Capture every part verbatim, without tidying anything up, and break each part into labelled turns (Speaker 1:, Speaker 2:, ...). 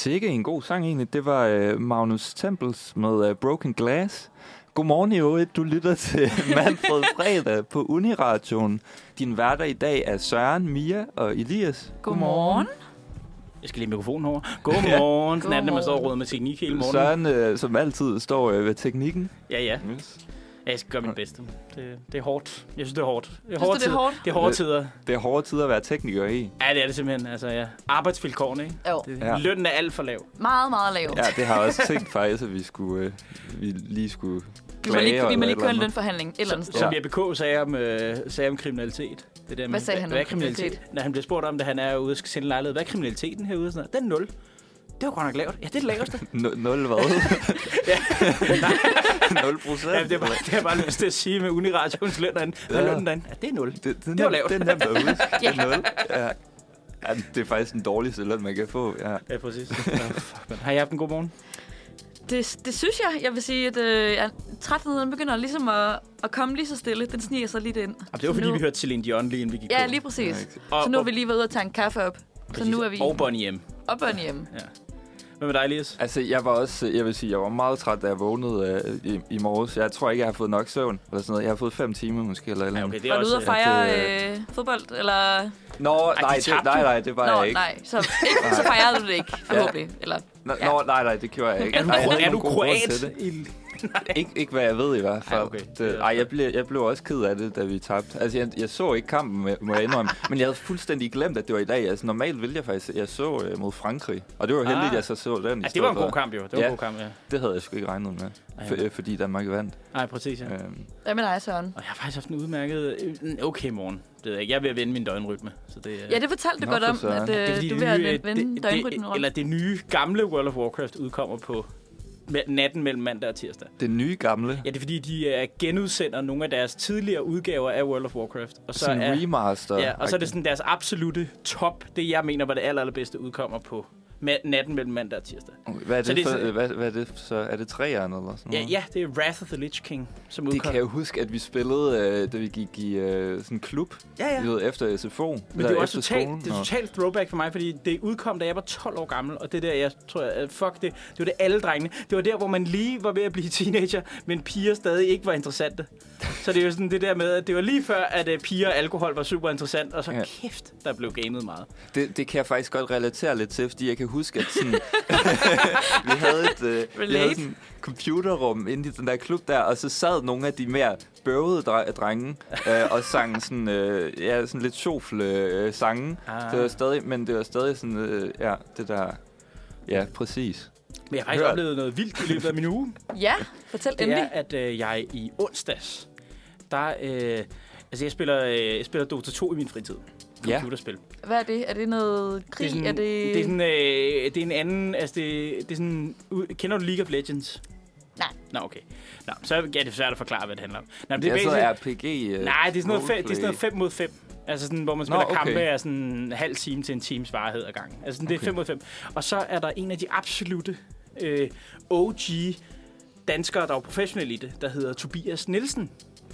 Speaker 1: Sikke en god sang egentlig. Det var uh, Magnus Tempels med uh, Broken Glass. Godmorgen i øvrigt. Du lytter til Manfred Fredag på Uniradioen. Din værter i dag er Søren, Mia og Elias.
Speaker 2: Godmorgen.
Speaker 3: Jeg skal lige mikrofonen over. Godmorgen. Sådan er det, når man står og råder med teknik hele morgenen.
Speaker 1: Søren, øh, som altid, står øh, ved teknikken.
Speaker 3: Ja, ja.
Speaker 1: Yes.
Speaker 3: Ja, jeg skal gøre mit bedste. Det, det er hårdt. Jeg synes, det er hårdt. Det er
Speaker 2: hårde
Speaker 3: tider.
Speaker 2: Det er hårdt?
Speaker 3: Det er hårde tider.
Speaker 1: Det er hårde tider at være tekniker i.
Speaker 3: Ja, det er det simpelthen. Altså, ja. Arbejdsvilkårene, ikke?
Speaker 2: Jo.
Speaker 3: Det,
Speaker 1: Ja.
Speaker 3: Lønnen er alt for lav.
Speaker 2: Meget, meget lav.
Speaker 1: Ja, det har jeg også tænkt faktisk, at vi, skulle, øh, vi lige skulle
Speaker 2: Vi må
Speaker 1: klage.
Speaker 2: lige, vi må lige
Speaker 1: eller
Speaker 2: køre en
Speaker 1: andet.
Speaker 2: lønforhandling et eller andet sted.
Speaker 3: Som Jeppe K. sagde om, øh, sagde om kriminalitet. Det der med,
Speaker 2: Hvad sagde han om
Speaker 3: hvad er
Speaker 2: kriminalitet?
Speaker 3: Når han bliver spurgt om det, han er ude og skal sælge lejlighed. Hvad er kriminaliteten herude? Sådan noget. Den er nul. Det var godt nok lavt. Ja, det er det laveste.
Speaker 1: N- nul hvad? nul procent?
Speaker 3: Ja, det, er bare, det er bare lyst til at sige med Uniradioens løn derinde. Hvad er
Speaker 1: Ja.
Speaker 3: lønnen derinde? Ja, det er nul.
Speaker 1: Det, det,
Speaker 3: Det var lavt.
Speaker 1: Det er nemt at huske. Det er nul. Ja. Ja, det er faktisk den dårligste løn, man kan få. Ja.
Speaker 3: Ja, præcis. Nå, fuck, man. Har I haft en god morgen?
Speaker 2: Det, det synes jeg. Jeg vil sige, at øh, jeg, trætheden begynder ligesom at, at komme lige så stille. Den sniger sig lidt ind.
Speaker 3: Det var fordi,
Speaker 2: nu,
Speaker 3: vi hørte Celine Dion lige inden vi gik
Speaker 2: Ja,
Speaker 3: på.
Speaker 2: lige præcis.
Speaker 1: Ja,
Speaker 2: Så nu er vi lige været ude og tage en kaffe op.
Speaker 3: Præcis.
Speaker 2: Så nu er vi
Speaker 3: Og Bonnie hjem.
Speaker 2: op og hjemme.
Speaker 3: Ja. Hvad med dig, Elias?
Speaker 1: Altså, jeg var også, jeg vil sige, jeg var meget træt, da jeg vågnede øh, i, i morges. Jeg tror ikke, jeg har fået nok søvn, eller sådan noget. Jeg har fået fem timer måske, eller eller
Speaker 3: Ja,
Speaker 1: andet.
Speaker 3: okay, det er
Speaker 2: Var du
Speaker 3: også...
Speaker 2: ude at fejre
Speaker 1: det-
Speaker 2: øh, fodbold, eller...
Speaker 1: Nå,
Speaker 3: Ej,
Speaker 1: nej,
Speaker 3: de
Speaker 1: det,
Speaker 3: tabte
Speaker 1: nej,
Speaker 3: jo.
Speaker 1: nej, det var
Speaker 2: Nå,
Speaker 1: jeg ikke.
Speaker 2: nej, så, ikke, så fejrede du det ikke, forhåbentlig. Eller,
Speaker 1: Nå,
Speaker 2: Ja.
Speaker 1: nå, nej, nej, det gjorde jeg ikke.
Speaker 3: Er du,
Speaker 1: Ej, jeg havde
Speaker 3: er du
Speaker 1: nogen god grund
Speaker 3: kroat?
Speaker 1: til det.
Speaker 3: I...
Speaker 1: Ikke, ikke hvad jeg ved i hvert fald.
Speaker 3: Ej, okay.
Speaker 1: Det, ej, jeg blev, jeg blev også ked af det, da vi tabte. Altså, jeg, jeg så ikke kampen, må jeg indrømme. Men jeg havde fuldstændig glemt, at det var i dag. Altså, normalt ville jeg faktisk, jeg så uh, mod Frankrig. Og det var heldigt,
Speaker 3: Ah.
Speaker 1: at jeg så så den. i
Speaker 3: Ja, det var
Speaker 1: stedet
Speaker 3: en god
Speaker 1: for.
Speaker 3: kamp, jo. Det var
Speaker 1: Ja.
Speaker 3: en god kamp, ja.
Speaker 1: Det havde jeg sgu ikke regnet med, for,
Speaker 3: Ej, ja.
Speaker 1: fordi Danmark vandt.
Speaker 3: Nej, præcis, ja.
Speaker 1: Øhm,
Speaker 2: hvad med dig, Søren?
Speaker 3: Og jeg har faktisk haft en udmærket... en okay morgen. Det ved jeg ikke. Jeg er ved at vende min døgnrytme. Så det,
Speaker 2: Ja, det fortalte du
Speaker 1: Nå,
Speaker 2: godt
Speaker 1: for
Speaker 2: om,
Speaker 1: søren.
Speaker 2: at
Speaker 3: det er
Speaker 2: øh,
Speaker 3: fordi,
Speaker 2: du
Speaker 3: det
Speaker 2: vil have
Speaker 3: nye,
Speaker 2: vende
Speaker 3: det,
Speaker 2: døgnrytmen
Speaker 3: det,
Speaker 2: rundt.
Speaker 3: eller det nye gamle World of Warcraft udkommer på me- natten mellem mandag og tirsdag.
Speaker 1: det nye gamle.
Speaker 3: Ja, det er fordi, de uh, genudsender nogle af deres tidligere udgaver af World of Warcraft. Og så
Speaker 1: Sådan
Speaker 3: er,
Speaker 1: en remaster.
Speaker 3: ja, og så er det sådan deres absolute top. Det, jeg mener, var det aller, allerbedste udkommer på ma- natten mellem mandag og tirsdag.
Speaker 1: Okay, hvad er
Speaker 3: Så
Speaker 1: det,
Speaker 3: det er
Speaker 1: for,
Speaker 3: så-
Speaker 1: hvad, hvad er det så? Er det træerne eller sådan
Speaker 3: Ja,
Speaker 1: noget?
Speaker 3: ja, det er Wrath of the Lich King, som
Speaker 1: Det
Speaker 3: udkom.
Speaker 1: kan jeg jo huske, at vi spillede, øh, da vi gik i øh, sådan en klub,
Speaker 3: Ja, ja.
Speaker 1: vi ved, efter S F O.
Speaker 3: Men det er også
Speaker 1: efter
Speaker 3: totalt,
Speaker 1: skolen,
Speaker 3: det er
Speaker 1: og-
Speaker 3: totalt throwback for mig, fordi det udkom, da jeg var tolv år gammel, og det der, jeg tror, at fuck det, det var det alle drengene. Det var der, hvor man lige var ved at blive teenager, men piger stadig ikke var interessante. Så det er jo sådan det der med, at det var lige før, at uh, piger og alkohol var super interessant, og så
Speaker 1: Ja.
Speaker 3: kæft, der blev gamet meget.
Speaker 1: Det, det kan jeg faktisk godt relatere lidt til, fordi jeg kan huske, at sådan, vi havde et øh, vi havde
Speaker 2: Relate.
Speaker 1: sådan et computerrum inde i den der klub der, og så sad nogle af de mere bøvede dre- drenge øh, og sang sådan, øh, ja, sådan lidt sjofle øh, sange.
Speaker 3: Ah.
Speaker 1: Det var stadig, men det var stadig sådan, øh, ja, det der, ja, præcis.
Speaker 3: Men jeg har faktisk
Speaker 1: Hør.
Speaker 3: oplevet noget vildt i løbet af min uge.
Speaker 2: Ja, fortæl
Speaker 3: Det
Speaker 2: endelig.
Speaker 3: er, at øh, jeg i onsdags, der, øh, altså jeg spiller, øh, jeg spiller Dota to i min fritid.
Speaker 1: Ja.
Speaker 3: Computerspil.
Speaker 2: Hvad er det? Er det noget krig?
Speaker 3: Det er, sådan,
Speaker 2: er det...
Speaker 3: det er sådan, øh, det er en anden, altså det, det er sådan, u- kender du League of Legends?
Speaker 2: Nej.
Speaker 3: Nå, okay. Nå, så er det svært at forklare, hvad det handler om. Nå, men
Speaker 1: Det er så
Speaker 3: basic-
Speaker 1: R P G. Øh,
Speaker 3: Nej, det er sådan noget, fem, det er
Speaker 1: roleplay.
Speaker 3: sådan noget fem mod fem. Altså sådan, hvor man spiller
Speaker 1: Nå, okay.
Speaker 3: kampe af sådan en halv time til en times varighed ad gangen. Altså sådan, det er
Speaker 1: Okay.
Speaker 3: fem mod fem. Og så er der en af de absolute øh, O G danskere, der er professionelle i det, der hedder Tobias Nielsen.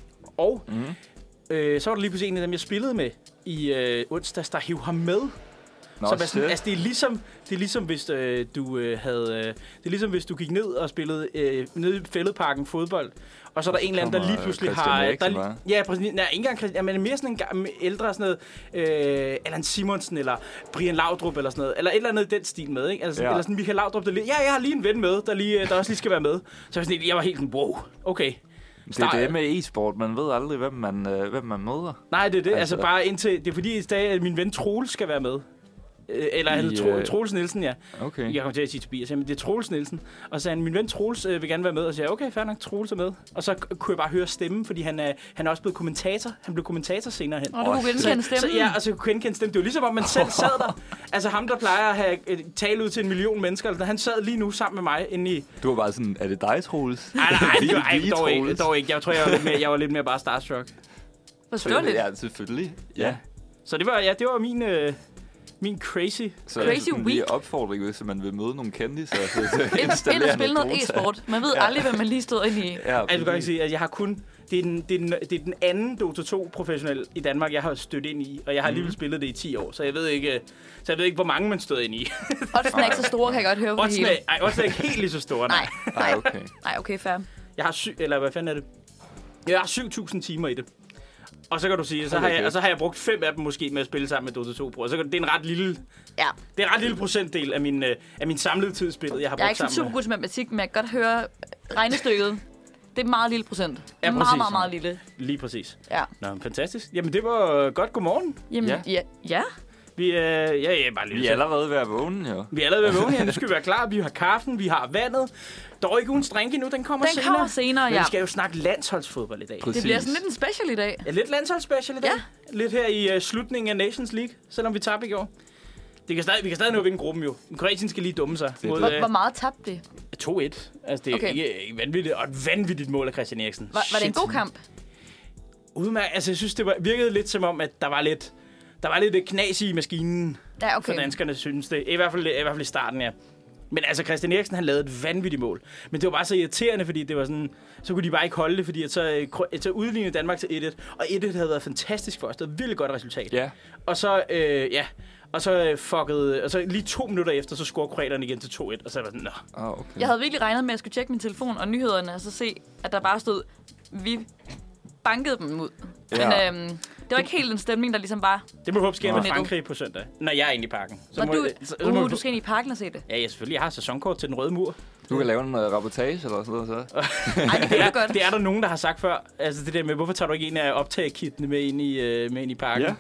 Speaker 3: Og
Speaker 1: Mm.
Speaker 3: øh, så var der lige pludselig en af dem, jeg spillede med i øh, onsdags, der hiv ham med.
Speaker 1: Nå,
Speaker 3: Så hvad sådan,
Speaker 1: shit.
Speaker 3: altså det er ligesom det er ligesom hvis øh, du øh, havde øh, det er ligesom hvis du gik ned og spillede øh, nede i Fælledparken fodbold, og så er der
Speaker 1: Og så
Speaker 3: en eller anden der
Speaker 1: kommer
Speaker 3: lige pludselig
Speaker 1: Christian
Speaker 3: har
Speaker 1: Eriksen,
Speaker 3: der,
Speaker 1: hva'?
Speaker 3: ja præcis, nej, ikke engang Christian, men mere sådan en gammel, ældre sådan noget øh, Allan Simonsen eller Brian Laudrup eller sådan noget, eller et eller andet i den stil med, ikke? Altså
Speaker 1: Ja.
Speaker 3: eller sådan Michael Laudrup der lige, ja, jeg har lige en ven med, der lige der også lige skal være med. Så jeg var sådan, jeg var helt sådan, wow, okay.
Speaker 1: Det er det med e-sport. Man ved aldrig, hvem man, øh, hvem man møder.
Speaker 3: Nej, det er det. Altså,
Speaker 1: Altså-
Speaker 3: bare indtil... Det er fordi, at min ven Troels skal være med. Øh, Eller han
Speaker 1: I,
Speaker 3: hedder Tro-
Speaker 1: øh,
Speaker 3: Troels Nielsen, ja.
Speaker 1: Okay.
Speaker 3: Jeg kommer til at sige Tobias, men det er Troels Nielsen. Og så sagde han, min ven Troels øh, vil gerne være med. Og så sagde jeg, okay, fair nok, Troels er med. Og så k- kunne jeg bare høre stemmen, fordi han er, han er også blevet kommentator. Han blev kommentator senere hen.
Speaker 2: Og du kunne genkende
Speaker 3: Så,
Speaker 2: stemmen.
Speaker 3: ja, og så kunne genkende stemmen. Det var ligesom, om man selv sad der. Altså ham, der plejer at have øh, tale ud til en million mennesker. Altså, han sad lige nu sammen med mig inde i...
Speaker 1: Du var bare sådan, er det dig, Troels?
Speaker 3: Nej, nej, det var, ej,
Speaker 1: Vi
Speaker 3: dog, ikke,
Speaker 1: Troels.
Speaker 3: dog ikke. Jeg tror, jeg var lidt mere, jeg var lidt mere bare starstruck.
Speaker 2: Forståeligt.
Speaker 1: Ja, selvfølgelig. Ja.
Speaker 3: Så det var, ja, det var min... Øh, min crazy...
Speaker 1: Så
Speaker 2: Crazy
Speaker 1: sådan
Speaker 2: week.
Speaker 1: lige opfordring, hvis man vil møde nogle kendiser. Så
Speaker 2: Ind, ind og spille noget
Speaker 1: Dota.
Speaker 2: e-sport. Man ved
Speaker 1: Ja.
Speaker 2: aldrig, hvad man lige stod ind i.
Speaker 1: Ja,
Speaker 3: Altså, du kan ikke sige, at jeg har kun det, er den, det, er den, det er den anden Dota to professionel i Danmark, jeg har stødt ind i. Og jeg har alligevel mm. spillet det i ti år, så jeg ved ikke, så jeg ved ikke hvor mange man støder ind i.
Speaker 2: Oddsene er ikke så store, kan jeg godt høre på det hele.
Speaker 3: Nej, oddsene er ikke helt lige så store.
Speaker 2: Nej, nej,
Speaker 1: okay.
Speaker 2: nej, okay, fair.
Speaker 3: Jeg har syv, eller hvad fanden er det? Jeg har syv tusind timer i det. Og så kan du sige, så har jeg, og så har jeg brugt fem af dem måske med at spille sammen med Dota to Pro. Og så det er en ret lille,
Speaker 2: ja. det
Speaker 3: er en ret lille procentdel af min, af min samlede tid spillet, jeg har brugt sammen.
Speaker 2: Jeg er ikke så super god til matematik, men jeg kan godt høre regnestykket. Det er et meget lille procent.
Speaker 3: Ja,
Speaker 2: meget, meget, meget, meget lille.
Speaker 3: Lige præcis.
Speaker 2: Ja.
Speaker 3: Nå, fantastisk. Jamen, det var godt. Godmorgen.
Speaker 2: Jamen, ja. ja. ja.
Speaker 3: Vi er, ja, ja, bare lidt.
Speaker 1: Vi er allerede ved at vågne, jo.
Speaker 3: Vi er allerede ved at vågne, ja. Nu skal vi være klar. Vi har kaffen, vi har vandet. Dog ikke ugens drink endnu, den kommer
Speaker 2: den
Speaker 3: senere.
Speaker 2: Den kommer senere, ja.
Speaker 3: Men vi skal jo snakke landsholdsfodbold i dag.
Speaker 2: Præcis. Det bliver sådan lidt en special i dag.
Speaker 3: Ja, lidt landsholdsspecial i dag. Ja. Lidt her i uh, slutningen af Nations League, selvom vi tabte i går. Det kan stadig, vi kan stadig nå at vinde gruppen jo. Kroatien skal lige dumme sig.
Speaker 2: Mod, hvor, uh, hvor meget tabte det?
Speaker 3: to et. Altså, det er okay. ikke, ikke vanvittigt. Og et vanvittigt mål af Christian Eriksen.
Speaker 2: Var, var det en god kamp?
Speaker 3: Udmærket. Altså, jeg synes, det var, virkede lidt som om, at der var lidt, der var lidt knas i maskinen.
Speaker 2: Ja, okay.
Speaker 3: For danskerne, synes det. I hvert fald, i hvert fald i starten, ja. Men altså, Christian Eriksen, han lavede et vanvittigt mål. Men det var bare så irriterende, fordi det var sådan... Så kunne de bare ikke holde det, fordi at så, så udlignede Danmark til et et. Og et et havde været fantastisk for os. Det var et virkelig godt resultat.
Speaker 1: Ja.
Speaker 3: Og så, øh, ja... Og så fuckede... Og så lige to minutter efter, så scorede kroaterne igen til to et. Og så var det sådan, nå.
Speaker 1: Oh, okay.
Speaker 2: Jeg havde virkelig regnet med, at jeg skulle tjekke min telefon og nyhederne, og så se, at der bare stod... Vi bankede dem ud. Ja. Men øhm, det var ikke helt den stemning, der ligesom bare...
Speaker 3: Det må håbe sker med Frankrig på søndag, når jeg er inde i parken.
Speaker 2: Så må, du, så, uh, må, du skal ind i parken og se det?
Speaker 3: Ja, ja, selvfølgelig. Jeg har sæsonkort til den røde mur.
Speaker 1: Du kan lave en uh, rapportage eller sådan noget, så.
Speaker 2: Ej, det, det, er,
Speaker 3: godt. Det er der nogen, der har sagt før. Altså det der med, hvorfor tager du ikke en af optagekittene med ind i, uh, med ind i parken?
Speaker 1: Ja.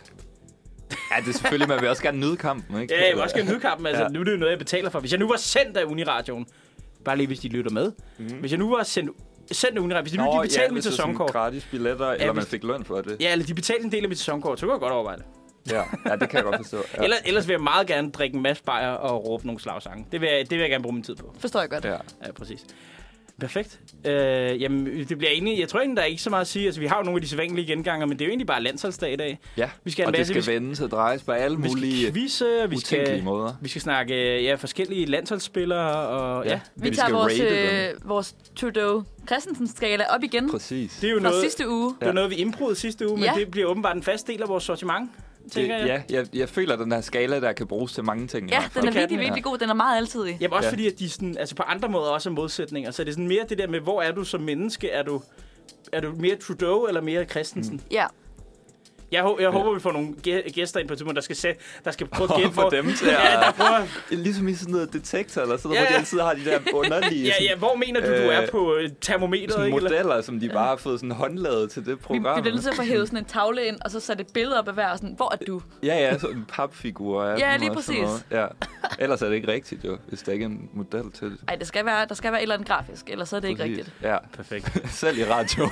Speaker 1: Ja, det er selvfølgelig, man vil også gerne nyde kampen, ikke?
Speaker 3: Ja, jeg vil også gerne nyde kampen. Altså, ja. Nu er det jo noget, jeg betaler for. Hvis jeg nu var sendt af Uniradioen, bare lige hvis de lytter med. Mm. Hvis jeg nu var sendt sendt Uniradioen, hvis de nu de betalte ja, mit sæsonkort.
Speaker 1: Gratis billetter, ja, eller man fik løn for det.
Speaker 3: Ja, eller de betalte en del af mit sæsonkort, så kunne jeg godt overveje det.
Speaker 1: Ja, ja, det kan jeg godt forstå. Ja.
Speaker 3: Ellers, ellers vil jeg meget gerne drikke en masse bajer og råbe nogle slagsange. Det vil, jeg, det vil jeg gerne bruge min tid på.
Speaker 2: Forstår jeg godt.
Speaker 3: Ja, ja præcis. Perfekt. Øh, jamen, det bliver egentlig... Jeg tror egentlig, der er ikke så meget at sige. Altså, vi har jo nogle af de sædvanlige genganger, men det er jo egentlig bare landsholdsdag i dag.
Speaker 1: Ja,
Speaker 3: vi skal
Speaker 1: og
Speaker 3: masse,
Speaker 1: det skal vendes og drejes på alle mulige
Speaker 3: quizze, vi skal,
Speaker 1: måder.
Speaker 3: Vi skal snakke ja, forskellige landsholdsspillere, og ja. ja.
Speaker 2: Vi, vi tager vores, øh, vores Trudeau Christensen-skala op igen.
Speaker 1: Præcis.
Speaker 3: Det er jo
Speaker 2: fra
Speaker 3: noget,
Speaker 2: sidste uge.
Speaker 3: Det var noget, vi improede sidste uge, men ja. det bliver åbenbart en fast del af vores sortiment.
Speaker 1: Det, jeg. Ja, jeg, jeg føler, at den her skala, der kan bruges til mange ting.
Speaker 2: Ja, den er virkelig, virkelig god. Den er meget altidig.
Speaker 3: Jamen også
Speaker 1: ja.
Speaker 3: fordi, at de sådan, altså på andre måder også er modsætninger. Så er det sådan mere det der med, hvor er du som menneske? Er du, er du mere Trudeau eller mere Christensen?
Speaker 2: Mm. Ja.
Speaker 3: Jeg, jeg ja. håber, vi får nogle gæster ind på turen, der skal sætte, der skal prøve at gætte
Speaker 1: for dem til at...
Speaker 3: ja, der prøver...
Speaker 1: Ligesom i sådan noget detektor, eller sådan noget,
Speaker 3: ja,
Speaker 1: hvor de altid har de der underlige...
Speaker 3: ja, ja, hvor mener du, øh, du er på termometeret?
Speaker 1: Sådan
Speaker 3: ikke,
Speaker 1: modeller,
Speaker 3: eller?
Speaker 1: som de bare har fået sådan håndlavet til det program.
Speaker 2: Vi, vi bliver nødt til at få hævet sådan en tavle ind, og så sætte et billede op af hver, sådan, hvor er du?
Speaker 1: Ja, ja, sådan en papfigur.
Speaker 2: Ja, lige præcis.
Speaker 1: Ja. Ellers er det ikke rigtigt, jo, hvis der ikke er en model til det.
Speaker 2: Nej, det skal være, der skal være et eller andet grafisk, ellers er det
Speaker 1: præcis.
Speaker 2: ikke rigtigt.
Speaker 3: Ja, perfekt.
Speaker 1: Selv i radioen.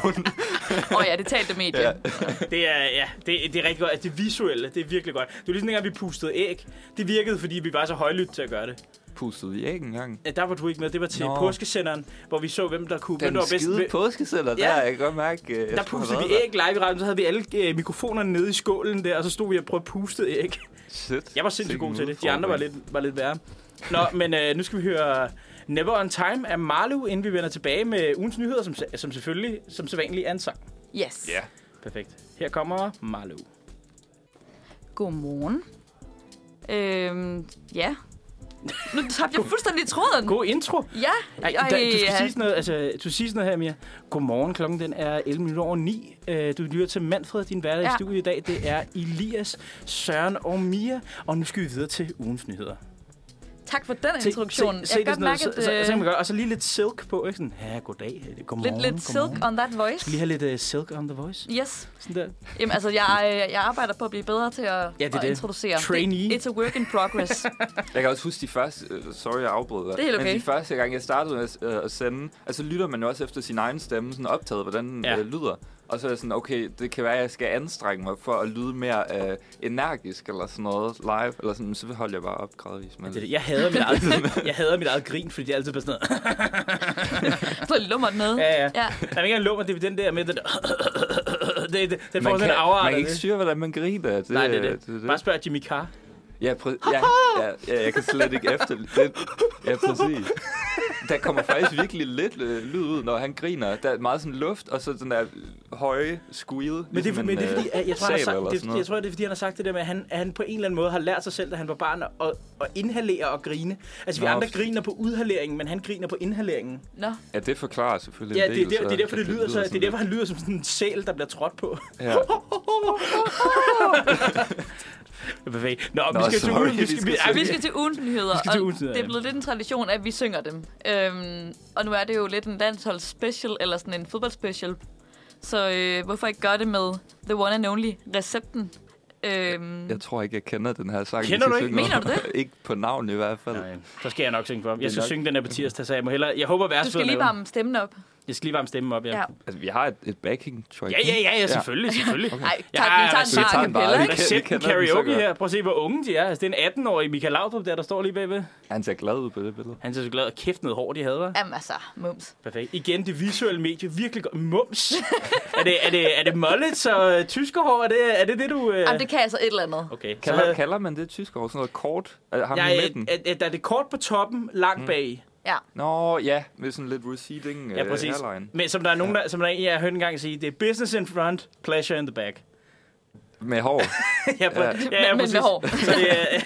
Speaker 2: Åh oh, ja, det talte medie. Ja.
Speaker 3: Det er, ja, det, det er rigtig godt. Det visuelle, det er virkelig godt. Det var ligesom dengang, vi pustede æg. Det virkede, fordi vi var så højlydt til at gøre det.
Speaker 1: Pustede vi æg engang?
Speaker 3: Ja, der var du ikke med. Det var til Nå. påskesenderen, hvor vi så, hvem der kunne...
Speaker 1: Den
Speaker 3: der var
Speaker 1: skide bedst... påskesender, ja. Der jeg kan godt mærke...
Speaker 3: Der pustede vi æg live i radioen, så havde vi alle uh, mikrofonerne nede i skålen der, og så stod vi og prøvede at puste æg.
Speaker 1: Shit.
Speaker 3: Jeg var sindssygt god til det. De andre var lidt, var lidt værre. Nå, men uh, nu skal vi høre Never on Time af Marlew, inden vi vender tilbage med ugens nyheder, som, som selvfølgelig, som sædvanligt er en sang.
Speaker 2: Yes.
Speaker 1: Ja. Yeah.
Speaker 3: Perfekt. Her kommer Marlew.
Speaker 2: Godmorgen. Øhm, ja. Nu tabte jeg fuldstændig tråden.
Speaker 3: God intro.
Speaker 2: Ja.
Speaker 3: Ej, der, du skal ja. sige sådan noget, altså, du skal sige sådan noget her, Mia. Godmorgen, klokken den er elleve minutter over ni. Du lytter til Manfred, din hverdag ja. i studiet i dag. Det er Elias, Søren og Mia. Og nu skal vi videre til ugens nyheder.
Speaker 2: Tak for den introduktion.
Speaker 3: Se, se, jeg kan godt mærke, at... Så, så, så kan man gøre, og så lige lidt silk på, ikke? Sådan, ja, goddag, godmorgen,
Speaker 2: Lidt, lidt silk on that voice.
Speaker 3: Skal lige have lidt uh, silk on the voice?
Speaker 2: Yes.
Speaker 3: Sådan der.
Speaker 2: Jamen, altså, jeg, jeg arbejder på at blive bedre til at, ja, det at det. introducere.
Speaker 3: Trainee.
Speaker 2: It's a work in progress.
Speaker 1: Jeg kan også huske de første... Uh, sorry, jeg afbryder.
Speaker 2: Det er helt okay.
Speaker 1: Men de første gang, jeg startede med at, uh, at sende... Altså, lytter man jo også efter sin egen stemme, sådan optaget, hvordan ja. uh, lyder. Og så er jeg sådan, okay, det kan være, at jeg skal anstrenge mig for at lyde mere øh, energisk eller sådan noget live. Eller sådan, så holder jeg bare op gradvist. Men...
Speaker 3: Ja, det, jeg hader mit eget, jeg hader mit eget grin, fordi det er altid bare sådan noget.
Speaker 2: Så er lummert med.
Speaker 3: Ja, ja. ja. Der er ikke engang lummer, det er den der med den det, det, den får sådan en afart.
Speaker 1: Man kan ikke styre, hvordan man griner. Det,
Speaker 3: Nej, det er det.
Speaker 1: det, det.
Speaker 3: Bare spørg Jimmy Carr.
Speaker 1: Ja, præ- ja, ja, ja, jeg kan slet ikke efter det. Ja, præcis. Der kommer faktisk virkelig lidt øh, lyd ud, når han griner. Der er meget sådan luft, og så den der høje squeal.
Speaker 3: Men det,
Speaker 1: ligesom
Speaker 3: men det er fordi,
Speaker 1: en,
Speaker 3: jeg tror, han har sagt, det,
Speaker 1: noget.
Speaker 3: jeg tror, det er fordi, han har sagt det der med, at han, at han på en eller anden måde har lært sig selv, da han var barn, at, at inhalere og grine. Altså, vi
Speaker 1: Nå,
Speaker 3: andre griner på udhaleringen, men han griner på inhaleringen.
Speaker 2: Nå.
Speaker 1: Ja, det forklarer selvfølgelig
Speaker 3: Ja,
Speaker 1: en
Speaker 3: det er,
Speaker 1: del,
Speaker 3: der, det er derfor, det,
Speaker 1: det
Speaker 3: lyder så, det er
Speaker 1: sådan
Speaker 3: derfor, han lyder som sådan en sæl, der bliver trådt på.
Speaker 1: Ja.
Speaker 3: Perfekt. Nå,
Speaker 1: Nå,
Speaker 3: vi skal
Speaker 1: sorry,
Speaker 3: til ugen. Vi skal,
Speaker 1: vi skal
Speaker 3: vi,
Speaker 2: Ja, vi skal til ugens nyheder,
Speaker 3: Vi skal til
Speaker 2: og
Speaker 3: ugens nyheder,
Speaker 2: det er
Speaker 3: ja.
Speaker 2: blevet lidt en tradition, at vi synger dem. Øhm, og nu er det jo lidt en landsholds special, eller sådan en fodboldspecial. Så øh, hvorfor ikke gøre det med The One and Only Recepten? Øhm,
Speaker 1: Jeg tror ikke, jeg kender den her sang.
Speaker 3: Kender
Speaker 1: vi
Speaker 3: du
Speaker 1: skal
Speaker 3: ikke?
Speaker 1: synge
Speaker 2: Mener
Speaker 1: om.
Speaker 2: du det?
Speaker 1: Ikke på navn i hvert fald.
Speaker 3: Nej, så skal jeg nok synge for ham. Jeg skal
Speaker 1: nok-
Speaker 3: synge den her på tirsdag, så jeg må hellere... Jeg håber,
Speaker 2: du
Speaker 3: værst
Speaker 2: skal lige varme stemmen op.
Speaker 3: Jeg skal lige varme stemmen op, ja.
Speaker 2: Ja.
Speaker 1: Altså, vi har et, et backing track.
Speaker 3: Ja, ja, ja, ja, selvfølgelig, selvfølgelig.
Speaker 1: Okay.
Speaker 2: Ej,
Speaker 3: Ja,
Speaker 2: tak, vi tager
Speaker 3: altså,
Speaker 2: en
Speaker 1: vi tager
Speaker 2: bare
Speaker 1: den bare.
Speaker 2: kapella,
Speaker 1: Vi
Speaker 2: ikke?
Speaker 1: kan-
Speaker 3: Recepten
Speaker 1: kender den så
Speaker 3: karaoke
Speaker 1: godt.
Speaker 3: her. Prøv at se, hvor unge de er. Altså, det er en atten-årig Michael Laudrup der, der står lige bagved.
Speaker 1: Han ser glad ud på det billede.
Speaker 3: Han ser så glad, og kæft noget hår, de havde, hva'?
Speaker 2: Jamen altså, mums.
Speaker 3: Perfekt. Igen, det visuelle medie, virkelig godt. Mums. er, det, er, det, er det mullets og uh, tyskerhår? Er det, er det det, du... Uh...
Speaker 2: Jamen, det kan altså et eller andet.
Speaker 3: Okay.
Speaker 1: Kalder, kalder man det tysk over sådan noget kort? Er ham
Speaker 3: Ja,
Speaker 1: i
Speaker 3: ja,
Speaker 1: midten?
Speaker 3: er, er, der er det kort på toppen, langt
Speaker 1: Mm.
Speaker 3: bag.
Speaker 2: Ja.
Speaker 1: Nå, ja, med sådan lidt receding
Speaker 3: Ja, præcis.
Speaker 1: uh, hairline.
Speaker 3: Men som der er nogen, der, som der er en, jeg har hørt en gang sige, det er business in front, pleasure in the back.
Speaker 1: Med hår.
Speaker 3: ja, præ-
Speaker 1: Ja.
Speaker 3: ja, ja,
Speaker 2: Men- men
Speaker 3: præcis.
Speaker 2: med hår.
Speaker 3: Så det er...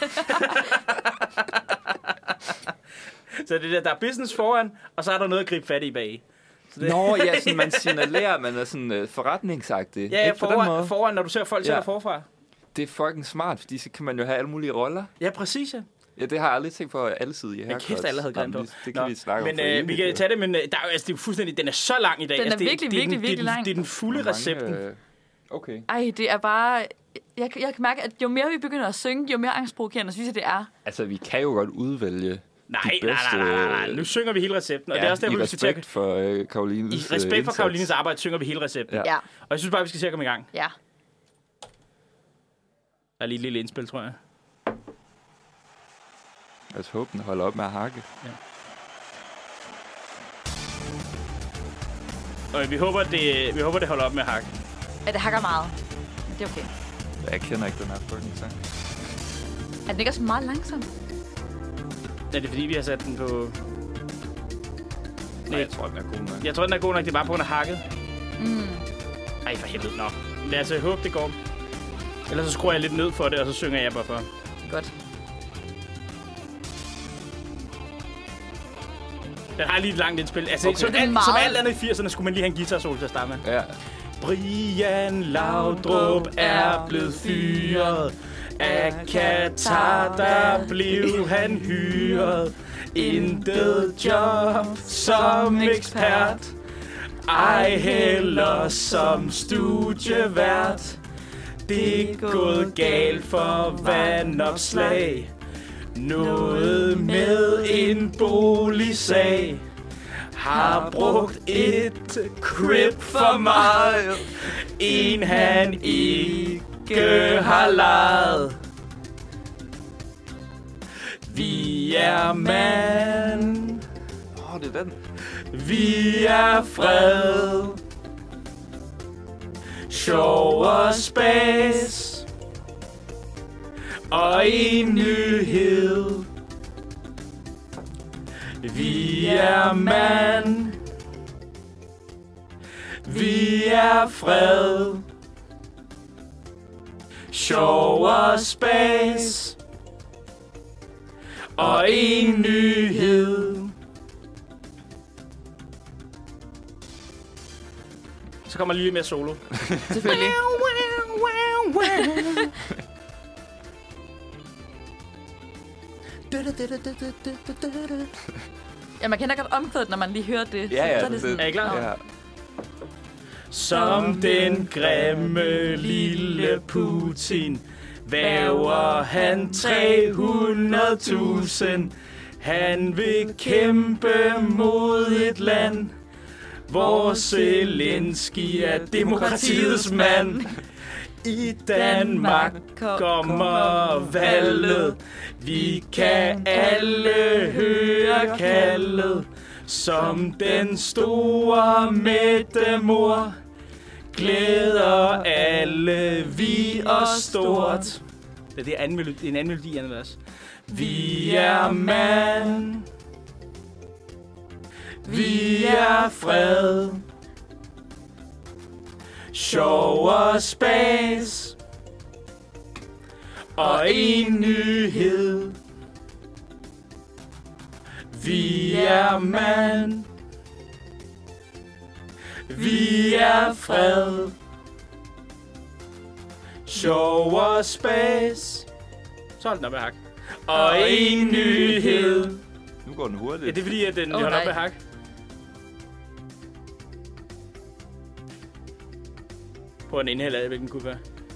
Speaker 3: så det der, der er business foran, og så er der noget at gribe fat i bag. Så det...
Speaker 1: Nå, ja, sådan, man signalerer, at man er sådan uh, forretningsagtig.
Speaker 3: Ja, ja,
Speaker 1: Ikke på den
Speaker 3: foran,
Speaker 1: måde.
Speaker 3: foran, når du ser folk, så
Speaker 1: Ja.
Speaker 3: der forfra.
Speaker 1: Det er fucking smart, fordi så kan man jo have alle mulige roller.
Speaker 3: Ja, præcis, ja.
Speaker 1: Ja, det har jeg aldrig tænkt på altid i
Speaker 3: Men
Speaker 1: haircuts.
Speaker 3: kæft, alle havde grimt
Speaker 1: Jamen,
Speaker 3: hår.
Speaker 1: det, det kan
Speaker 3: Nå,
Speaker 1: vi snakke
Speaker 3: Men
Speaker 1: om for
Speaker 3: øh, vi
Speaker 1: evigt,
Speaker 3: kan
Speaker 1: jo.
Speaker 3: tage det, men øh, der er jo, altså, det er jo fuldstændig, den er så lang i dag.
Speaker 2: Den er
Speaker 3: altså, det,
Speaker 2: virkelig,
Speaker 3: det, er
Speaker 2: virkelig,
Speaker 3: den, det er
Speaker 2: virkelig
Speaker 3: den,
Speaker 2: lang.
Speaker 3: Det er den fulde
Speaker 1: Hvor
Speaker 3: recepten.
Speaker 1: mange, øh, Okay.
Speaker 2: Ej, det er bare... Jeg, jeg kan mærke, at jo mere vi begynder at synge, jo mere angstprovokerende synes jeg, det er.
Speaker 1: Altså, vi kan jo godt udvælge
Speaker 3: Nej,
Speaker 1: de
Speaker 3: nej,
Speaker 1: bedste,
Speaker 3: nej, nej, nej. Nu synger vi hele recepten, og
Speaker 1: ja,
Speaker 3: det er også der,
Speaker 1: i
Speaker 3: hvor vi skal til
Speaker 1: respekt
Speaker 3: at...
Speaker 1: for øh, Karolines
Speaker 3: I respekt for
Speaker 1: indsats.
Speaker 3: Karolines arbejde synger vi hele recepten.
Speaker 1: Ja.
Speaker 2: Ja,
Speaker 3: Og jeg synes bare, vi skal se at komme i gang.
Speaker 2: ja.
Speaker 3: Der er lige et lille indspil, tror jeg.
Speaker 1: Lad os håbe, den holder op med at hakke.
Speaker 3: Og vi håber, det, vi håber, det holder op med at hakke.
Speaker 2: Ja, det hakker meget. Men det er okay.
Speaker 1: Jeg kender ikke den her fucking sang.
Speaker 2: Er den ikke også meget langsom?
Speaker 3: Er det fordi, vi har sat den på...
Speaker 1: Nej, jeg tror, den er god nok.
Speaker 3: Jeg tror, den er god nok. Det er bare på grund af hakket.
Speaker 2: Mm.
Speaker 3: Ej, for helvede. Nå. Lad os håbe, det går. Ellers så skruer jeg lidt ned for det, og så synger jeg bare for.
Speaker 2: Godt.
Speaker 3: Den har lige et langt indspil. Altså,
Speaker 1: Okay.
Speaker 3: okay. som,
Speaker 2: Det er
Speaker 3: alt,
Speaker 2: meget-
Speaker 3: som alt andet i firserne skulle man lige have en guitar-solo til at starte med.
Speaker 1: Ja.
Speaker 3: Brian Laudrup er blevet fyret. Af Katar, der blev han hyret. Intet job som ekspert. Ej heller som studievært. Det er gået galt for vandopslag. Noget med en boligsag. Har brugt et crib for meget. En han ikke har lejet. Vi er mand.
Speaker 1: Åh, oh, det er den.
Speaker 3: Vi er fred. Sjov og spas. Og en nyhed. Vi er mand. Vi er fred. Sjov og spas. Og en nyhed. Så kommer lige lidt mere solo.
Speaker 2: Selvfølgelig. Ja, man kender godt omkvædet, når man lige hører det.
Speaker 1: Ja, ja.
Speaker 2: Så er det sådan,
Speaker 3: Er I klar?
Speaker 1: Ja.
Speaker 3: Som den grimme lille Putin væver han tre hundrede tusind. Han vil kæmpe mod et land, hvor Zelensky er demokratiets mand. I Danmark kommer valget. Vi kan alle høre kaldet. Som den store mættemor glæder alle vi os stort. Det er anden melodi, en anden melodi, anden vers. Vi er mand. Vi er fred. sjov og spas. Og en nyhed. Vi er mand. Vi er fred. Sjov og spas. Så hold den op med hak. Og en nyhed.
Speaker 1: Nu går den hurtigt.
Speaker 3: Ja, det er fordi, at den
Speaker 2: Oh,
Speaker 3: holder op
Speaker 2: nej.
Speaker 3: med hak. Prøv en indhæld af, hvilken kunne være.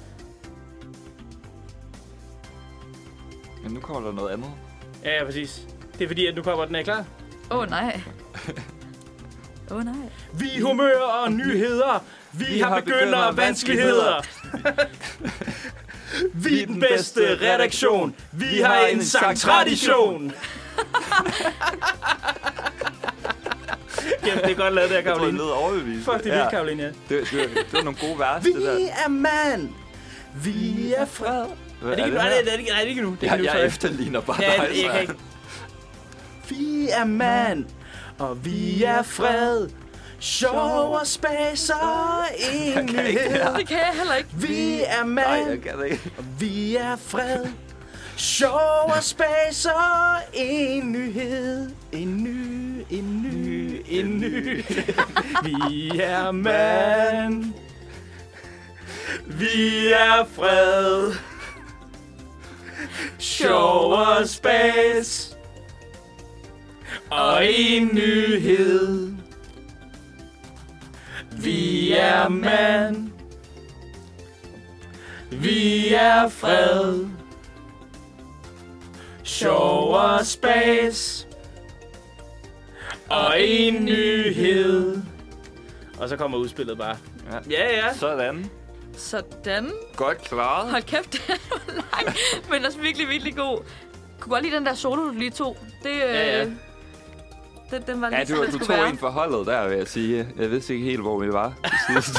Speaker 1: Men nu kommer der noget andet.
Speaker 3: Ja, ja, præcis. Det er fordi, at nu kommer den. Er klar?
Speaker 2: Åh, oh, nej. Åh, oh, nej.
Speaker 3: Vi er humør og nyheder. Vi, Vi har, har begynder og vanskeligheder. Vi er den bedste redaktion. Vi, Vi har en sangtradition. Jamen, det er godt lavet der, Karoline.
Speaker 1: Jeg tror, det lød overbevist.
Speaker 3: Fuck, det er vildt, Karoline.
Speaker 1: Det, det, det, det var nogle gode vers,
Speaker 3: Vi
Speaker 1: det der.
Speaker 3: Vi er mand. Vi er fred.
Speaker 1: Hvad
Speaker 3: Er det ikke,
Speaker 1: er
Speaker 3: nej,
Speaker 1: det
Speaker 3: det er det ikke, nej, det er ikke nu. Det er
Speaker 1: jeg,
Speaker 3: nu,
Speaker 1: jeg
Speaker 3: sorry.
Speaker 1: efterligner bare
Speaker 3: Ja,
Speaker 1: dig.
Speaker 3: det, jeg kan ikke. Vi er mand, og vi er fred. Sjov og spas og en nyhed.
Speaker 2: Det kan jeg heller ikke.
Speaker 3: Vi er
Speaker 1: Nej, jeg
Speaker 3: mand,
Speaker 1: kan det ikke.
Speaker 3: og vi er fred. Sjov og spas og en nyhed. En ny, en ny, en ny. Vi er mand. Vi er fred. Sjov og spas. Og en nyhed. Vi er mand. Vi er fred. Sjov og spas. Og en nyhed. Og så kommer udspillet bare.
Speaker 1: Ja.
Speaker 3: Ja, ja.
Speaker 1: Sådan.
Speaker 2: Sådan.
Speaker 1: Godt klaret.
Speaker 2: Hold kæft, det var lang, men også virkelig, virkelig god. Kunne godt lide den der solo, du lige tog. Det,
Speaker 3: Ja, ja.
Speaker 2: øh, den, den var
Speaker 1: Ja,
Speaker 2: lige
Speaker 1: du,
Speaker 2: som den
Speaker 1: du
Speaker 2: skulle
Speaker 1: tog
Speaker 2: være.
Speaker 1: en for holdet der, vil jeg sige. Jeg vidste ikke helt, hvor vi var til sidst.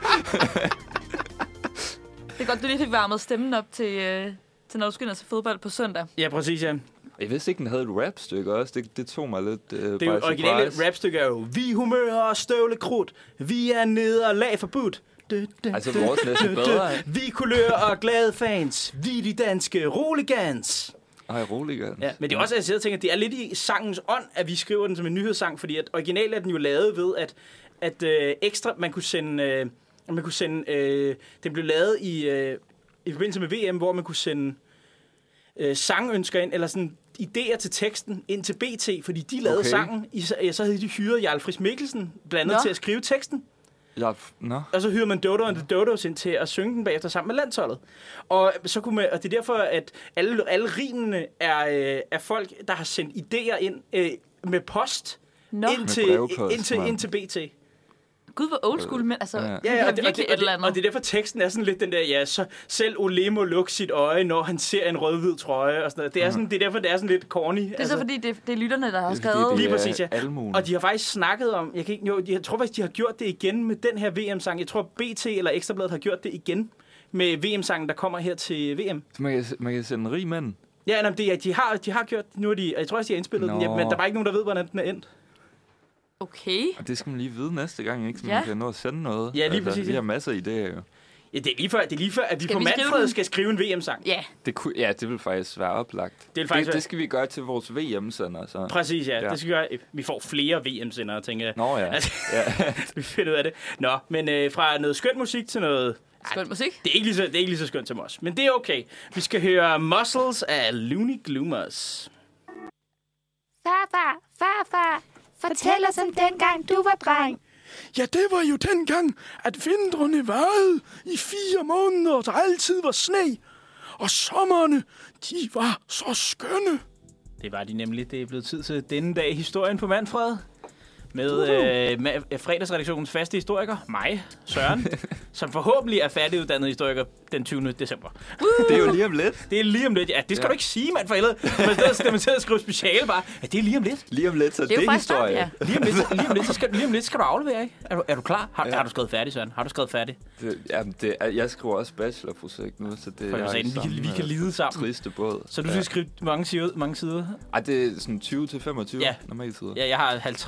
Speaker 2: Det er godt, du lige fik varmet stemmen op til, øh, til når du skynder til fodbold på søndag.
Speaker 3: Ja, præcis, ja.
Speaker 1: Jeg vidste ikke, den havde et rap-stykke også. Det, det tog mig lidt uh,
Speaker 3: Det er jo originale rapstykke er jo: Vi humør og støvlekrudt. Vi er nede og lag forbudt. Du, du,
Speaker 1: Altså,
Speaker 3: du,
Speaker 1: vores næsten
Speaker 3: du, du.
Speaker 1: bedre, ikke?
Speaker 3: Vi kulør og glade fans. Vi de danske roligans.
Speaker 1: Ej, rolig, igen.
Speaker 3: Ja, men det er også, at jeg sidder og tænker, at det er lidt i sangens ånd, at vi skriver den som en nyhedssang, fordi at originalt er den jo lavet ved, at, at øh, ekstra, man kunne sende, øh, man kunne sende øh, den blev lavet i, øh, i forbindelse med V M, hvor man kunne sende øh, sangønsker ind, eller sådan idéer til teksten ind til B T, fordi de lavede
Speaker 1: Okay.
Speaker 3: sangen, i, så havde de hyret Jarl Friis Mikkelsen blandt andet
Speaker 2: Nå.
Speaker 3: til at skrive teksten.
Speaker 1: Ja, nå.
Speaker 3: Og så hyrer man Dodo and the Dodos ind til at synge den bagefter sammen med landsholdet. Og, så kunne man, og det er derfor, at alle, alle rimene er, øh, er folk, der har sendt idéer ind øh, med post
Speaker 2: Nå,
Speaker 3: ind til,
Speaker 1: brevpost,
Speaker 3: ind, til,
Speaker 1: mand.
Speaker 3: ind til B T.
Speaker 2: gud, hvor old school, men altså,
Speaker 1: Ja.
Speaker 2: ja,
Speaker 3: Ja,
Speaker 2: ja,
Speaker 3: og det, og,
Speaker 2: virkelig
Speaker 3: det, og,
Speaker 2: et eller
Speaker 3: det,
Speaker 2: andet.
Speaker 3: og det er derfor, teksten er sådan lidt den der, ja, så selv Ole må lukke sit øje, når han ser en rød-hvid trøje og sådan noget. Det er, sådan, det er derfor, det er sådan lidt corny.
Speaker 2: Det er så fordi, det, det er lytterne, der har
Speaker 1: Det er,
Speaker 2: skrevet.
Speaker 1: fordi
Speaker 3: Lige
Speaker 1: det er
Speaker 3: præcis, ja.
Speaker 1: almuen.
Speaker 3: Og de har faktisk snakket om, jeg, kan ikke, jo, jeg tror faktisk, de har gjort det igen med den her V M-sang. Jeg tror, B T eller Ekstrabladet har gjort det igen med V M-sangen, der kommer her til V M.
Speaker 1: Så man kan, man kan sende rig mænd.
Speaker 3: Ja, nej, det, de, har, de har gjort det. Nu er de, jeg tror også, de har indspillet
Speaker 1: Nå.
Speaker 3: den, ja, men der er bare ikke nogen, der ved, hvordan den er endt.
Speaker 2: Okay.
Speaker 1: Og det skal man lige vide næste gang, ikke? Så
Speaker 2: Ja.
Speaker 1: man kan nå at sende noget.
Speaker 3: Ja, lige præcis,
Speaker 1: Vi
Speaker 3: ja.
Speaker 1: har masser af idéer, jo.
Speaker 3: Ja, det er lige før, det er lige før at vi
Speaker 2: Skal
Speaker 3: på
Speaker 2: vi skrive
Speaker 3: Manfred
Speaker 2: den?
Speaker 3: skal skrive en V M-sang.
Speaker 2: Ja,
Speaker 1: Det kunne, ja, det vil faktisk være oplagt.
Speaker 3: Det vil faktisk
Speaker 1: det,
Speaker 3: være-
Speaker 1: det skal vi gøre til vores V M-sender, så.
Speaker 3: Præcis, ja.
Speaker 1: Ja.
Speaker 3: Det skal vi gøre. Vi får flere V M-sendere, tænker jeg.
Speaker 1: Nå ja.
Speaker 3: Altså,
Speaker 1: ja.
Speaker 3: vi finder ud af det. Nå, men øh, fra noget skønt musik til noget...
Speaker 2: skøn musik.
Speaker 3: Det er, ikke lige så, det er ikke lige så skønt som os, men det er okay. Vi skal høre Muscles af Looney Gloomers.
Speaker 4: Farfar, farfar, fortæl os om dengang du var dreng.
Speaker 5: Ja, det var jo dengang, at vintrene varede i fire måneder, og der altid var sne. Og sommerne, de var så skønne.
Speaker 3: Det var de nemlig. Det er blevet tid til denne dag i historien på Manfred. Med øh, med fredagsredaktionens faste historiker, mig, Søren, som forhåbentlig er færdiguddannet historiker den tyvende december.
Speaker 1: Det er jo lige om lidt.
Speaker 3: Det er lige om lidt. Ja, det skal
Speaker 1: Ja.
Speaker 3: du ikke sige, mand, for helvede. Men så skal man til at skrive speciale bare. Ja, det er lige om lidt.
Speaker 1: Lige om lidt, så
Speaker 2: Det
Speaker 1: det
Speaker 2: er
Speaker 1: er,
Speaker 2: jo faktisk
Speaker 1: historie.
Speaker 2: snart, ja.
Speaker 3: Lige om lidt, så- lige om lidt, så skal, lige om lidt skal du aflevere, ikke? Er du, er du klar? Har,
Speaker 1: Ja.
Speaker 3: har du skrevet færdig, Søren? Har du skrevet færdig?
Speaker 1: Det, jamen, det, er- jeg skriver også bachelorprojekt nu, så det
Speaker 3: For
Speaker 1: er
Speaker 3: jeg sagde,
Speaker 1: i
Speaker 3: vi kan,
Speaker 1: samme,
Speaker 3: vi kan
Speaker 1: øh,
Speaker 3: lide sammen.
Speaker 1: triste båd.
Speaker 3: Så du
Speaker 1: ja.
Speaker 3: skal skrive mange sider? Mange sider?
Speaker 1: Ej, det er sådan tyve til femogtyve
Speaker 3: Ja.
Speaker 1: normalt tider.
Speaker 3: Ja, jeg har halvtreds til tres.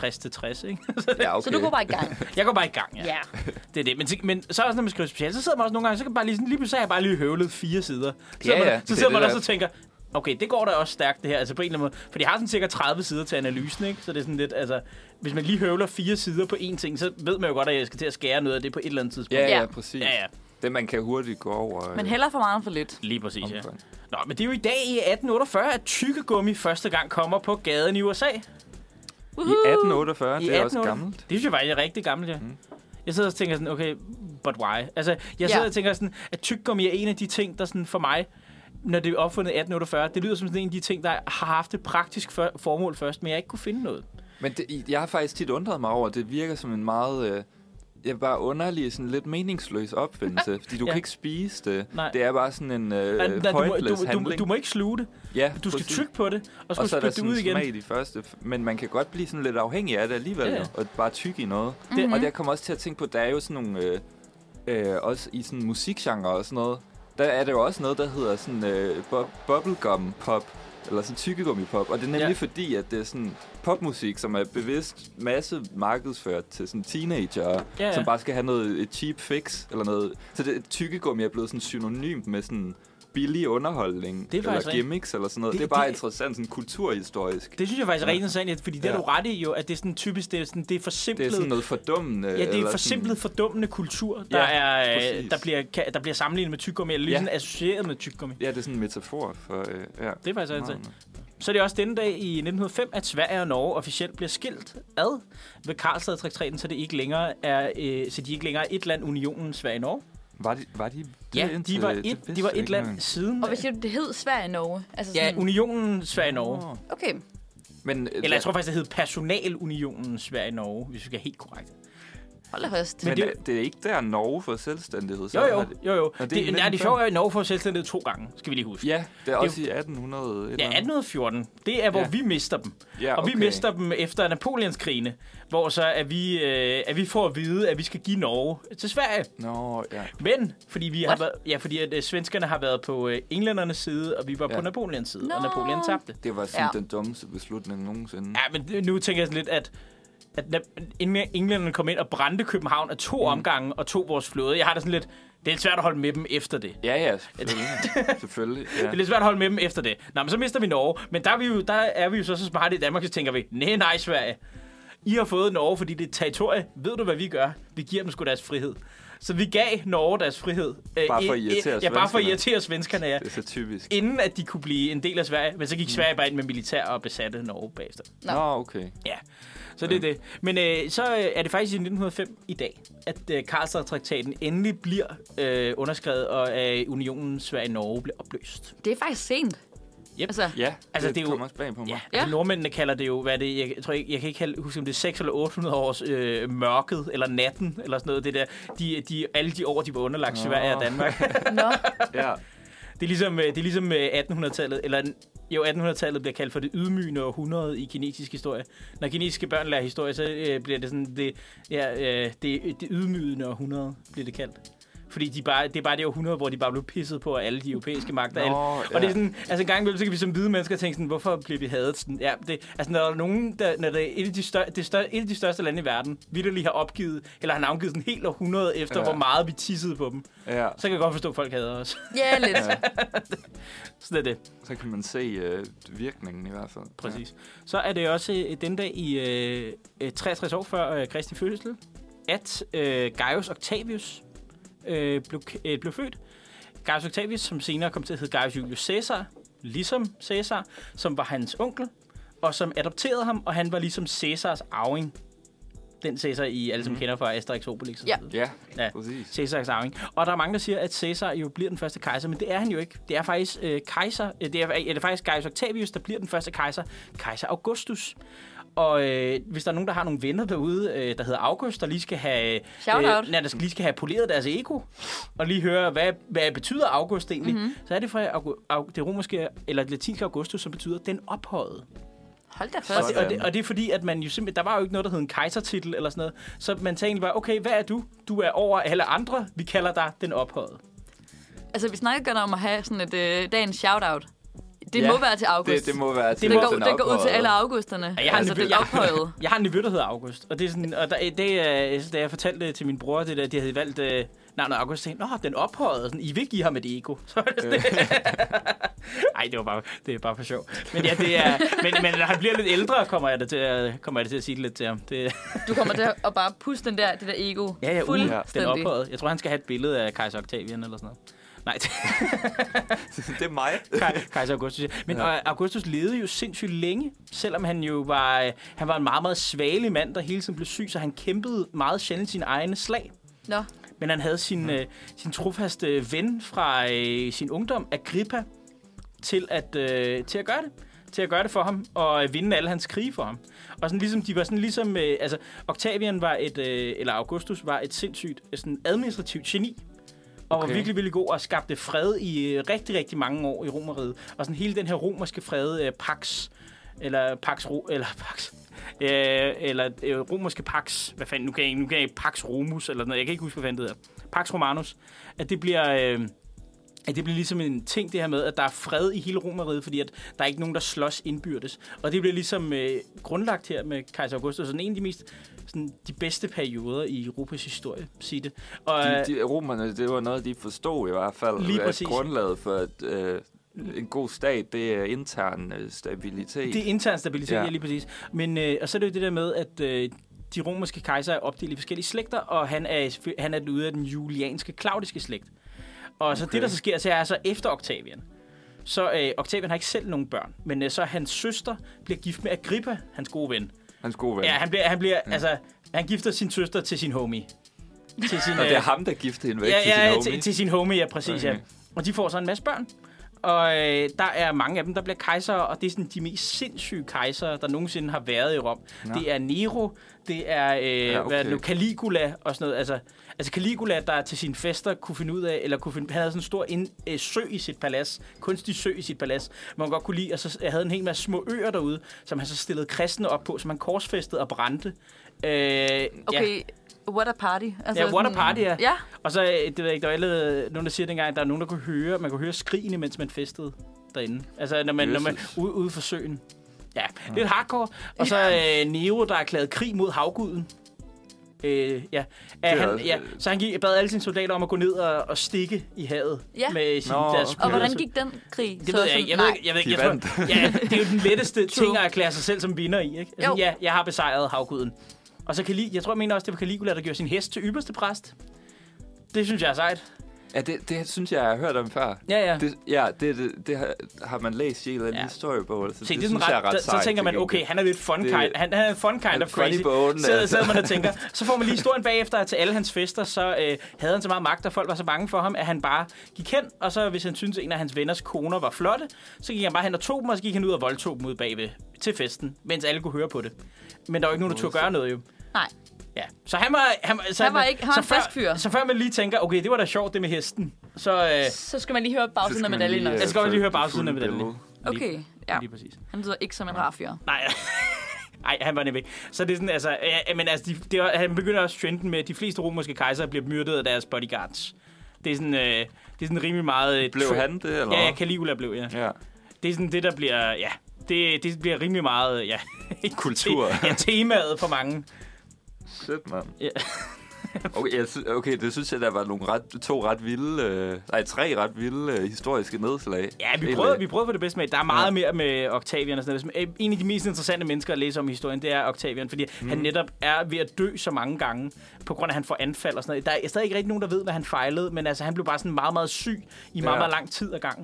Speaker 3: tres, ikke?
Speaker 1: Ja, okay.
Speaker 2: Så du går bare i gang.
Speaker 3: Jeg går bare i gang, ja.
Speaker 2: Ja.
Speaker 3: Det er det. Men, men så også, når man skriver special, så sidder man også nogle gange, så kan bare lige, sådan, lige pludselig har jeg bare lige høvlet fire sider. Så,
Speaker 1: Ja,
Speaker 3: man,
Speaker 1: ja,
Speaker 3: så
Speaker 1: det
Speaker 3: sidder
Speaker 1: er
Speaker 3: man
Speaker 1: det
Speaker 3: også
Speaker 1: der.
Speaker 3: og tænker, okay, det går da også stærkt det her, altså på en eller anden måde. For de har sådan cirka tredive sider til analysen, ikke? Så det er sådan lidt, altså, hvis man lige høvler fire sider på én ting, så ved man jo godt, at jeg skal til at skære noget af det på et eller andet tidspunkt.
Speaker 1: Ja,
Speaker 2: Ja.
Speaker 1: ja, præcis.
Speaker 3: Ja, ja.
Speaker 1: Det, man kan hurtigt gå over.
Speaker 2: Men heller for meget end for lidt.
Speaker 3: Lige præcis, ja.
Speaker 1: Omfang.
Speaker 3: Nå, men det er jo i dag i atten otteogfyrre, at tykkegummi første gang kommer på gaden i U S A.
Speaker 2: Woohoo!
Speaker 1: I atten otteogfyrre,
Speaker 3: I
Speaker 1: det er også
Speaker 3: atten
Speaker 1: gammelt.
Speaker 3: Det synes jeg faktisk er rigtig gammelt, ja.
Speaker 1: Mm.
Speaker 3: Jeg sidder og tænker sådan, okay, but why? Altså, jeg sidder
Speaker 2: Ja.
Speaker 3: og tænker sådan, at tyggegummi er en af de ting, der sådan for mig, når det er opfundet i atten otteogfyrre, det lyder som sådan en af de ting, der har haft et praktisk for- formål først, men jeg ikke kunne finde noget.
Speaker 1: Men det, jeg har faktisk tit undret mig over, at det virker som en meget... Øh, ja, bare underlig, sådan lidt meningsløs opfindelse. Fordi du
Speaker 3: Ja.
Speaker 1: kan ikke spise det.
Speaker 3: Nej.
Speaker 1: Det er bare sådan en øh,
Speaker 3: Nej, nej, du, må,
Speaker 1: pointless
Speaker 3: du, du,
Speaker 1: handling.
Speaker 3: du må ikke sluge det.
Speaker 1: ja,
Speaker 3: Du skal
Speaker 1: præcis.
Speaker 3: trykke på det, og så
Speaker 1: Og så er der
Speaker 3: spytte det
Speaker 1: sådan
Speaker 3: ud igen.
Speaker 1: smag i de første. Men man kan godt blive sådan lidt afhængig af det alligevel.
Speaker 3: Ja,
Speaker 1: Ja,
Speaker 3: ja.
Speaker 1: Og bare tykke i noget.
Speaker 3: Det-
Speaker 2: Mhm.
Speaker 1: Og der kommer også til at tænke på, der er jo sådan nogle... Øh, øh, også i sådan musikgenre og sådan noget. Der er der jo også noget, der hedder sådan øh, bu- bubblegum pop. Eller sådan tykkegummi-pop. Og det er nemlig
Speaker 3: Ja.
Speaker 1: fordi, at det er sådan popmusik, som er bevidst masse markedsført til sådan teenager,
Speaker 3: Ja, ja.
Speaker 1: som bare skal have noget et cheap fix eller noget. Så det tykkegummi er blevet sådan synonymt med sådan billig underholdning
Speaker 3: Det er faktisk
Speaker 1: eller
Speaker 3: rigtigt.
Speaker 1: gimmicks eller sådan noget.
Speaker 3: Det-
Speaker 1: Det, det er bare
Speaker 3: det-
Speaker 1: interessant sådan kulturhistorisk.
Speaker 3: Det synes jeg faktisk er rigtig interessant, fordi det er
Speaker 1: Ja.
Speaker 3: du ret i jo, at det er sådan typisk, det er, sådan, det er
Speaker 1: Det
Speaker 3: forsimplet.
Speaker 1: er sådan noget fordummende.
Speaker 3: Ja, det er
Speaker 1: eller
Speaker 3: en forsimplet, fordummende kultur, der,
Speaker 1: Ja,
Speaker 3: er, øh,
Speaker 1: præcis.
Speaker 3: der, bliver, ka- der bliver sammenlignet med tyggegummi, eller lige
Speaker 1: Ja.
Speaker 3: sådan associeret med tyggegummi.
Speaker 1: Sådan, ja, det er sådan en metafor for... Øh, ja.
Speaker 3: Det er faktisk
Speaker 1: Meget,
Speaker 3: interessant. Så er det også denne dag i nitten hundrede og fem, at Sverige og Norge officielt bliver skilt ad ved Karlstad-traktaten, så det ikke længere er, øh, så de ikke længere er et land, unionen Sverige-Norge.
Speaker 1: Var de, var de det
Speaker 3: Ja,
Speaker 1: indtil-
Speaker 3: de var
Speaker 1: det
Speaker 3: et,
Speaker 1: vidste
Speaker 3: de var
Speaker 1: jeg
Speaker 3: et
Speaker 1: ikke
Speaker 3: land
Speaker 1: engang.
Speaker 3: siden.
Speaker 2: Og hvad siger du, det hed Sverige-Norge? Altså
Speaker 3: Ja,
Speaker 2: sådan,
Speaker 3: unionen Sverige-Norge.
Speaker 1: Åh.
Speaker 2: okay.
Speaker 1: Men, øh,
Speaker 3: Eller jeg tror faktisk, det hed Personalunionen Sverige-Norge, hvis vi skal helt korrekt.
Speaker 2: Hold da fast.
Speaker 1: Men,
Speaker 3: Men
Speaker 1: men
Speaker 3: det-
Speaker 1: det, det er ikke der, Norge får selvstændighed. Så
Speaker 3: Jo, jo,
Speaker 1: har de-
Speaker 3: jo, jo.
Speaker 1: det er
Speaker 3: Det,
Speaker 1: i
Speaker 3: det, nej,
Speaker 1: nitten
Speaker 3: det sjove er, at Norge får selvstændighed to gange, skal vi lige huske.
Speaker 1: Ja, det er
Speaker 3: er
Speaker 1: også i atten hundrede. et
Speaker 3: Ja,
Speaker 1: eller andet.
Speaker 3: atten fjorten, det er, hvor
Speaker 1: Ja.
Speaker 3: vi mister dem.
Speaker 1: Ja,
Speaker 3: Og vi
Speaker 1: okay.
Speaker 3: mister dem efter Napoleonskrigene, hvor så er vi, øh, at vi får at vide, at vi skal give Norge til Sverige.
Speaker 1: Nå, ja.
Speaker 3: Men, fordi vi har
Speaker 2: What?
Speaker 3: været, ja, fordi at, øh, svenskerne har været på øh, englændernes side, og vi var
Speaker 1: Ja.
Speaker 3: på Napoleons side,
Speaker 2: Nå.
Speaker 3: og Napoleon tabte.
Speaker 1: Det var sådan
Speaker 2: Ja.
Speaker 1: ja. den dummeste beslutning nogensinde.
Speaker 3: Ja, men nu tænker jeg sådan lidt, at at na- inden englænderne kom ind og brændte København af to mm. omgange og tog vores flåde. Jeg har det sådan lidt, det er lidt svært at holde med dem efter det.
Speaker 1: Ja, ja, selvfølgelig. selvfølgelig, ja.
Speaker 3: Det er lidt svært at holde med dem efter det. Nå, men så mister vi Norge. Men der er vi jo, der er vi jo så, så smarte i Danmark, så tænker vi, nej, nej, Sverige. I har fået Norge, fordi det er et territorie. Ved du, hvad vi gør? Vi giver dem sgu deres frihed. Så vi gav Norge deres frihed. Øh,
Speaker 1: Bare for at
Speaker 3: i-
Speaker 1: irritere
Speaker 3: Ja, bare for at
Speaker 1: svenskerne.
Speaker 3: irritere svenskerne, ja.
Speaker 1: Det er så typisk.
Speaker 3: Inden at de kunne blive en del af Sverige. Men så gik Sverige bare ind med militær og besatte Norge bagefter.
Speaker 2: Nå.
Speaker 1: Nå, okay.
Speaker 3: Ja, så det er det. Men øh, så øh, er det faktisk i nitten hundrede og fem i dag, at øh, Karlstad-traktaten endelig bliver øh, underskrevet, og øh, unionen Sverige-Norge bliver opløst.
Speaker 2: Det er faktisk sent.
Speaker 3: Yep.
Speaker 2: Altså,
Speaker 1: Ja,
Speaker 3: Altså,
Speaker 1: altså,
Speaker 3: det
Speaker 1: det,
Speaker 3: er
Speaker 1: det
Speaker 3: jo-
Speaker 1: kommer også bag på mig.
Speaker 3: Ja,
Speaker 1: Ja.
Speaker 3: altså nordmændene kalder det jo, hvad er det, jeg, jeg tror ikke, jeg kan ikke kalde, huske, om det er seks eller otte hundrede års øh, mørket, eller natten, eller sådan noget. Det der, de, de, alle de år, de var underlagt
Speaker 1: Nå.
Speaker 3: Sverige og Danmark.
Speaker 2: nå.
Speaker 1: ja.
Speaker 3: Det er ligesom, øh, det er ligesom øh, attenhundredetallet, eller jo, attenhundredetallet bliver kaldt for det ydmygende århundrede i kinesisk historie. Når kinesiske børn lærer historie, så øh, bliver det sådan, det, ja, øh, det, det ydmygende århundrede bliver det kaldt. Fordi de bare, det er bare det århundrede, hvor de bare blev pisset på af alle de europæiske magter.
Speaker 1: Nå,
Speaker 3: Alle.
Speaker 1: ja.
Speaker 3: Og det er sådan, altså en gang imellem, så kan vi som hvide mennesker tænke sådan, hvorfor bliver vi hadet? Sådan, ja, det, altså når der er nogen, der, når det er et af de, stør, det stør, et af de største lande i verden, vitterligt har opgivet, eller har navngivet sådan helt århundrede efter,
Speaker 1: Ja.
Speaker 3: hvor meget vi tissede på dem,
Speaker 1: ja.
Speaker 3: så kan jeg godt forstå, at folk hader os.
Speaker 2: Ja, lidt.
Speaker 1: ja.
Speaker 3: Sådan er det.
Speaker 1: Så kan man se øh, virkningen i hvert fald.
Speaker 3: Præcis. Så er det også øh, den dag i øh, øh, treogtres år før øh, Kristi fødsel, at øh, Gaius Octavius øh, blev, øh, blev født. Gaius Octavius, som senere kom til at hedde Gaius Julius Caesar, ligesom Caesar, som var hans onkel, og som adopterede ham, og han var ligesom Caesars arving. Den Caesar, I alle som
Speaker 1: Mhm.
Speaker 3: kender fra Asterix Obelix. og
Speaker 2: Ja.
Speaker 3: så videre.
Speaker 1: Ja,
Speaker 3: Ja.
Speaker 1: præcis.
Speaker 3: Caesars arving. Og der er mange, der siger, at Caesar jo bliver den første kejser, men det er han jo ikke. Det er faktisk øh, kejser, øh, det er, er det faktisk Gaius Octavius, der bliver den første kejser. Kejser Augustus. Og øh, hvis der er nogen, der har nogle venner derude, øh, der hedder August, der lige skal have,
Speaker 2: Shout out.
Speaker 3: nej, der skal, lige skal have poleret deres ego, og lige høre, hvad, hvad betyder August egentlig,
Speaker 2: Mhm.
Speaker 3: så er det fra Aug- Aug- det romerske, eller det latinske Augustus, som betyder den ophøjede.
Speaker 2: Hold da
Speaker 3: Og
Speaker 2: fast.
Speaker 3: det, og, det, og det er fordi, at man jo simpelthen, der var jo ikke noget, der hed en kejsertitel eller sådan noget, så man tænkte egentlig bare, okay, hvad er du? Du er over alle andre, vi kalder dig den ophøjede.
Speaker 2: Altså, vi snakkede godt om at have sådan et øh, dagens shout-out. Det
Speaker 1: Ja,
Speaker 2: må være til august.
Speaker 1: Det, det må være til
Speaker 3: Det
Speaker 2: Den
Speaker 3: må-
Speaker 2: går, den går ud til alle augusterne.
Speaker 3: Ja, jeg har
Speaker 2: altså,
Speaker 3: en
Speaker 2: den
Speaker 3: nevø-
Speaker 2: ophøjede.
Speaker 3: Jeg har en nevø, der hedder August, og det er sådan, og der, det, er, da jeg fortalte det til min bror, det der, de havde valgt øh, navnet August, tænkte, nå, den ophøjede, sådan, I vil give ham et ego. Så var det sådan, ej, det var bare, det er bare for sjov. Men ja, det er, men, men når han bliver lidt ældre, kommer jeg da til at, kommer jeg da til at sige det lidt til ham. Det,
Speaker 2: Du kommer til at bare pusse den der, det der ego.
Speaker 3: ja, ja, uh, den
Speaker 2: Fuldstændig.
Speaker 3: ophøjede. Jeg tror, han skal have et billede af kejser Octavian eller sådan noget. Nej, det
Speaker 1: Det er mig.
Speaker 3: Kaj- kejser Augustus. Men ja. Augustus levede jo sindssygt længe, selvom han jo var, øh, han var en meget, meget svagelig mand, der hele tiden blev syg, så han kæmpede meget sjældent sine egne slag.
Speaker 2: Nå,
Speaker 3: Men han havde sin, øh, sin trofaste ven fra øh, sin ungdom, Agrippa, til at, øh, til at gøre det. Til at gøre det for ham, og øh, vinde alle hans krige for ham. Og sådan ligesom, de var sådan ligesom, øh, altså Octavian var et, øh, eller Augustus var et sindssygt sådan administrativt geni. Og okay. var virkelig, virkelig god og skabte fred i øh, rigtig, rigtig mange år i Romeriet. Og sådan hele den her romerske fred, øh, Pax, eller Pax, Ro, eller Pax, øh, eller øh, romerske Pax, hvad fanden, nu kan jeg, nu kan jeg Pax Romus, eller noget, jeg kan ikke huske, hvad fanden det hedder. Pax Romanus, at det bliver... Øh, at det bliver ligesom en ting, det her med, at der er fred i hele Romeriet, fordi at der er ikke nogen, der slås indbyrdes. Og det bliver ligesom øh, grundlagt her med kejser Augustus, sådan en af de mest sådan, de bedste perioder i Europas historie, sige det. Og,
Speaker 1: De, de, romerne, det var noget, de forstod i hvert fald.
Speaker 3: Lige
Speaker 1: at
Speaker 3: præcis.
Speaker 1: Grundlaget for et, øh, en god stat, det er intern øh, stabilitet.
Speaker 3: Det er intern stabilitet, ja.
Speaker 1: Ja.
Speaker 3: Lige præcis. Men, øh, og så er det jo det der med, at øh, de romerske kejser er opdelt i forskellige slægter, og han er, han er ude af den julianske, klaudiske slægt. Og så okay. det, der så sker, så er altså efter Octavian. Så øh, Octavian har ikke selv nogen børn, men øh, så hans søster bliver gift med Agrippa, hans gode ven.
Speaker 1: Hans gode ven.
Speaker 3: Ja, han bliver, han bliver,
Speaker 1: Ja.
Speaker 3: altså, han gifter sin søster til sin homie. Til sin,
Speaker 1: Og det er ham, der giftede hende væk
Speaker 3: ja,
Speaker 1: til
Speaker 3: ja,
Speaker 1: sin homie.
Speaker 3: til, til sin homie, ja, præcis, okay. Ja. Og de får så en masse børn. Og øh, der er mange af dem, der bliver kejsere, og det er sådan de mest sindssyge kejsere, der nogensinde har været i Rom.
Speaker 1: Ja.
Speaker 3: Det er Nero, det er øh, ja, okay. hvad er det nu, Caligula og sådan noget. Altså, altså Caligula, der til sine fester kunne finde ud af, eller kunne finde, han havde sådan en stor ind, øh, sø i sit palads, kunstig sø i sit palads, man godt kunne lide, og så havde en hel masse små øer derude, som han så stillede kristne op på, som han korsfæstede og brændte. Øh,
Speaker 2: okay.
Speaker 3: Ja.
Speaker 2: What a party. Altså,
Speaker 3: Ja, what a party, ja.
Speaker 2: Ja.
Speaker 3: Og så, det ved jeg ikke, der var alle, nogen, der siger dengang, at der er nogen, der kunne høre, man kunne høre skrigene, mens man festede derinde. Altså, når man, når man ude, ude for søen. Ja, ja. Lidt hardcore. Og så øh, Nero, der erklærede krig mod havguden. Øh, ja. At han, ja. Så han gik, bad alle sine soldater om at gå ned og, og stikke i havet.
Speaker 2: Ja.
Speaker 3: Med sin,
Speaker 1: Nå,
Speaker 3: deres
Speaker 1: okay.
Speaker 2: Og hvordan gik den krig?
Speaker 3: Det ved jeg ikke. Jeg ved, ikke- jeg ved, ikke, jeg
Speaker 1: De
Speaker 3: tror, ja, det er jo den letteste
Speaker 2: True.
Speaker 3: ting at erklære sig selv som vinder i, ikke? Altså,
Speaker 2: Jo.
Speaker 3: ja, jeg har besejret havguden. Og så Calig, jeg tror, jeg mener også, det var Caligula, der gjorde sin hest til ypperste præst. Det synes jeg er sejt.
Speaker 1: Ja, det, det synes jeg, jeg har hørt om før.
Speaker 3: Ja, ja.
Speaker 1: Det, ja, det, det, det har, har man læst i en eller anden
Speaker 3: Ja.
Speaker 1: historiebog. Så
Speaker 3: Se,
Speaker 1: det,
Speaker 3: det er
Speaker 1: synes
Speaker 3: sådan
Speaker 1: jeg er
Speaker 3: ret,
Speaker 1: ret
Speaker 3: så, så
Speaker 1: sejt,
Speaker 3: tænker man,
Speaker 1: til
Speaker 3: okay,
Speaker 1: gengæld.
Speaker 3: han er lidt fun
Speaker 1: Det-
Speaker 3: kind. Han, han er en fun kind
Speaker 1: Han
Speaker 3: of
Speaker 1: er funny
Speaker 3: crazy.
Speaker 1: bone,
Speaker 3: Så
Speaker 1: altså.
Speaker 3: sidder man og tænker, så får man lige historien bagefter, at til alle hans fester, så øh, havde han så meget magt, og folk var så bange for ham, at han bare gik hen, og så hvis han syntes, at en af hans venners koner var flotte, så gik han bare hen og tog dem, og så gik han ud og voldtog dem ud bagved til festen, mens alle kunne høre på det. Men der var ikke nogen, der turde gøre noget jo.
Speaker 2: Nej.
Speaker 3: Ja, så han var... Han, så
Speaker 2: Han var ikke- han var
Speaker 3: så
Speaker 2: en frisk fyr.
Speaker 3: før, så før man lige tænker, okay, det var da sjovt, det med hesten. Så, øh,
Speaker 2: Så skal man lige høre bagsiden
Speaker 1: Så
Speaker 2: af
Speaker 1: skal man
Speaker 2: medaljen
Speaker 1: lige,
Speaker 2: også.
Speaker 3: jeg skal godt lige høre
Speaker 1: få-
Speaker 3: bagsiden af
Speaker 1: få
Speaker 3: medaljen.
Speaker 1: billede.
Speaker 2: Okay, ja.
Speaker 3: Lige præcis.
Speaker 2: Han lyder ikke som en rar fyr.
Speaker 3: Nej, nej, han var nemlig ikke. Så det er sådan, altså, ja, men altså, de, det var, han begynder også trenden med, at de fleste romerske kejsere bliver myrdet af deres bodyguards. Det er sådan, øh, det er sådan rimelig meget... Øh,
Speaker 1: Blev
Speaker 3: tra-
Speaker 1: han det, eller
Speaker 3: Ja, ja,
Speaker 1: hvad?
Speaker 3: Caligula blev, ja.
Speaker 1: Ja.
Speaker 3: Det er sådan det, der bliver, ja, det, det bliver rimelig meget, ja...
Speaker 1: Kultur.
Speaker 3: ja, temaet for mange.
Speaker 1: Shit, mand.
Speaker 3: Ja.
Speaker 1: Okay, jeg sy- okay, det synes jeg, der var nogle ret, to ret vilde, øh, nej, tre ret vilde øh, historiske nedslag.
Speaker 3: Ja, vi
Speaker 1: Egentlig.
Speaker 3: prøvede, vi prøvede for det bedste med. Der er meget
Speaker 1: Ja.
Speaker 3: mere med Octavian og sådan noget. En af de mest interessante mennesker at læse om i historien, det er Octavian, fordi mm. han netop er ved at dø så mange gange, på grund af, at han får anfald og sådan noget. Der er stadig ikke rigtig nogen, der ved, hvad han fejlede, men altså, han blev bare sådan meget, meget syg i meget,
Speaker 1: Ja.
Speaker 3: meget lang tid ad gangen.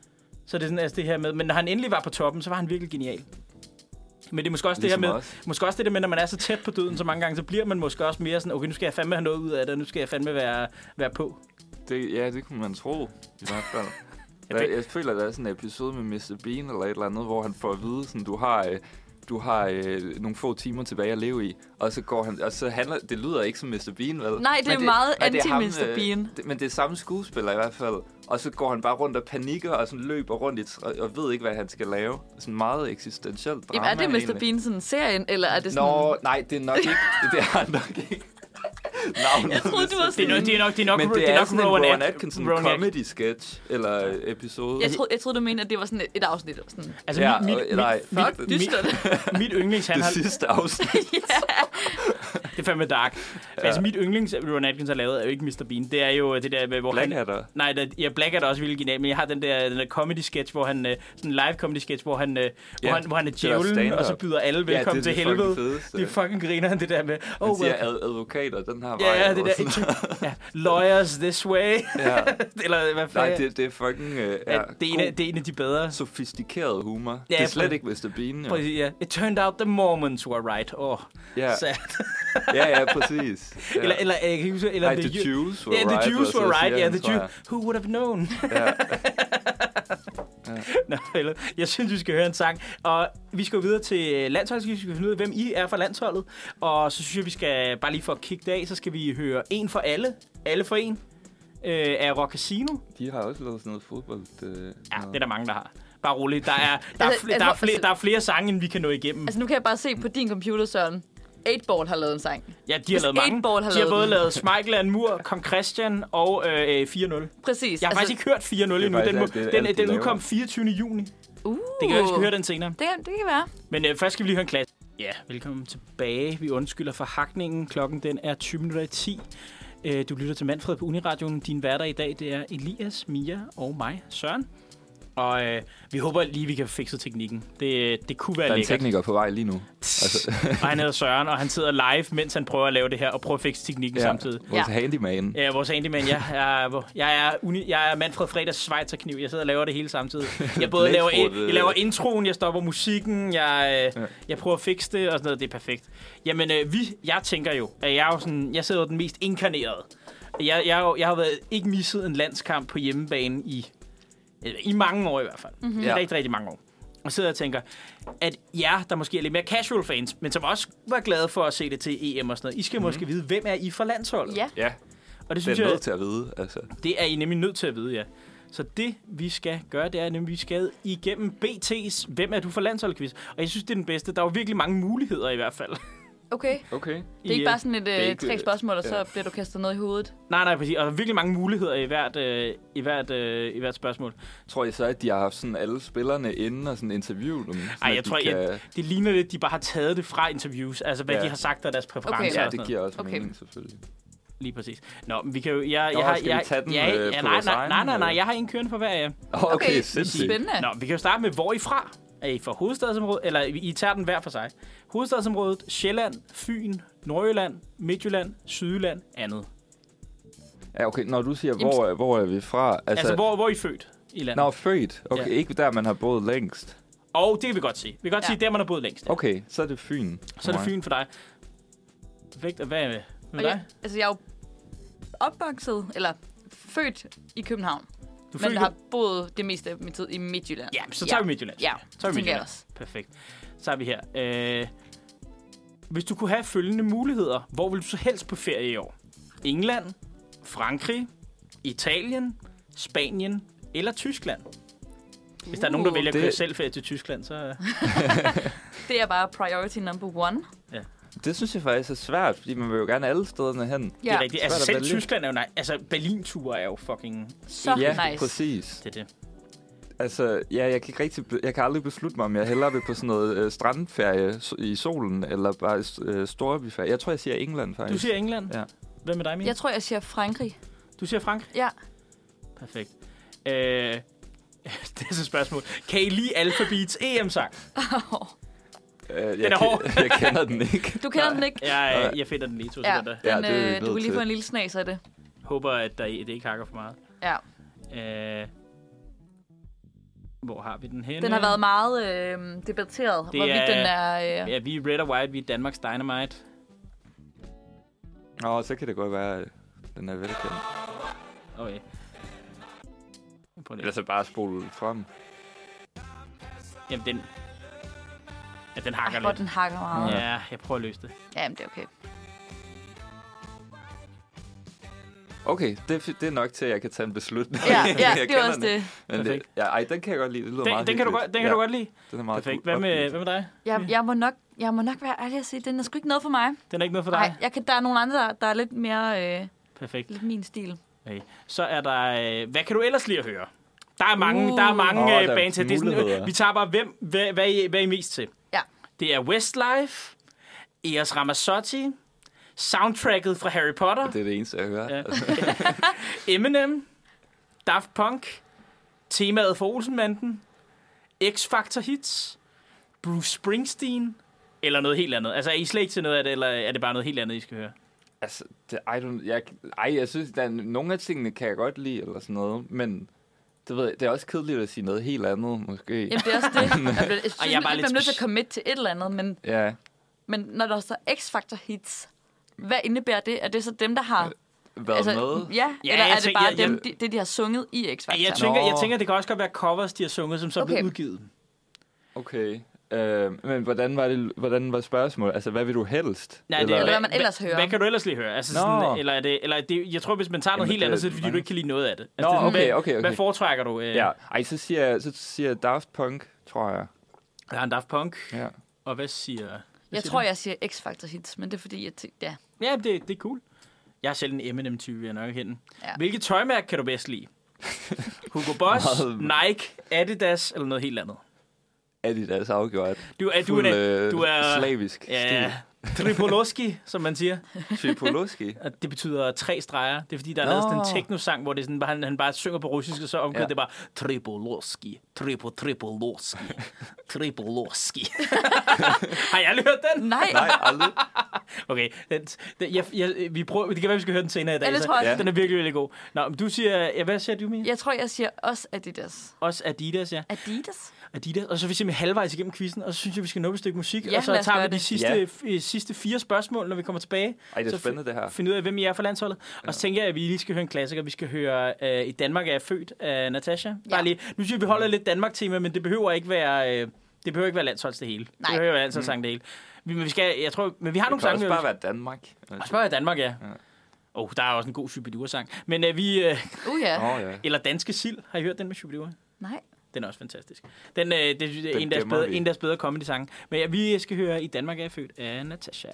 Speaker 3: Så det er sådan, altså det her med, men når han endelig var på toppen, så var han virkelig genial. Men det er måske også
Speaker 1: Ligesom
Speaker 3: det her med,
Speaker 1: os.
Speaker 3: måske også det der med, når man er så tæt på døden så mange gange, så bliver man måske også mere sådan, okay, nu skal jeg fandme have noget ud af det, og nu skal jeg fandme være, være på.
Speaker 1: Det, ja, det kunne man tro, i hvert fald.
Speaker 3: Ja,
Speaker 1: Der,
Speaker 3: det-
Speaker 1: jeg føler, der er sådan en episode med mister Bean eller et eller andet, hvor han får at vide, sådan, du har, øh, du har øh, nogle få timer tilbage at leve i, og så går han, og så handler, det lyder ikke som mister Bean, vel?
Speaker 2: Nej, det er
Speaker 1: Men
Speaker 2: meget
Speaker 1: men det er ham,
Speaker 2: anti-mister
Speaker 1: øh,
Speaker 2: Bean.
Speaker 1: Det, men det er samme skuespiller i hvert fald, og så går han bare rundt og panikker, og sådan løber rundt i, tr- og, og ved ikke, hvad han skal lave. Sådan meget eksistentielt drama.
Speaker 2: Jamen, er det mister
Speaker 1: egentlig.
Speaker 2: Bean sådan serien, eller er det sådan...
Speaker 1: Nå, nej, det er nok ikke. Det er han nok ikke.
Speaker 2: Jeg troede, du var
Speaker 3: Det er nok, det er nok, det er nok,
Speaker 1: Men
Speaker 3: det
Speaker 1: det
Speaker 3: er
Speaker 1: er
Speaker 3: nok
Speaker 1: sådan en
Speaker 3: Rowan
Speaker 1: Rowan
Speaker 3: At-
Speaker 1: Atkinson
Speaker 3: Rowan At-
Speaker 1: comedy-sketch eller episode.
Speaker 2: Jeg troede, jeg troede, du mente, at det var sådan et, et afsnit. Sådan.
Speaker 3: Altså,
Speaker 1: Ja,
Speaker 3: mit,
Speaker 1: og-
Speaker 3: mit,
Speaker 1: nej,
Speaker 3: mit,
Speaker 2: Fuck,
Speaker 3: mit,
Speaker 2: dystert.
Speaker 3: mit, mit yndlings, han
Speaker 1: Det
Speaker 3: har...
Speaker 1: sidste afsnit.
Speaker 3: Det er fandme dark. Ja. Altså, mit yndlings, Rowan Atkinson har lavet, er jo ikke mister Bean. Det er jo det der, hvor han...
Speaker 1: Blackadder.
Speaker 3: Nej, der, ja, Blackadder er også vildt genialt, men jeg har den der, den der comedy-sketch, hvor han... øh, Sådan en live-comedy-sketch, hvor han, øh, hvor
Speaker 1: Ja,
Speaker 3: han, hvor han er
Speaker 1: det er
Speaker 3: djævlen,
Speaker 1: stand-up.
Speaker 3: og så byder alle
Speaker 1: Ja,
Speaker 3: velkommen
Speaker 1: det er
Speaker 3: til
Speaker 1: det fucking
Speaker 3: helvede.
Speaker 1: fedeste.
Speaker 3: Det er fucking griner, det der med...
Speaker 1: Han
Speaker 3: Oh,
Speaker 1: siger
Speaker 3: well.
Speaker 1: ad- advokater, den her vej.
Speaker 3: Ja, ja, det
Speaker 1: og
Speaker 3: der...
Speaker 1: sådan.
Speaker 3: ja, lawyers this way.
Speaker 1: Ja.
Speaker 3: Eller hvad
Speaker 1: Nej,
Speaker 3: fanden?
Speaker 1: det, det er fucking uh, ja,
Speaker 3: Ja, det, er en af,
Speaker 1: god,
Speaker 3: det er en af de bedre.
Speaker 1: sofistikeret humor.
Speaker 3: Ja,
Speaker 1: det er slet
Speaker 3: præ-
Speaker 1: ikke mister Bean, jo.
Speaker 3: Præcis, ja. It turned out the Mormons were right. Åh, oh,
Speaker 1: Ja,
Speaker 3: sad.
Speaker 1: ja, ja, præcis. Ja.
Speaker 3: Eller, eller, jeg kan ikke huske, eller
Speaker 1: Nej, the
Speaker 3: Ju-
Speaker 1: Jews were
Speaker 3: Ja,
Speaker 1: right.
Speaker 3: the Jews
Speaker 1: var
Speaker 3: were
Speaker 1: så
Speaker 3: right.
Speaker 1: siger
Speaker 3: Ja,
Speaker 1: han,
Speaker 3: the
Speaker 1: tror
Speaker 3: Jews. Who would have known?
Speaker 1: jeg. Ja.
Speaker 3: Nå, eller, jeg synes, vi skal høre en sang. Og vi skal gå videre til landsholdet. Vi skal finde ud af, hvem I er fra landsholdet. Og så synes jeg, vi skal bare lige for at kigge det af, så skal vi høre En for alle. Alle for en. Øh, af Rock Casino.
Speaker 1: De har også lavet sådan noget fodbold. Øh,
Speaker 3: Ja,
Speaker 1: noget.
Speaker 3: det er der mange, der har. Bare roligt. Der er, der, er,
Speaker 2: Altså,
Speaker 3: fl- der, er,
Speaker 2: altså,
Speaker 3: flere, der er flere sange, end vi kan nå igennem.
Speaker 2: Altså, nu kan jeg bare se på din computer, Søren. otte Ball har lavet en sang.
Speaker 3: Ja, de har lavet mange.
Speaker 2: eight Ball har
Speaker 3: De har
Speaker 2: lavet
Speaker 3: både
Speaker 2: den.
Speaker 3: lavet Smeichel Mur, Kong Christian og øh, fire nul.
Speaker 2: Præcis.
Speaker 3: Jeg har faktisk ikke hørt fire nul
Speaker 1: Det er
Speaker 3: endnu.
Speaker 1: faktisk
Speaker 3: Den, må,
Speaker 1: alt, det er
Speaker 3: den,
Speaker 1: alt, de
Speaker 3: den
Speaker 1: laver.
Speaker 3: udkom fireogtyvende juni.
Speaker 2: Uh,
Speaker 3: Det kan være, vi skal høre den senere.
Speaker 2: Det, kan- det kan være.
Speaker 3: Men øh, først skal vi lige høre en klasse. Ja, velkommen tilbage. Vi undskylder for hakningen. Klokken den er tyve minutter i ti. Øh, du lytter til Manfred på Uniradioen. Din værter i dag, det er Elias, Mia og mig, Søren. Og øh, vi håber lige, vi kan få fikset teknikken. Det, det kunne være
Speaker 1: Der er en
Speaker 3: lækkert.
Speaker 1: tekniker på vej lige nu. Altså,
Speaker 3: Og han hedder Søren, og han sidder live, mens han prøver at lave det her, og prøver at fikse teknikken
Speaker 1: ja,
Speaker 3: samtidig.
Speaker 1: vores
Speaker 2: Ja.
Speaker 1: handyman.
Speaker 3: Ja, vores handyman. Jeg er, hvor- jeg er, uni, jeg er Manfred Fredags Schweizerkniv. Jeg sidder og laver det hele samtidig. Jeg både laver,
Speaker 1: Blæksprutte.
Speaker 3: jeg laver introen, jeg stopper musikken, jeg,
Speaker 1: Ja.
Speaker 3: ja. jeg prøver at fikse det og sådan noget. Det er perfekt. Jamen, øh, vi, jeg tænker jo, at jeg er jo sådan, jeg sidder jo den mest inkarnerede. Jeg, jeg, er jo- jeg har været ikke misset en landskamp på hjemmebane i, i mange år i hvert fald. Mm-hmm.
Speaker 1: Ja.
Speaker 3: Rigtig, rigtig mange år. Og sidder og tænker, at jer, der måske er lidt mere casual fans, men som også var glade for at se det til E M og sådan noget, I skal mm-hmm. måske vide, hvem er I fra landsholdet?
Speaker 2: Ja.
Speaker 1: Ja,
Speaker 3: Og det
Speaker 1: det
Speaker 3: synes
Speaker 1: er
Speaker 3: jeg,
Speaker 1: nødt til at vide. Altså.
Speaker 3: det er I nemlig nødt til at vide, ja. Så det, vi skal gøre, det er nemlig, vi skal igennem B T's Hvem er du for landsholdet-quiz. Og jeg synes, det er den bedste. Der er jo virkelig mange muligheder i hvert fald.
Speaker 2: Okay.
Speaker 1: Okay.
Speaker 2: Det er ikke bare sådan et
Speaker 1: er
Speaker 2: øh,
Speaker 1: ikke,
Speaker 2: tre spørgsmål, og så
Speaker 1: ja.
Speaker 2: bliver du kastet noget i hovedet.
Speaker 3: Nej, nej, præcis. Og der er virkelig mange muligheder i hvert, øh, i hvert, øh, i hvert spørgsmål.
Speaker 1: Tror jeg så, at de har haft sådan alle spillerne inde og sådan interviewet dem? sådan
Speaker 3: Ej,
Speaker 1: at
Speaker 3: jeg
Speaker 1: de
Speaker 3: tror,
Speaker 1: kan...
Speaker 3: jeg, det ligner lidt, de bare har taget det fra interviews. Altså, hvad
Speaker 1: Ja.
Speaker 3: de har sagt, og deres præferencer.
Speaker 2: Okay.
Speaker 1: Ja,
Speaker 3: og sådan
Speaker 1: det
Speaker 3: noget.
Speaker 1: giver også
Speaker 2: Okay.
Speaker 1: mening, selvfølgelig.
Speaker 3: Lige præcis. Nå, men vi kan jo... Jeg,
Speaker 1: Nå,
Speaker 3: jeg har,
Speaker 1: skal vi
Speaker 3: jeg,
Speaker 1: tage den,
Speaker 3: ja,
Speaker 1: øh,
Speaker 3: ja,
Speaker 1: på
Speaker 3: nej,
Speaker 1: vores
Speaker 3: nej,
Speaker 1: egen,
Speaker 3: nej, nej, nej,
Speaker 1: eller?
Speaker 3: jeg har en kørende for hver af jer.
Speaker 1: Okay,
Speaker 2: Okay,
Speaker 1: sindssygt.
Speaker 2: spændende.
Speaker 3: Nå, vi kan jo starte med, hvor er I fra? Er I fra hovedstadsområdet? Eller I tager den hver for sig. Hovedstadsområdet, Sjælland, Fyn, Nordjylland, Midtjylland, Sydjylland, andet.
Speaker 1: Ja, okay. Når du siger, hvor, hvor er vi fra?
Speaker 3: Altså, altså hvor, hvor er I født i landet?
Speaker 1: Nå, født. Okay,
Speaker 3: Ja.
Speaker 1: ikke der, man har boet længst.
Speaker 3: Og det kan vi godt sige. Vi kan godt
Speaker 2: Ja.
Speaker 3: sige, der man har boet længst. Ja.
Speaker 1: Okay, så er det Fyn.
Speaker 3: Så er det Fyn for dig. Perfekt. Og hvad er med, med
Speaker 2: Og
Speaker 3: dig?
Speaker 2: jeg, altså, jeg er jo opvokset, eller født i København.
Speaker 3: Du
Speaker 2: Men
Speaker 3: født-
Speaker 2: har boet det meste af min tid i Midtjylland.
Speaker 3: Ja, så tager vi Midtjylland.
Speaker 2: Ja,
Speaker 3: så er vi
Speaker 2: tænker jeg
Speaker 3: Midtjylland.
Speaker 2: også.
Speaker 3: Perfekt. Så er vi her. Øh, hvis du kunne have følgende muligheder, hvor vil du så helst på ferie i år? England, Frankrig, Italien, Spanien eller Tyskland? Hvis der er nogen, der
Speaker 2: Uh,
Speaker 3: vælger at
Speaker 1: det-
Speaker 3: køre selvferie til Tyskland, så...
Speaker 2: Det er bare priority number one.
Speaker 1: Det synes jeg faktisk er svært, fordi man vil jo gerne alle stederne hen.
Speaker 3: Det er rigtigt. Altså,
Speaker 1: Svært at
Speaker 3: selv
Speaker 1: vælge.
Speaker 3: Tyskland er jo nej. Altså, Berlin-ture er jo fucking...
Speaker 2: Så
Speaker 1: Ja,
Speaker 2: nice.
Speaker 1: præcis.
Speaker 3: Det er det.
Speaker 1: Altså, ja, jeg kan ikke rigtig, be- jeg kan aldrig beslutte mig, om jeg hellere vil på sådan noget øh, strandferie s- i solen, eller bare øh, storbyferie. Jeg tror, jeg siger England, faktisk.
Speaker 3: Du siger England?
Speaker 1: Ja.
Speaker 3: Hvad med dig, Mia?
Speaker 2: Jeg tror, jeg siger Frankrig.
Speaker 3: Du siger Frankrig?
Speaker 2: Ja.
Speaker 3: Perfekt. Øh, det er så et spørgsmål. Kan I lide Alphabets E M-sang?
Speaker 1: Øh, jeg,
Speaker 3: Den er
Speaker 1: ke-
Speaker 3: hård.
Speaker 1: jeg kender den ikke.
Speaker 2: Du kender den ikke?
Speaker 3: Jeg, jeg finder den lige to
Speaker 2: Ja,
Speaker 3: sekunder.
Speaker 2: den,
Speaker 1: Ja, det er vi
Speaker 2: øh,
Speaker 1: nødt
Speaker 2: du kan lige
Speaker 1: til.
Speaker 2: få en lille snas af det.
Speaker 3: Håber, at der, det ikke hakker for meget.
Speaker 2: Ja.
Speaker 3: Øh, hvor har vi den henne?
Speaker 2: Den har været meget øh, debatteret,
Speaker 3: Det
Speaker 2: hvorvidt
Speaker 3: er-
Speaker 2: den er... Øh,
Speaker 3: Ja, vi er Red og White, vi er Danmarks Dynamite.
Speaker 1: Nå, så kan det godt være, at den er velkendt.
Speaker 3: Okay. Prøv lige.
Speaker 1: Eller så bare spole frem.
Speaker 3: Jamen, den... Ja, den hakker
Speaker 2: ej, hvor
Speaker 3: lidt.
Speaker 2: den hakker meget. Ja.
Speaker 3: Ja, jeg prøver at løse det.
Speaker 2: Jamen, det er okay.
Speaker 1: Okay, det, det er nok til, at jeg kan tage en beslutning.
Speaker 2: Ja, ja
Speaker 1: Jeg
Speaker 2: det er
Speaker 1: kender
Speaker 2: også
Speaker 1: den.
Speaker 2: det.
Speaker 1: Men det, ja, ej, den kan jeg godt lide. Det lyder
Speaker 3: Den,
Speaker 1: meget
Speaker 3: den, kan du
Speaker 1: hyggeligt.
Speaker 3: godt, den kan
Speaker 1: ja,
Speaker 3: du godt lide?
Speaker 1: Den er meget
Speaker 3: Perfekt.
Speaker 1: god-
Speaker 3: Hvad med,
Speaker 1: opbygget.
Speaker 3: hvad med dig?
Speaker 2: Jeg, jeg, må nok, jeg må nok være ærlig at sige, den er sgu ikke noget for mig.
Speaker 3: Den er ikke noget for dig?
Speaker 2: Nej, jeg kan, der er nogle andre, der, der er lidt mere øh,
Speaker 3: Perfekt.
Speaker 2: lidt min stil.
Speaker 3: Okay. Så er der... Øh, hvad kan du ellers lide at høre? Der er mange,
Speaker 2: Uh.
Speaker 3: der er mange
Speaker 1: Åh,
Speaker 3: oh,
Speaker 1: der er
Speaker 3: bands her. Det er sådan,
Speaker 1: muligheder.
Speaker 3: øh, vi tager bare, hvem, hvad, hvad, er I, hvad er I mest til?
Speaker 2: Ja.
Speaker 3: Det er Westlife, Eros Ramazzotti, soundtracket fra Harry Potter,
Speaker 1: Det er det eneste, jeg hører.
Speaker 3: Ja. Eminem, Daft Punk, temaet for Olsenbanden, X-Factor Hits, Bruce Springsteen, eller noget helt andet. Altså, er I slet ikke til noget af det, eller er det bare noget helt andet, I skal høre?
Speaker 1: Altså, det, I don't, jeg, ej, jeg synes, der er, nogle af tingene kan jeg godt lide, eller sådan noget, men det, ved jeg, det er også kedeligt at sige noget helt andet, måske.
Speaker 2: Jamen, det er også det. Jeg, bliver, jeg synes,
Speaker 3: jeg er
Speaker 2: jeg
Speaker 3: bare
Speaker 2: er
Speaker 3: lidt
Speaker 2: nødt til
Speaker 3: speci-
Speaker 2: at komme med til et eller andet, men,
Speaker 1: Ja,
Speaker 2: men når der så X-Factor hits, hvad indebærer det? Er det så dem, der har...
Speaker 1: været
Speaker 2: altså,
Speaker 1: med.
Speaker 2: Ja,
Speaker 3: Ja,
Speaker 2: eller
Speaker 3: jeg
Speaker 2: er det
Speaker 3: tænker-
Speaker 2: bare
Speaker 3: jeg- jeg-
Speaker 2: dem, de, det, de har sunget i X-Factor?
Speaker 3: Jeg tænker, jeg
Speaker 1: Nå.
Speaker 3: tænker, det kan også godt være covers, de har sunget, som så okay.
Speaker 2: Okay.
Speaker 3: blev udgivet.
Speaker 1: Okay. Øh, men hvordan var, det, hvordan var spørgsmålet? Altså, hvad vil du helst?
Speaker 3: Nej,
Speaker 2: Eller hvad man
Speaker 3: hva-
Speaker 2: ellers hører.
Speaker 3: Hvad kan du ellers lige høre? Altså,
Speaker 1: Nå.
Speaker 3: sådan, eller er det, eller er det, jeg tror, hvis man tager noget
Speaker 1: Jamen,
Speaker 3: helt
Speaker 1: det-
Speaker 3: andet, så er det, fordi
Speaker 1: nej.
Speaker 3: du ikke kan lide noget af det.
Speaker 1: Nå,
Speaker 3: det er sådan,
Speaker 1: okay,
Speaker 3: hvad,
Speaker 1: okay, okay.
Speaker 3: Hvad foretrækker du? Øh,
Speaker 1: Ja, ej, så siger jeg, så siger jeg Daft Punk, tror jeg.
Speaker 3: Der er en Daft Punk.
Speaker 1: Ja.
Speaker 3: Og hvad siger... Hvad
Speaker 2: Jeg
Speaker 3: siger
Speaker 2: tror,
Speaker 3: du?
Speaker 2: jeg siger X-Factor hits, men det er fordi, jeg tænker, ja.
Speaker 3: Ja, det, det er cool. Jeg er selv en Eminem-type, jeg nok hende.
Speaker 2: Ja.
Speaker 3: Hvilket tøjmærke kan du bedst lide? Hugo Boss,
Speaker 1: Meget-
Speaker 3: Nike, Adidas eller noget helt andet?
Speaker 1: Adidas afgjort.
Speaker 3: Du er, du
Speaker 1: Fuld,
Speaker 3: er,
Speaker 1: øh,
Speaker 3: du er
Speaker 1: slavisk
Speaker 3: ja, Tripoloski, som man siger.
Speaker 1: stil. Tripoloski.
Speaker 3: Og det betyder tre streger. Det er fordi, der er
Speaker 1: Nå.
Speaker 3: lavet sådan en techno-sang, hvor det er sådan, han, han bare synger på russisk, og så omkring
Speaker 1: Ja.
Speaker 3: ja. det bare Tripoloski, Tripo, Tripoloski, Tripoloski. Har jeg aldrig hørt den?
Speaker 2: Nej,
Speaker 1: Nej, aldrig.
Speaker 3: Okay, den, den, jeg, jeg, vi prøver, det kan være, vi skal høre den senere i dag.
Speaker 2: Ja, det
Speaker 3: så
Speaker 2: tror jeg.
Speaker 1: Ja.
Speaker 3: Den er virkelig, virkelig god. Nå, men du siger, ja, hvad siger du, Mia?
Speaker 2: jeg tror, jeg siger også Adidas.
Speaker 3: Også Adidas, ja.
Speaker 2: Adidas?
Speaker 3: Adidas. Og så er vi simpelthen halvvejs igennem quizzen, og så synes jeg, vi skal nå et stykke musik.
Speaker 2: Ja,
Speaker 3: og så
Speaker 2: lad os
Speaker 3: tager vi
Speaker 2: gøre
Speaker 3: de
Speaker 2: det.
Speaker 3: sidste,
Speaker 1: Ja.
Speaker 3: f- sidste fire spørgsmål, når vi kommer tilbage.
Speaker 1: Ej, det er
Speaker 3: Så
Speaker 1: spændende, det her.
Speaker 3: Finde ud af, hvem I er for landsholdet. Ja. Og så tænker jeg, at vi lige skal høre en klassiker. Vi skal høre uh, I Danmark er jeg født af Natasha. Bare
Speaker 2: Ja.
Speaker 3: lige, nu synes jeg, vi holder lidt Danmark-tema, men det behøver ikke være, uh, det behøver ikke være landsholds det hele.
Speaker 2: Nej.
Speaker 3: Det behøver være landsholdssang det hele. Vi, men vi skal, jeg tror, men vi har
Speaker 1: Det
Speaker 3: nogle
Speaker 1: kan
Speaker 3: sange.
Speaker 1: også
Speaker 3: vi-
Speaker 1: bare være Danmark.
Speaker 3: Og spørger i Danmark, ja.
Speaker 1: Ja.
Speaker 3: Oh, der er også en god Shubidua-sang. Men uh, vi... Uh,
Speaker 2: Uh, ja.
Speaker 1: Åh, ja.
Speaker 3: eller Danske Sild. Har I hørt den med Shubidua?
Speaker 2: Nej.
Speaker 3: Den er også fantastisk. Den, øh, det, det er
Speaker 1: Den
Speaker 3: en af deres
Speaker 1: gemmer
Speaker 3: bedre,
Speaker 1: vi.
Speaker 3: en af deres bedre comedy-sange. Men ja, vi skal høre I Danmark er jeg født af Natasha.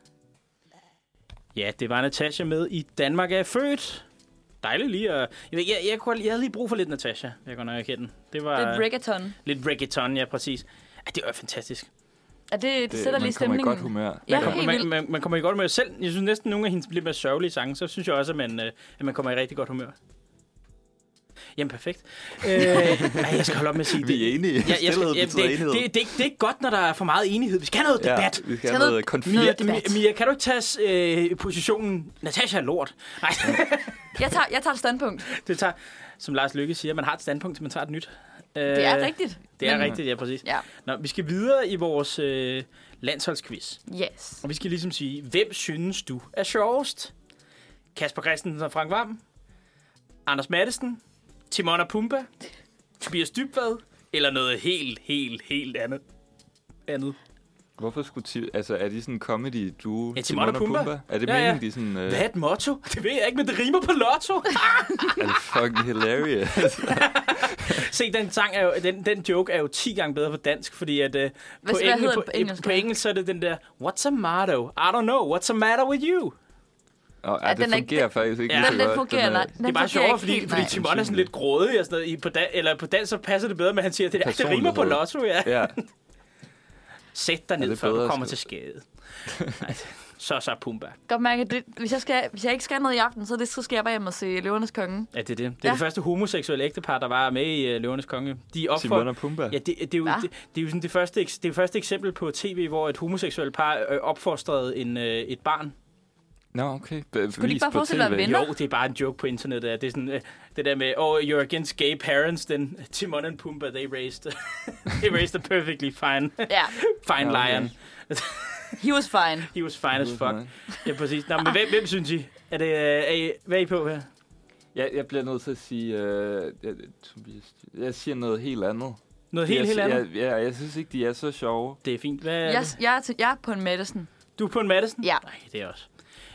Speaker 3: Ja, det var Natasha med I Danmark er jeg født. Dejligt lige at... Jeg, ved, jeg, jeg, kunne, jeg havde lige brug for lidt Natasha. Jeg kan nok erkende den. Det var
Speaker 2: Det er reggaeton.
Speaker 3: lidt reggaeton, ja, præcis. Ja, det var fantastisk.
Speaker 2: Ja, det, det,
Speaker 1: Det,
Speaker 2: sætter
Speaker 1: man
Speaker 2: lige
Speaker 1: kommer i
Speaker 2: stemningen.
Speaker 1: godt humør.
Speaker 2: Ja,
Speaker 3: Man,
Speaker 2: helt
Speaker 3: man,
Speaker 2: vildt.
Speaker 3: man, man kommer i godt humør selv. Jeg synes næsten nogle af hendes lidt mere sørgelige sange, så synes jeg også, at man, øh, at man kommer i rigtig godt humør. Jamen, perfekt. Øh, ej, jeg skal holde op med at sige det.
Speaker 1: Vi er enige.
Speaker 3: Ja, jeg skal,
Speaker 1: Stilhed
Speaker 3: ja,
Speaker 1: betyder
Speaker 3: det,
Speaker 1: enighed.
Speaker 3: det, det, det er ikke godt, når der er for meget enighed. Vi skal have noget
Speaker 1: Ja,
Speaker 3: debat.
Speaker 1: vi skal
Speaker 2: Tag
Speaker 1: have
Speaker 2: noget-
Speaker 1: noget konflikt.
Speaker 2: noget
Speaker 3: Mia,
Speaker 2: debat.
Speaker 3: Mia, kan du ikke tage øh, positionen, Natasha er lort? Nej,
Speaker 2: Jeg tager, jeg tager et standpunkt.
Speaker 3: det tager, som Lars Lykke siger, man har et standpunkt, til man tager et nyt. Øh,
Speaker 2: Det er rigtigt.
Speaker 3: Det er
Speaker 2: Men-
Speaker 3: rigtigt, ja, præcis.
Speaker 2: Ja.
Speaker 3: Nå, vi skal videre i vores øh, landsholdsquiz.
Speaker 2: Yes.
Speaker 3: Og vi skal ligesom sige, hvem synes du er sjovest? Kasper Christensen og Frank Hvam? Anders Mattesen? Timon og Pumba? Tobias Dybvad? Eller noget helt, helt, helt andet? andet.
Speaker 1: Hvorfor skulle ti- altså er de sådan en comedy duo?
Speaker 3: Ja, Timon og Pumba.
Speaker 1: Er det
Speaker 3: Ja, ja.
Speaker 1: meningen, de sådan øh,
Speaker 3: Hvad er et motto? Det ved jeg ikke, men det rimer på lotto.
Speaker 1: er det fucking hilarious?
Speaker 3: Se, den sang er jo, den, den joke er jo ti gange bedre på dansk, fordi at øh, på,
Speaker 2: hvad hedder den
Speaker 3: på,
Speaker 2: på engelsk?
Speaker 3: på engelsk så er det den der, what's a motto? I don't know, what's the matter with you?
Speaker 1: Og,
Speaker 2: Ja,
Speaker 1: ja, det
Speaker 2: den er ikke-
Speaker 1: fungerer faktisk ikke
Speaker 3: Ja,
Speaker 1: lige så
Speaker 2: Den, den
Speaker 1: godt.
Speaker 2: fungerer,
Speaker 1: er-
Speaker 2: nej.
Speaker 3: Det er bare sjovere, fordi, fordi Timon er sådan lidt grådig og sådan noget. I, på, dan, eller på dansk så passer det bedre, men han siger, det, der, det rimer på lotto, ja.
Speaker 1: Ja,
Speaker 3: Sæt dig
Speaker 1: Ja,
Speaker 3: ned,
Speaker 1: det er
Speaker 3: før du
Speaker 1: bedre
Speaker 3: kommer
Speaker 1: at
Speaker 3: til skade. Nej, så så Pumba.
Speaker 2: Godt mærke, at det, hvis, jeg skal, hvis jeg ikke skal noget i aften, så, det, så skal jeg bare hjem og se Løvernes Konge.
Speaker 3: Ja, det er det. Det er
Speaker 2: Ja.
Speaker 3: det første homoseksuelle ægtepar, der var med i uh, Løvernes Konge. De er
Speaker 1: Timon
Speaker 3: opfor...
Speaker 1: og Pumba.
Speaker 3: Ja, det, det, er jo,
Speaker 2: Hva?
Speaker 3: det, det er jo sådan det første, eks- det er jo første eksempel på tv, hvor et homoseksuelt par øh, opfostrede en, øh, et barn.
Speaker 1: Nå, okay. Be-
Speaker 2: Skulle de ikke
Speaker 1: vis
Speaker 2: bare
Speaker 1: på
Speaker 2: forestille at
Speaker 1: T V.
Speaker 2: være venner?
Speaker 3: Jo, det er bare en joke på internettet. Ja. Det er sådan øh, det der med, oh, you're against gay parents, then Timon and Pumba, they raised, they raised a perfectly fine,
Speaker 2: Ja,
Speaker 3: fine
Speaker 1: Ja, okay.
Speaker 3: lion.
Speaker 2: he was fine.
Speaker 3: He was fine as fuck. Ja, præcis. Nå, men hvem, hvem synes I? Er det, øh, er I, hvad er I på her?
Speaker 1: Ja, jeg bliver nødt til at sige... Øh, jeg, Tobias, jeg siger noget helt andet.
Speaker 3: Noget helt,
Speaker 1: jeg,
Speaker 3: helt andet?
Speaker 1: Jeg, ja, jeg synes ikke, de er så sjove.
Speaker 3: Det er fint. Hvad er
Speaker 2: Jeg,
Speaker 3: det?
Speaker 2: jeg, er til, jeg er på en Madison.
Speaker 3: Du er på en Madison?
Speaker 2: Ja.
Speaker 3: Nej, det er også.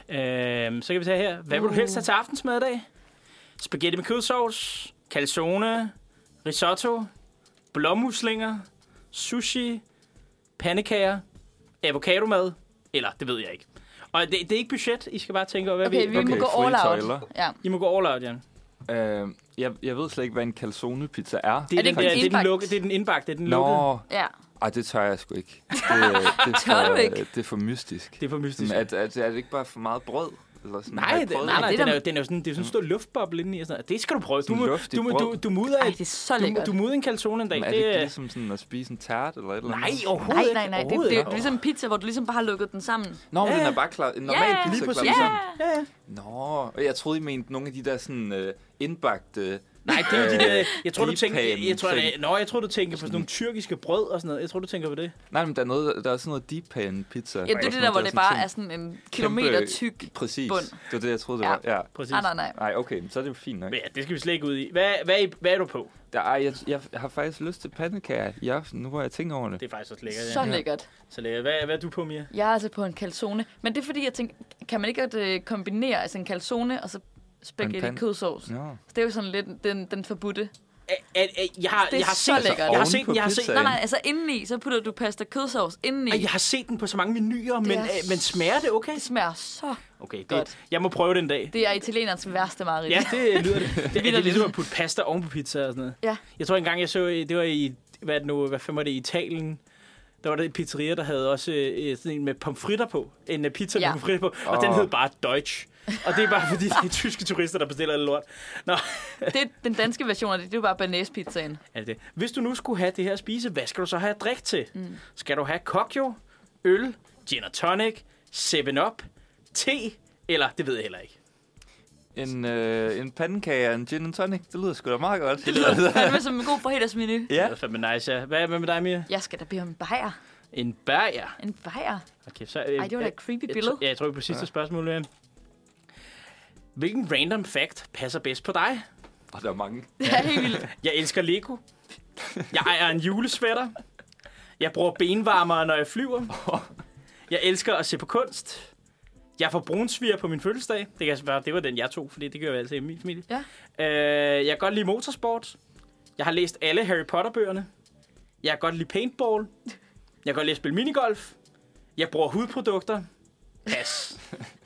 Speaker 3: Øhm, så kan vi tage her. Hvad vil du helst have til aftensmad i dag? Spaghetti med kødsovs, calzone, risotto, blåmuslinger, sushi, pandekager, avocadomad, eller det ved jeg ikke. Og det, det er ikke budget, I skal bare tænke over, hvad
Speaker 2: Okay,
Speaker 3: vi...
Speaker 2: vi
Speaker 1: Okay,
Speaker 2: må gå
Speaker 1: frie
Speaker 2: all out.
Speaker 1: tøjler.
Speaker 2: Ja.
Speaker 3: I må gå all out, Jan.
Speaker 1: Øh, jeg, jeg ved slet ikke, hvad en calzone-pizza er.
Speaker 3: Det er,
Speaker 2: Er det
Speaker 3: den,
Speaker 2: ikke
Speaker 3: der,
Speaker 2: den
Speaker 3: det, er den
Speaker 2: indbagt?
Speaker 3: lukke, det er den indbagt, det er den lukkede.
Speaker 1: Nå,
Speaker 2: Ja.
Speaker 1: ej, det tør jeg sgu ikke. Det, det, er
Speaker 2: Tør
Speaker 1: for,
Speaker 2: du ikke?
Speaker 1: Det er for mystisk.
Speaker 3: Det er for mystisk.
Speaker 1: At, at, er det ikke bare for meget brød? Eller sådan? Har
Speaker 3: Nej,
Speaker 1: I
Speaker 3: det,
Speaker 1: prøvet
Speaker 3: nej, nej,
Speaker 2: det?
Speaker 3: den er, jo, den er jo sådan, det er jo sådan en stor luftboble indeni. Og sådan noget. Det skal du prøve. Du,
Speaker 1: Sådan
Speaker 3: må,
Speaker 1: luft i
Speaker 3: du, må, du,
Speaker 1: brød.
Speaker 3: du, mudder
Speaker 2: Ej,
Speaker 3: et,
Speaker 2: det er så
Speaker 3: du,
Speaker 2: lækkert.
Speaker 3: du mudder en calzone en dag.
Speaker 1: Men er
Speaker 3: Det,
Speaker 1: det ikke
Speaker 3: er-
Speaker 1: ligesom sådan at spise en tært eller et eller andet?
Speaker 3: nej,
Speaker 2: Nej,
Speaker 3: overhovedet ikke.
Speaker 2: nej, nej. Det,
Speaker 3: Overhovedet
Speaker 2: det er
Speaker 3: ikke.
Speaker 2: jo ligesom en pizza, hvor du ligesom bare har lukket den sammen.
Speaker 1: Nå, men
Speaker 3: Ja,
Speaker 1: den
Speaker 3: ja.
Speaker 1: er bare klar. En normal
Speaker 2: Ja,
Speaker 1: pizza
Speaker 3: lige
Speaker 1: klar
Speaker 3: præcis.
Speaker 1: sammen.
Speaker 3: Ja, ja.
Speaker 1: Nå, jeg troede, I mente nogle af de der sådan øh, indbagte...
Speaker 3: Nej, det er jo de der... Jeg tror, du
Speaker 1: Deep
Speaker 3: tænker...
Speaker 1: pan
Speaker 3: Jeg tror,
Speaker 1: ting.
Speaker 3: jeg, nå, jeg tror, du tænker på sådan nogle tyrkiske brød og sådan noget. Jeg tror, du tænker på det.
Speaker 1: Nej, men der er, noget, der er sådan noget deep pan pizza.
Speaker 2: Ja, det er det der, hvor det bare er sådan en kilometer tyk.
Speaker 1: Præcis.
Speaker 2: bund.
Speaker 1: Det var det, jeg troede, det
Speaker 2: Ja.
Speaker 1: var. Ja.
Speaker 3: Præcis.
Speaker 2: Nej, nej, nej.
Speaker 1: Nej, okay, så er det jo fint nok.
Speaker 3: Men ja, det skal vi slet ikke ud i. Hvad, hvad, er- hvad er du på?
Speaker 1: Der, ej, jeg, jeg har faktisk lyst til pandekager i aften, nu hvor jeg tænker over det.
Speaker 3: Det er faktisk også lækkert.
Speaker 2: Så
Speaker 3: Ja.
Speaker 2: lækkert.
Speaker 3: Så lækkert. Hvad, hvad er du på, Mia?
Speaker 2: Jeg er altså på en calzone. Men det er fordi, jeg tænker, kan man ikke godt øh, kombinere altså en calzone og så spaghetti
Speaker 1: pan-
Speaker 2: kødsovs?
Speaker 1: Nå.
Speaker 2: Så det er jo sådan lidt den, den forbudte.
Speaker 3: Æ, æ, æ, jeg har,
Speaker 2: Det er
Speaker 3: jeg har
Speaker 2: så
Speaker 3: set,
Speaker 2: lækkert.
Speaker 3: Jeg har
Speaker 1: Oven
Speaker 3: set
Speaker 1: på
Speaker 3: den, jeg har set,
Speaker 1: pizzaen.
Speaker 2: Nej, nej, altså indeni, så putter du pasta kødsovs indeni.
Speaker 3: Ej, jeg har set den på så mange menuer, men,
Speaker 2: er
Speaker 3: øh, men smager det okay?
Speaker 2: Det smager så
Speaker 3: Okay, det,
Speaker 2: godt.
Speaker 3: jeg må prøve den dag.
Speaker 2: Det er italienernes værste mareridt.
Speaker 3: Ja, det lyder det. Det, det er
Speaker 2: vitterligt.
Speaker 3: ligesom at putte pasta oven på pizza og sådan noget.
Speaker 2: Ja.
Speaker 3: Jeg tror engang, jeg så, det var i, hvad er det nu, hvad fanden var det, i Italien? Der var der en pizzeria, der havde også øh, sådan en med pomfritter på. En uh, pizza
Speaker 2: Ja.
Speaker 3: med pomfritter på, og
Speaker 1: Åh.
Speaker 3: den hed bare Deutsch. Og det er bare fordi, det er tyske turister, der bestiller alt lort. Nå,
Speaker 2: Det er den danske version af det. Det er jo bare banæspizzaen.
Speaker 3: er det det. Hvis du nu skulle have det her at spise, hvad skal du så have at drikke til? Mm. Skal du have Kokyo, øl, gin og tonic, seven up, te, eller det ved jeg heller ikke.
Speaker 1: En, øh, en pandekage og en gin and tonic, det lyder sgu da meget godt.
Speaker 2: Det lyder fandme som en god fredagsmenu.
Speaker 1: Ja.
Speaker 3: Det er fandme nice, ja. Hvad med dig, Mia?
Speaker 2: Jeg skal da bede om en bajer.
Speaker 3: En bajer.
Speaker 2: En bajer.
Speaker 3: Okay, så, øh,
Speaker 2: Ej, det var da et creepy
Speaker 3: jeg,
Speaker 2: billede.
Speaker 3: jeg, jeg tror på sidste ja. spørgsmål, Lian. Hvilken random fact passer bedst på dig?
Speaker 1: Og der er mange.
Speaker 2: Det er helt vildt.
Speaker 3: Jeg elsker Lego. Jeg ejer en julesvætter. Jeg bruger benvarmere, når jeg flyver. Jeg elsker at se på kunst. Jeg får brunsviger på min fødselsdag. Det kan jeg svare, det var den, jeg tog, fordi det gør jeg altid i min familie.
Speaker 2: Ja.
Speaker 3: Øh, jeg kan godt lide motorsport. Jeg har læst alle Harry Potter-bøgerne. Jeg kan godt lide paintball. Jeg kan godt lide at spille minigolf. Jeg bruger hudprodukter. Pas.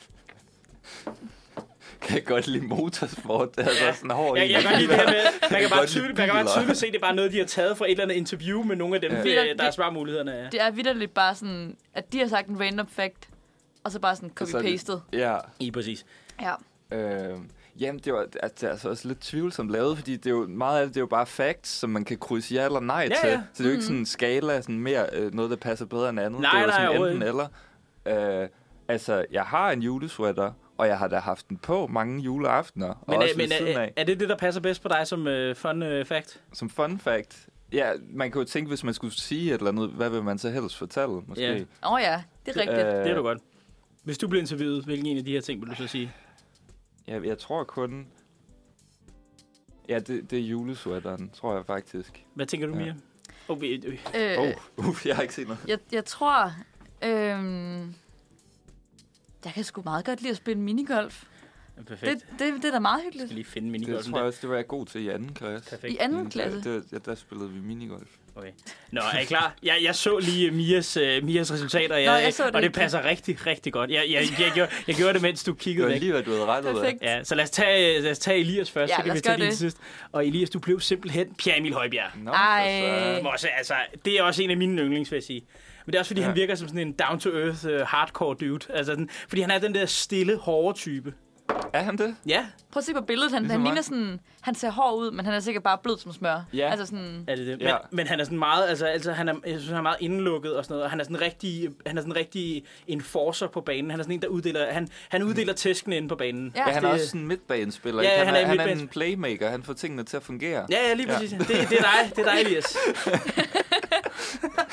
Speaker 1: Kan jeg godt lide motorsport. Det er altså sådan en hård
Speaker 3: Jeg, jeg kan godt lide det her med, man kan,
Speaker 1: kan
Speaker 3: bare
Speaker 1: godt lide
Speaker 3: tydeligt, man kan bare
Speaker 1: biler.
Speaker 3: tydeligt se, det er bare noget, de har taget fra et eller andet interview med nogle af dem,
Speaker 1: Ja.
Speaker 3: ja. der er svarmulighederne af.
Speaker 2: Det er vitterligt bare sådan, at de har sagt en random fact, og så bare sådan
Speaker 1: Og så er det-
Speaker 2: copy-pasted.
Speaker 1: Ja.
Speaker 3: I præcis.
Speaker 2: Ja.
Speaker 1: Øh, jamen, det, var, altså, det er altså også lidt tvivlsomt lavet, fordi det er jo, meget af det, det er jo bare facts, som man kan krydse ja eller nej
Speaker 3: Ja,
Speaker 1: til.
Speaker 3: ja.
Speaker 1: Så det er jo ikke sådan en skala, sådan mere øh, noget, der passer bedre end andet.
Speaker 3: Nej,
Speaker 1: det er jo
Speaker 3: nej,
Speaker 1: sådan
Speaker 3: overhovedet
Speaker 1: enten eller. Øh, altså, jeg har en julesweater, og jeg har da haft den på mange juleaftener.
Speaker 3: Men,
Speaker 1: og
Speaker 3: er,
Speaker 1: også ved
Speaker 3: men
Speaker 1: siden
Speaker 3: er,
Speaker 1: af.
Speaker 3: er det det, der passer bedst på dig som uh, fun uh, fact?
Speaker 1: Som fun fact. Ja, man kan jo tænke, hvis man skulle sige et eller andet, hvad vil man så helst fortælle, måske?
Speaker 3: Ja.
Speaker 2: Åh oh, ja, det er rigtigt.
Speaker 1: Øh,
Speaker 3: Det er du godt. Hvis du bliver interviewet, hvilken en af de her ting vil du så sige?
Speaker 1: Jeg, jeg tror kun... Ja, det, det er julesweateren, tror jeg faktisk.
Speaker 3: Hvad tænker du,
Speaker 1: Ja.
Speaker 3: Mia? Oh, vi, øh,
Speaker 2: Øh,
Speaker 1: Oh, uh, jeg har ikke set noget.
Speaker 2: jeg, jeg tror... Øhm, jeg kan sgu meget godt lide at spille minigolf.
Speaker 3: perfekt.
Speaker 2: Det, det, det er da meget
Speaker 3: Jeg
Speaker 2: hyggeligt.
Speaker 3: skal lige finde
Speaker 1: Det
Speaker 3: minigolfen
Speaker 1: tror jeg
Speaker 3: der.
Speaker 1: også, det var jeg god til i anden klasse.
Speaker 3: Perfekt.
Speaker 2: I anden klasse.
Speaker 1: Det, det, ja, der spillede vi minigolf.
Speaker 3: Okay. Nå, er I klar? Jeg, jeg så lige Mias, uh, Mias resultater, jeg,
Speaker 2: Nå, jeg så det
Speaker 3: og det
Speaker 2: ikke.
Speaker 3: passer rigtig, rigtig godt. Jeg, jeg, jeg, jeg, gjorde, jeg gjorde det, mens du
Speaker 1: Det
Speaker 3: kiggede
Speaker 1: var
Speaker 3: væk.
Speaker 1: lige, hvad du havde rettet.
Speaker 2: Perfekt.
Speaker 3: Ja, så lad os tage, lad os tage Elias først,
Speaker 2: Ja,
Speaker 3: så kan
Speaker 2: lad
Speaker 3: vi
Speaker 2: os
Speaker 3: tage
Speaker 2: gøre
Speaker 3: lige
Speaker 2: det.
Speaker 3: til sidst. Og Elias, du blev simpelthen Pierre Emil Højbjerg.
Speaker 1: Nå,
Speaker 2: Ej.
Speaker 1: for
Speaker 3: Som også, altså, det er også en af mine yndlings, vil jeg sige. Men det er også, fordi ja.
Speaker 1: Ja.
Speaker 3: han virker som sådan en down-to-earth, uh, hardcore dude. Altså, den, fordi han er den der stille, hårde type.
Speaker 1: Er han det?
Speaker 3: Ja,
Speaker 2: Prøv at se på billedet. Han,
Speaker 1: Ligesom
Speaker 2: han
Speaker 1: mig.
Speaker 2: ligner sådan... Han ser hård ud, men han er sikkert bare blød som smør.
Speaker 1: Ja.
Speaker 2: Altså sådan...
Speaker 3: er det det.
Speaker 1: Ja.
Speaker 3: Men, men han er sådan meget, altså, altså han er, jeg synes, han er meget indelukket og sådan noget. Og han er sådan rigtig, han er sådan rigtig enforcer på banen. Han er sådan en, der uddeler, han, han uddeler tæskene inde på banen.
Speaker 2: Ja.
Speaker 1: Ja, han er
Speaker 3: det-
Speaker 1: også sådan en midtbanespiller.
Speaker 3: Ja,
Speaker 1: ikke?
Speaker 3: han
Speaker 1: han,
Speaker 3: er
Speaker 1: er, han er
Speaker 3: midtbane-
Speaker 1: en playmaker. Han får tingene til at fungere.
Speaker 3: Ja, ja, lige
Speaker 1: Ja.
Speaker 3: præcis. Ja. Det, det er dig, det er dig, Elias.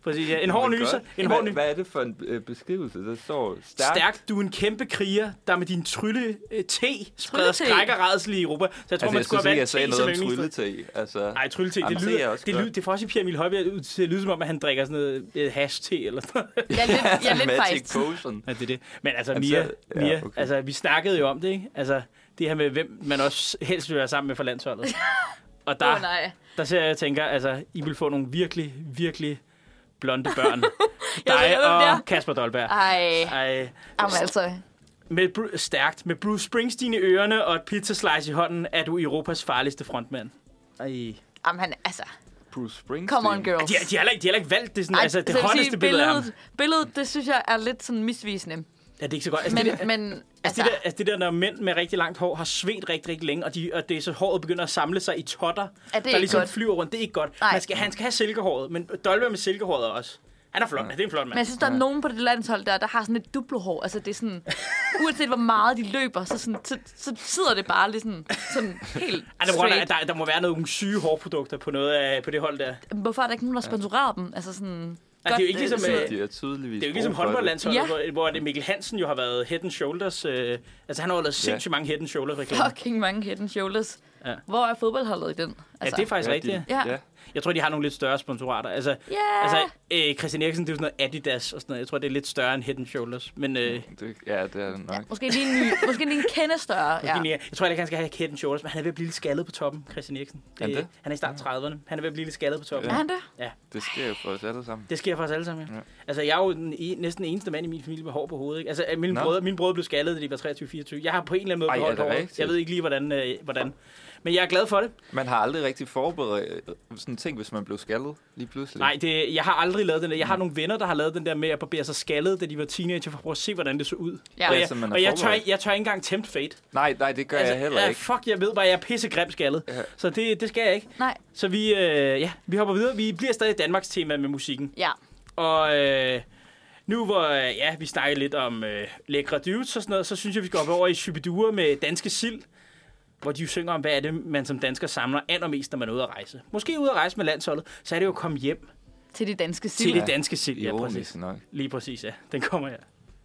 Speaker 3: Præcis, ja. En hård nyser. En
Speaker 1: hvad,
Speaker 3: hård ny-
Speaker 1: hvad er det for en øh, beskrivelse? Der står stærkt.
Speaker 3: Stærkt. Du er en kæmpe kriger, der med din trylle øh, te spreder
Speaker 2: Trylle-te.
Speaker 3: skræk og rædsel i Europa. Så jeg tror,
Speaker 1: Altså,
Speaker 3: man
Speaker 1: jeg
Speaker 3: skulle
Speaker 1: synes
Speaker 3: have
Speaker 1: ikke, jeg
Speaker 3: valgt
Speaker 1: sagde
Speaker 3: te som
Speaker 1: noget om
Speaker 3: yndlingsdrik.
Speaker 1: trylle-te. Altså,
Speaker 3: Nej, trylle-te, det
Speaker 1: Jamen, det er
Speaker 3: lyder,
Speaker 1: også
Speaker 3: det,
Speaker 1: godt.
Speaker 3: lyder, det får også i Pierre Emil Højbjerg ud til at lyde som om, at han drikker sådan noget øh, hash-te eller sådan noget.
Speaker 2: Jeg er lidt, jeg er lidt
Speaker 1: Magic
Speaker 2: faktisk.
Speaker 1: potion.
Speaker 3: Ja, det er det. Men altså,
Speaker 1: Han
Speaker 3: Mia,
Speaker 1: siger- ja,
Speaker 3: Mia
Speaker 1: okay.
Speaker 3: altså, vi snakkede jo om det, ikke? Altså, det her med, hvem man også helst vil være sammen med for landsholdet. Og der,
Speaker 2: Åh, oh, nej.
Speaker 3: der ser jeg, jeg tænker, altså, I vil få nogle virkelig, virkelig blonde børn.
Speaker 2: Jeg ved,
Speaker 3: Dig
Speaker 2: hvem det er.
Speaker 3: og Kasper Dolberg.
Speaker 2: Ej,
Speaker 3: Ej.
Speaker 2: jamen altså.
Speaker 3: Med Bru- stærkt. Med Bruce Springsteen i ørerne og et pizzaslice i hånden, er du Europas farligste frontmand. Ej.
Speaker 2: Jamen, han, altså.
Speaker 1: Bruce Springsteen.
Speaker 2: Come on, girls.
Speaker 3: De, har- de, har heller ikke, de har heller ikke valgt det, sådan,
Speaker 2: Ej,
Speaker 3: altså, det
Speaker 2: så jeg vil
Speaker 3: hotteste
Speaker 2: sige,
Speaker 3: billede af ham.
Speaker 2: billedet, billedet, det synes jeg er lidt sådan misvisende.
Speaker 3: Ja, det er ikke så godt. Altså,
Speaker 2: Men,
Speaker 3: det, der,
Speaker 2: men
Speaker 3: altså,
Speaker 2: altså,
Speaker 3: det, der, altså det der, når mænd med rigtig langt hår har svedt rigtig, rigtig længe, og, de, og det er så håret begynder at samle sig i totter,
Speaker 2: er det
Speaker 3: der
Speaker 2: ikke
Speaker 3: ligesom
Speaker 2: godt.
Speaker 3: flyver rundt. Det er ikke godt.
Speaker 2: Nej.
Speaker 3: Man skal, han skal have silkehåret, men Dolberg med silkehåret også. Han er flot, ja. Det er en flot mand.
Speaker 2: Men jeg synes, der er nogen på det landshold der, der har sådan et duplohår. Altså, det er sådan, uanset hvor meget de løber, så, sådan, så, så sidder det bare lige sådan, sådan helt
Speaker 3: Ej, der, må, der,
Speaker 2: straight.
Speaker 3: der, der må være nogle syge hårprodukter på, noget af, på det hold der.
Speaker 2: Hvorfor er der ikke nogen, der sponsorerer dem? Altså sådan...
Speaker 3: Altså, det er jo ikke ligesom,
Speaker 2: sådan-
Speaker 3: øh,
Speaker 1: De er tydeligvis
Speaker 3: Det er jo ikke ligesom
Speaker 1: brug for det.
Speaker 3: håndboldlandsholdet,
Speaker 2: Ja.
Speaker 3: hvor, hvor det Mikkel Hansen jo har været Head and Shoulders. Øh, altså, han har jo lavet sindssygt mange Head and Shoulders reklamer.
Speaker 2: Fucking mange head and shoulders.
Speaker 3: Ja.
Speaker 2: Hvor er fodboldholdet i den?
Speaker 3: Ja, det er faktisk
Speaker 1: Ja,
Speaker 3: rigtigt.
Speaker 1: de-
Speaker 2: Ja.
Speaker 1: ja.
Speaker 3: Jeg tror, de har nogle lidt større sponsorater. Altså,
Speaker 2: Ja.
Speaker 3: altså øh, Christian Eriksen, det er jo sådan noget Adidas og sådan noget. Jeg tror, det er lidt større end Head and Shoulders. Men øh,
Speaker 1: Det, ja, det er det nok.
Speaker 2: Måske lige en, ny, måske lige en kende større.
Speaker 3: ja.
Speaker 2: Ja.
Speaker 3: jeg tror heller ikke, han skal have Head and Shoulders, men han er ved at blive lidt skaldet på toppen, Christian Eriksen.
Speaker 1: Er han det?
Speaker 3: Han er i start trediverne. Han er ved at blive lidt skaldet på toppen.
Speaker 2: Er han det?
Speaker 1: Det sker jo for os alle sammen.
Speaker 3: Det sker for os alle sammen, ja.
Speaker 1: Ja.
Speaker 3: Altså, jeg er jo den e- næsten eneste mand i min familie med hår på hovedet, ikke? Altså, mine
Speaker 1: Nå.
Speaker 3: brødre, mine brødre blev skaldet, da de var treogtyve fireogtyve. Jeg har på en eller anden måde
Speaker 1: Ej, er
Speaker 3: beholdt
Speaker 1: det
Speaker 3: håret.
Speaker 1: rigtigt?
Speaker 3: Jeg ved ikke lige, hvordan, øh, hvordan. Men jeg er glad for det.
Speaker 1: Man har aldrig rigtig forberedt sådan en ting, hvis man blev skaldet lige pludselig.
Speaker 3: Nej, det, jeg har aldrig lavet den der. Jeg har nogle venner, der har lavet den der med at barbere sig skaldet, da de var teenager, for at prøve at se, hvordan det så ud.
Speaker 2: Ja.
Speaker 3: Og
Speaker 1: Ja,
Speaker 3: jeg,
Speaker 1: så man er
Speaker 3: og jeg, tør,
Speaker 1: forberedt.
Speaker 3: jeg tør ikke engang tempt fate.
Speaker 1: nej, nej, det gør altså, jeg heller
Speaker 3: ja,
Speaker 1: ikke.
Speaker 3: fuck, jeg ved bare, jeg er pissegrim skaldet.
Speaker 1: Ja.
Speaker 3: Så det, det skal jeg ikke.
Speaker 2: Nej.
Speaker 3: Så vi, øh, ja, vi hopper videre. Vi bliver stadig Danmarks tema med musikken.
Speaker 2: Ja.
Speaker 3: Og øh, nu hvor øh, ja, vi snakker lidt om øh, lækre dudes og sådan noget, så synes jeg, vi skal op over i Shubidua med Danske Sild, hvor de jo synger om, hvad er det, man som dansker samler allermest, når man er ude at rejse. Måske ude at rejse med landsholdet, så er det jo at komme hjem
Speaker 2: Til de danske
Speaker 3: til
Speaker 2: sild.
Speaker 3: det danske sild. Ja, præcis.
Speaker 1: Ironisk nok.
Speaker 3: Lige præcis, ja. Den kommer her.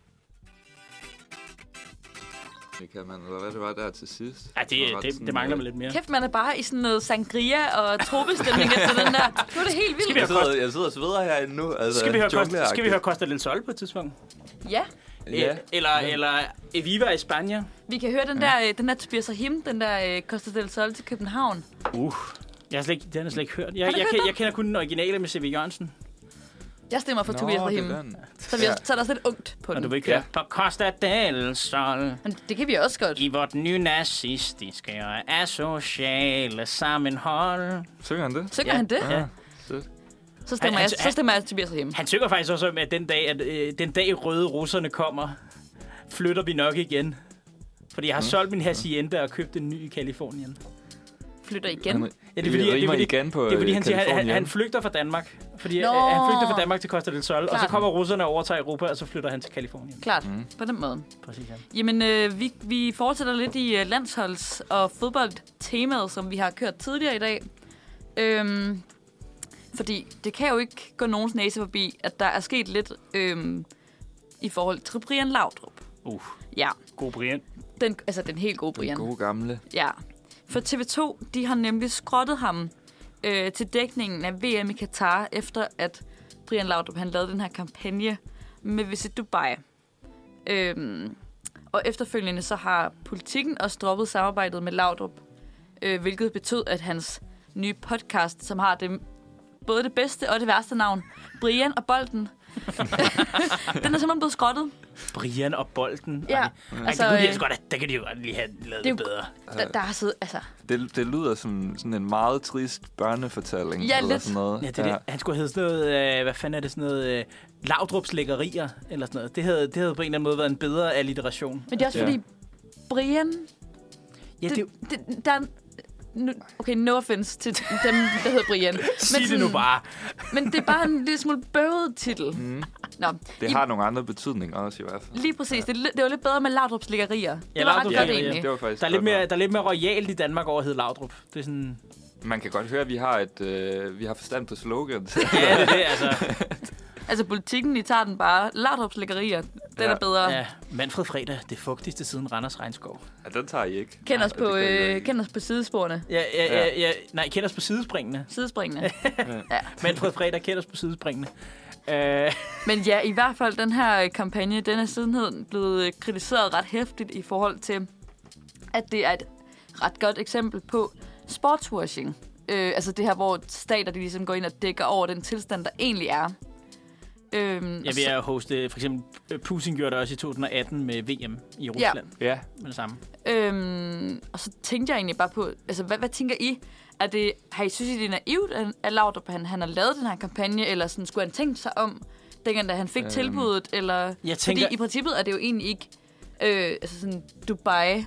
Speaker 1: Det kan man, eller hvad det var der til sidst.
Speaker 3: Ja, det,
Speaker 1: var ret
Speaker 3: det,
Speaker 1: sådan,
Speaker 3: det mangler
Speaker 1: øh,
Speaker 3: mig lidt mere.
Speaker 2: Kæft, man er bare i sådan noget sangria og tropestemning efter den der. Nu er det helt vildt.
Speaker 1: Jeg sidder, jeg sidder og sveder herinde nu. Altså,
Speaker 3: Skal vi høre, Costa,
Speaker 1: jungleagtigt.
Speaker 3: skal vi høre Costa del Sol på et tidspunkt?
Speaker 2: Ja,
Speaker 1: Ja.
Speaker 3: Øh, Eller, eller Eviva i Spanien?
Speaker 2: vi kan høre den der, øh, den der Tobias Rahim, den der øh, Costa del Sol til København.
Speaker 3: Uh, jeg har slet ikke, den har jeg slet ikke hørt. Jeg,
Speaker 2: Har du
Speaker 3: jeg,
Speaker 2: hørt
Speaker 3: jeg,
Speaker 2: den?
Speaker 3: jeg kender kun den originale med C V Jørgensen.
Speaker 2: Jeg stemmer for
Speaker 1: Nå,
Speaker 2: Tobias
Speaker 1: det
Speaker 2: Rahim.
Speaker 1: er den.
Speaker 2: Så, vi er, så er der også lidt ungt på
Speaker 3: Og
Speaker 2: den.
Speaker 3: du vil ikke
Speaker 1: Ja.
Speaker 3: høre på Costa del Sol.
Speaker 2: Men det kan vi også godt.
Speaker 3: I vort nye nazistiske og asociale sammenhold.
Speaker 1: Synger han det?
Speaker 2: Synger
Speaker 3: Ja.
Speaker 2: han det?
Speaker 3: Ja.
Speaker 1: Sødt.
Speaker 2: Så stemmer,
Speaker 3: Han-
Speaker 2: jeg,
Speaker 3: han-
Speaker 2: så stemmer jeg Tobias Rahim.
Speaker 3: Han synger faktisk også om, at den dag, at, øh, den dag røde russerne kommer, flytter vi nok igen. Fordi jeg har
Speaker 1: Mm.
Speaker 3: solgt min hacienda og købt en ny i Kalifornien.
Speaker 2: Flytter igen.
Speaker 1: Han,
Speaker 3: Ja, det er fordi, det er
Speaker 1: rimer
Speaker 3: fordi,
Speaker 1: igen på
Speaker 3: det er, fordi han, siger, han, han,
Speaker 1: Californien.
Speaker 3: han flygter fra Danmark. Fordi
Speaker 2: Nå.
Speaker 3: øh, han flygter fra Danmark til Costa del Sol, og så
Speaker 2: Klart.
Speaker 3: kommer russerne og overtager Europa, og så flytter han til Kalifornien.
Speaker 2: Klart,
Speaker 1: Mm.
Speaker 2: på den måde.
Speaker 3: Præcis, ja.
Speaker 2: Jamen, øh, vi, vi fortsætter lidt i øh, landsholds- og fodboldtemaet, som vi har kørt tidligere i dag. Øhm, fordi det kan jo ikke gå nogens næse forbi, at der er sket lidt øhm, i forhold til Brian Laudrup.
Speaker 3: Uh,
Speaker 2: Ja,
Speaker 3: god Brian.
Speaker 2: den, altså den helt gode
Speaker 1: Den
Speaker 2: Brian.
Speaker 1: gode gamle.
Speaker 2: Ja, for T V to, de har nemlig skrottet ham øh, til dækningen af V M i Katar, efter at Brian Laudrup, han lavede den her kampagne med Visit Dubai. Øhm, og efterfølgende så har Politikken også droppet samarbejdet med Laudrup, øh, hvilket betød, at hans nye podcast, som har det, både det bedste og det værste navn, Brian og Bolden, den er simpelthen blevet skrottet.
Speaker 3: Brian og bolden.
Speaker 2: Ja,
Speaker 3: Ej, altså, det kunne de altså godt, der kan de jo godt lige have lavet
Speaker 2: det er
Speaker 3: det
Speaker 2: jo-
Speaker 3: bedre.
Speaker 2: Der, der har siddet, altså,
Speaker 1: Det, det lyder som sådan en meget trist børnefortælling.
Speaker 2: Ja,
Speaker 1: eller
Speaker 2: lidt.
Speaker 1: sådan noget.
Speaker 3: Ja, det er det. Han skulle have heddet sådan noget, øh, hvad fanden er det, sådan noget, øh, Laudrups lækkerier, eller sådan noget. Det havde, det havde på en eller anden måde været en bedre alliteration.
Speaker 2: men det er også
Speaker 1: Ja.
Speaker 2: fordi, Brian,
Speaker 3: Ja, det,
Speaker 2: det, det, der er, nu, okay, no offense til dem, der hedder Brian.
Speaker 3: sig det
Speaker 2: sådan-
Speaker 3: nu bare.
Speaker 2: Men det er bare en lille smule bøvet titel.
Speaker 1: Mm.
Speaker 2: Nå,
Speaker 1: Det
Speaker 2: I,
Speaker 1: har nogle andre betydninger også i hvert fald.
Speaker 2: lige præcis. Det, det var lidt bedre med Laudrups lækkerier. Det
Speaker 3: Ja,
Speaker 2: var ret
Speaker 3: Laudrups
Speaker 2: godt
Speaker 3: lækkerier.
Speaker 2: egentlig.
Speaker 1: Det var faktisk
Speaker 3: Der er, lidt
Speaker 1: godt
Speaker 3: mere,
Speaker 1: nok.
Speaker 3: der er lidt mere royalt i Danmark over at hedde Laudrup. Det er sådan...
Speaker 1: Man kan godt høre, at vi har, et, øh, vi har forstand på slogans.
Speaker 3: Ja, det er det, altså.
Speaker 2: Altså, politikken, I tager den bare. Laudrups lækkerier, den
Speaker 1: Ja.
Speaker 2: er bedre.
Speaker 3: Ja, Manfred Fredag, det fugtigste siden Randers Regnskov.
Speaker 1: Ja, den tager I ikke.
Speaker 2: Kend os,
Speaker 1: Ja,
Speaker 2: på,
Speaker 1: det gør jeg
Speaker 2: øh,
Speaker 1: ikke.
Speaker 2: kend os på sidesporene.
Speaker 3: Ja, ja, ja, ja. Nej, kend os på sidespringene.
Speaker 2: Sidespringene.
Speaker 3: Manfred Fredag, kend os på sidespringene. Uh,
Speaker 2: Men ja, i hvert fald den her øh, kampagne, den er sidenheden blevet øh, kritiseret ret hæftigt i forhold til, at det er et ret godt eksempel på sportswashing. Øh, altså det her, hvor stater de ligesom går ind og dækker over den tilstand, der egentlig er. Øhm,
Speaker 3: jeg vil
Speaker 2: så-
Speaker 3: have hoste, for eksempel Putin gjorde det også i to tusind atten med V M i Rusland.
Speaker 1: Ja.
Speaker 3: Med det samme.
Speaker 2: Øhm, og så tænkte jeg egentlig bare på, altså hvad, hvad tænker I? Er det, har I synes, I, det er naivt, at- at Laudrup han, han har lavet den her kampagne, eller sådan, skulle han tænke sig om, dengang da han fik
Speaker 1: Øhm,
Speaker 2: øhm, tilbuddet? Eller,
Speaker 3: jeg tænker-
Speaker 2: Fordi i princippet er det jo egentlig ikke øh, altså sådan Dubai,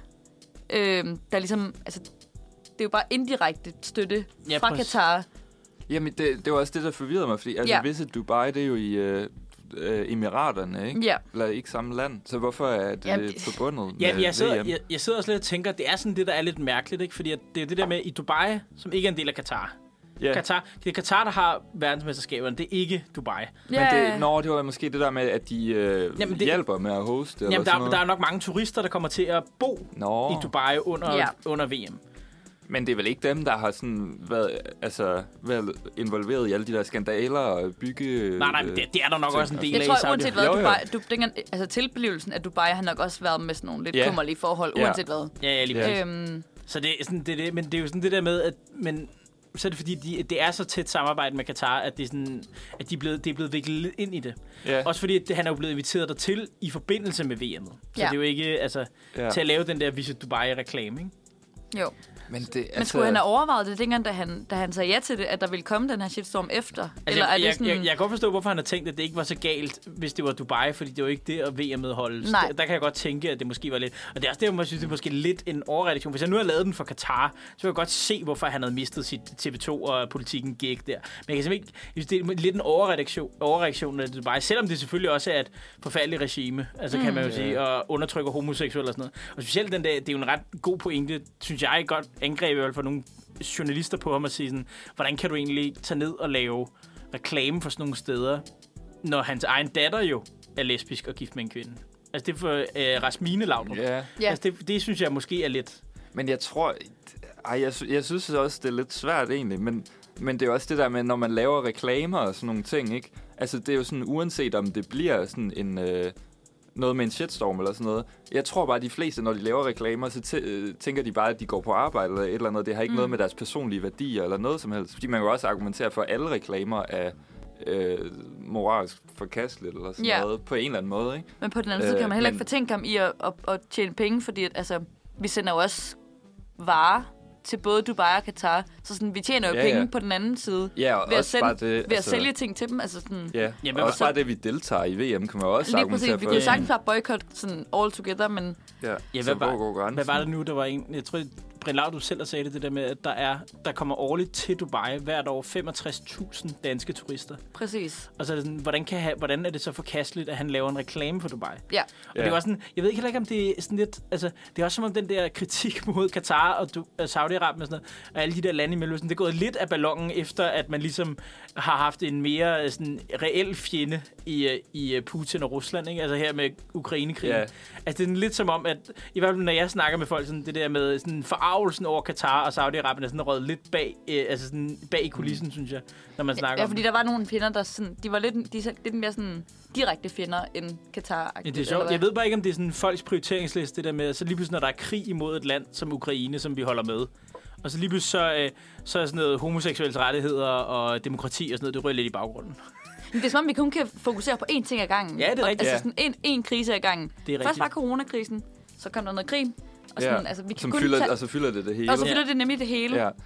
Speaker 2: øh, der ligesom, altså det er jo bare indirekte støtte
Speaker 3: Ja,
Speaker 2: fra
Speaker 3: præcis.
Speaker 2: Qatar.
Speaker 1: Jamen, det, det var også det, der forvirrede mig, fordi altså,
Speaker 2: Ja.
Speaker 1: Visit Dubai, det er jo i øh, øh, Emiraterne, ikke?
Speaker 2: Ja.
Speaker 1: Eller ikke samme land. Så hvorfor er det
Speaker 2: Jamen,
Speaker 1: Jamen, forbundet
Speaker 3: Ja,
Speaker 1: med
Speaker 3: jeg sidder,
Speaker 1: V M?
Speaker 3: jeg, jeg sidder også lidt og tænker, at det er sådan det, der er lidt mærkeligt, ikke? Fordi at det er det der med i Dubai, som ikke er en del af Qatar.
Speaker 1: Ja.
Speaker 3: Qatar det er Qatar, der har verdensmesterskaberne, det er ikke Dubai.
Speaker 1: Men det, når det var måske det der med, at de øh,
Speaker 3: Jamen, det-
Speaker 1: hjælper med at hoste, eller
Speaker 3: Jamen,
Speaker 1: sådan
Speaker 3: der,
Speaker 1: noget.
Speaker 3: der er nok mange turister, der kommer til at bo
Speaker 1: Nå,
Speaker 3: i Dubai under,
Speaker 2: Ja.
Speaker 3: under V M.
Speaker 1: men det er vel ikke dem, der har sådan været, altså, været involveret i alle de der skandaler og bygge...
Speaker 3: Nej, nej, men det, det er der nok
Speaker 1: så-
Speaker 3: også en del
Speaker 2: Jeg
Speaker 3: af
Speaker 2: tror,
Speaker 3: i Saudi.
Speaker 2: uanset hvad,
Speaker 1: Jo, jo.
Speaker 2: Dubai, du, dengang, altså tilblivelsen af Dubai har nok også været med sådan nogle lidt
Speaker 1: Ja.
Speaker 2: kummerlige forhold,
Speaker 1: Ja.
Speaker 2: uanset hvad.
Speaker 3: Ja, ja, lige
Speaker 1: Ja.
Speaker 3: præcis.
Speaker 2: Øhm,
Speaker 3: Så det er, sådan, det, er det, men det er jo sådan det der med, at men, så er det fordi, de, det er så tæt samarbejde med Qatar, at, det er, sådan, at de er blevet, det er blevet viklet lidt ind i det.
Speaker 1: Ja,
Speaker 3: Også fordi, at det, han er jo blevet inviteret dertil i forbindelse med V M'et. Så
Speaker 2: Ja.
Speaker 3: det er jo ikke altså,
Speaker 1: ja.
Speaker 3: til at lave den der Visit Dubai-reklame, ikke?
Speaker 2: jo.
Speaker 1: Men, det,
Speaker 2: Men skulle han have overvejet det, dengang, da han, da han sagde ja til det, at der ville komme den her shitstorm efter?
Speaker 3: Altså,
Speaker 2: Eller er
Speaker 3: jeg,
Speaker 2: det
Speaker 3: jeg,
Speaker 2: sådan...
Speaker 3: jeg, jeg kan godt forstå, hvorfor han har tænkt, at det ikke var så galt, hvis det var Dubai, fordi det var ikke det, at V M'et holdes.
Speaker 2: Nej.
Speaker 3: Der, der kan jeg godt tænke, at det måske var lidt... Og det er også det, jeg synes, det er måske lidt en overreaktion. Hvis jeg nu har lavet den for Qatar, så vil jeg godt se, hvorfor han havde mistet sit T V to og politikken gik der. Men jeg kan simpelthen ikke... Jeg synes, det er lidt en overreaktion, overreaktion af Dubai, selvom det selvfølgelig også er et forfærdeligt regime, altså mm. kan man jo sige, og undertrykker homoseksuelle og sådan noget. Og specielt den der, det er jo en ret god pointe, synes jeg, godt angreb i hvert fald nogle journalister på ham og sige sådan, hvordan kan du egentlig tage ned og lave reklame for sådan nogle steder, når hans egen datter jo er lesbisk og gift med en kvinde. Altså det er for øh, Rasmine Laudrup.
Speaker 1: Ja,
Speaker 2: Ja.
Speaker 3: Altså det, det synes jeg måske er lidt...
Speaker 1: men jeg tror... Ej, jeg, sy- jeg synes også, det er lidt svært egentlig, men, men det er også det der med, når man laver reklamer og sådan nogle ting, ikke? Altså, det er jo sådan, uanset om det bliver sådan en... Øh, noget med en shitstorm eller sådan noget. Jeg tror bare, at de fleste, når de laver reklamer, så tæ- øh, tænker de bare, at de går på arbejde eller et eller andet. Det har ikke mm. noget med deres personlige værdier eller noget som helst. Fordi man kan jo også argumentere for, at alle reklamer er øh, moralsk forkasteligt eller sådan
Speaker 2: Ja.
Speaker 1: noget, på en eller anden måde, ikke?
Speaker 2: Men på den anden side
Speaker 1: Øh,
Speaker 2: kan man heller
Speaker 1: men-
Speaker 2: ikke fortænke ham i at, at, at tjene penge, fordi at, altså, vi sender jo også varer til både Dubai og Qatar, så sådan, vi tjener jo
Speaker 1: Ja,
Speaker 2: penge
Speaker 1: ja.
Speaker 2: på den anden side
Speaker 1: Ja, og
Speaker 2: ved at,
Speaker 1: også
Speaker 2: sælge,
Speaker 1: bare det...
Speaker 2: ved at sælge ting til dem. Altså sådan,
Speaker 1: Ja,
Speaker 3: Ja,
Speaker 1: ja
Speaker 3: men
Speaker 1: også
Speaker 2: så-
Speaker 1: bare det, vi deltager i V M, kan man jo også
Speaker 2: lige præcis,
Speaker 1: argumentere
Speaker 2: vi
Speaker 1: for.
Speaker 2: kunne sagtens bare boycott sådan all together, men
Speaker 1: Ja,
Speaker 3: Ja,
Speaker 1: så
Speaker 3: hvad var-
Speaker 1: hvor går grænsen?
Speaker 3: Hvad var det nu, der var en... Jeg tror, Brind Laudrup selv har sagt det, det der med, at der, er, der kommer årligt til Dubai hvert år femogtres tusind danske turister.
Speaker 2: præcis.
Speaker 3: Og så er det sådan, hvordan, kan ha, hvordan er det så forkasteligt, at han laver en reklame for Dubai?
Speaker 2: Ja.
Speaker 3: Og ja. det var sådan, jeg ved ikke heller ikke, om det er sådan lidt... Altså, det er også som om den der kritik mod Katar og du, uh, Saudi-Arabien og sådan noget, og alle de der lande i Mellemøsten, det er gået lidt af ballonen efter, at man ligesom har haft en mere uh, sådan, reel fjende i, uh, i uh, Putin og Rusland, ikke? Altså her med Ukrainekrigen.
Speaker 1: Ja.
Speaker 3: Altså, det er sådan lidt som om, at i hvert fald, når jeg snakker med folk, sådan det der med sådan forarvelsen over Katar og Saudi-Arabien er sådan røget lidt bag, øh, altså sådan bag i kulissen, mm. synes jeg, når man snakker
Speaker 2: Ja,
Speaker 3: om
Speaker 2: fordi
Speaker 3: det.
Speaker 2: der var nogle fjender, der sådan, de var lidt, de, er lidt mere sådan direkte fjender end Qatar.
Speaker 3: Ja, det er sjovt. Jeg ved bare ikke, om det er sådan folks prioriteringsliste, det der med, så lige pludselig, når der er krig imod et land som Ukraine, som vi holder med, og så lige pludselig så, øh, så er sådan noget homoseksuelle rettigheder og demokrati og sådan noget, det rører lidt i baggrunden.
Speaker 2: Men det er som om, vi kun kan fokusere på én ting ad gangen.
Speaker 3: Ja, det er
Speaker 2: Og-
Speaker 3: rigtigt.
Speaker 2: Altså sådan en, en krise ad gangen.
Speaker 3: Det er
Speaker 2: Først
Speaker 3: rigtigt.
Speaker 2: var coronakrisen, så kom der noget krig. Og, sådan,
Speaker 1: Ja,
Speaker 2: altså, vi kan
Speaker 1: som
Speaker 2: kun
Speaker 1: fylder,
Speaker 2: tage,
Speaker 1: og så fylder det det hele.
Speaker 2: og så
Speaker 3: Ja.
Speaker 2: fylder det nemlig det hele.
Speaker 1: Ja.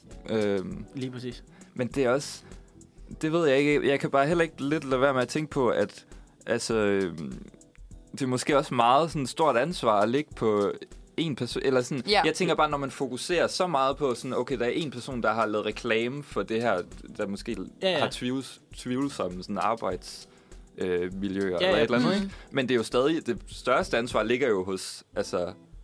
Speaker 1: Øhm,
Speaker 3: Lige præcis.
Speaker 1: men det er også... Det ved jeg ikke. Jeg kan bare heller ikke lidt lade være med at tænke på, at altså, øhm, det er måske også meget sådan stort ansvar at ligge på en person. Eller sådan,
Speaker 2: Ja.
Speaker 1: Jeg tænker bare, når man fokuserer så meget på, sådan, okay, der er en person, der har lavet reklame for det her, der måske
Speaker 3: Ja, ja.
Speaker 1: har tvivls, tvivlsomme sådan arbejds... Øh, miljøer
Speaker 3: Ja,
Speaker 1: eller
Speaker 3: ja.
Speaker 1: et eller andet,
Speaker 2: Mm.
Speaker 1: ikke? Men det er jo stadig, det største ansvar ligger jo hos, altså,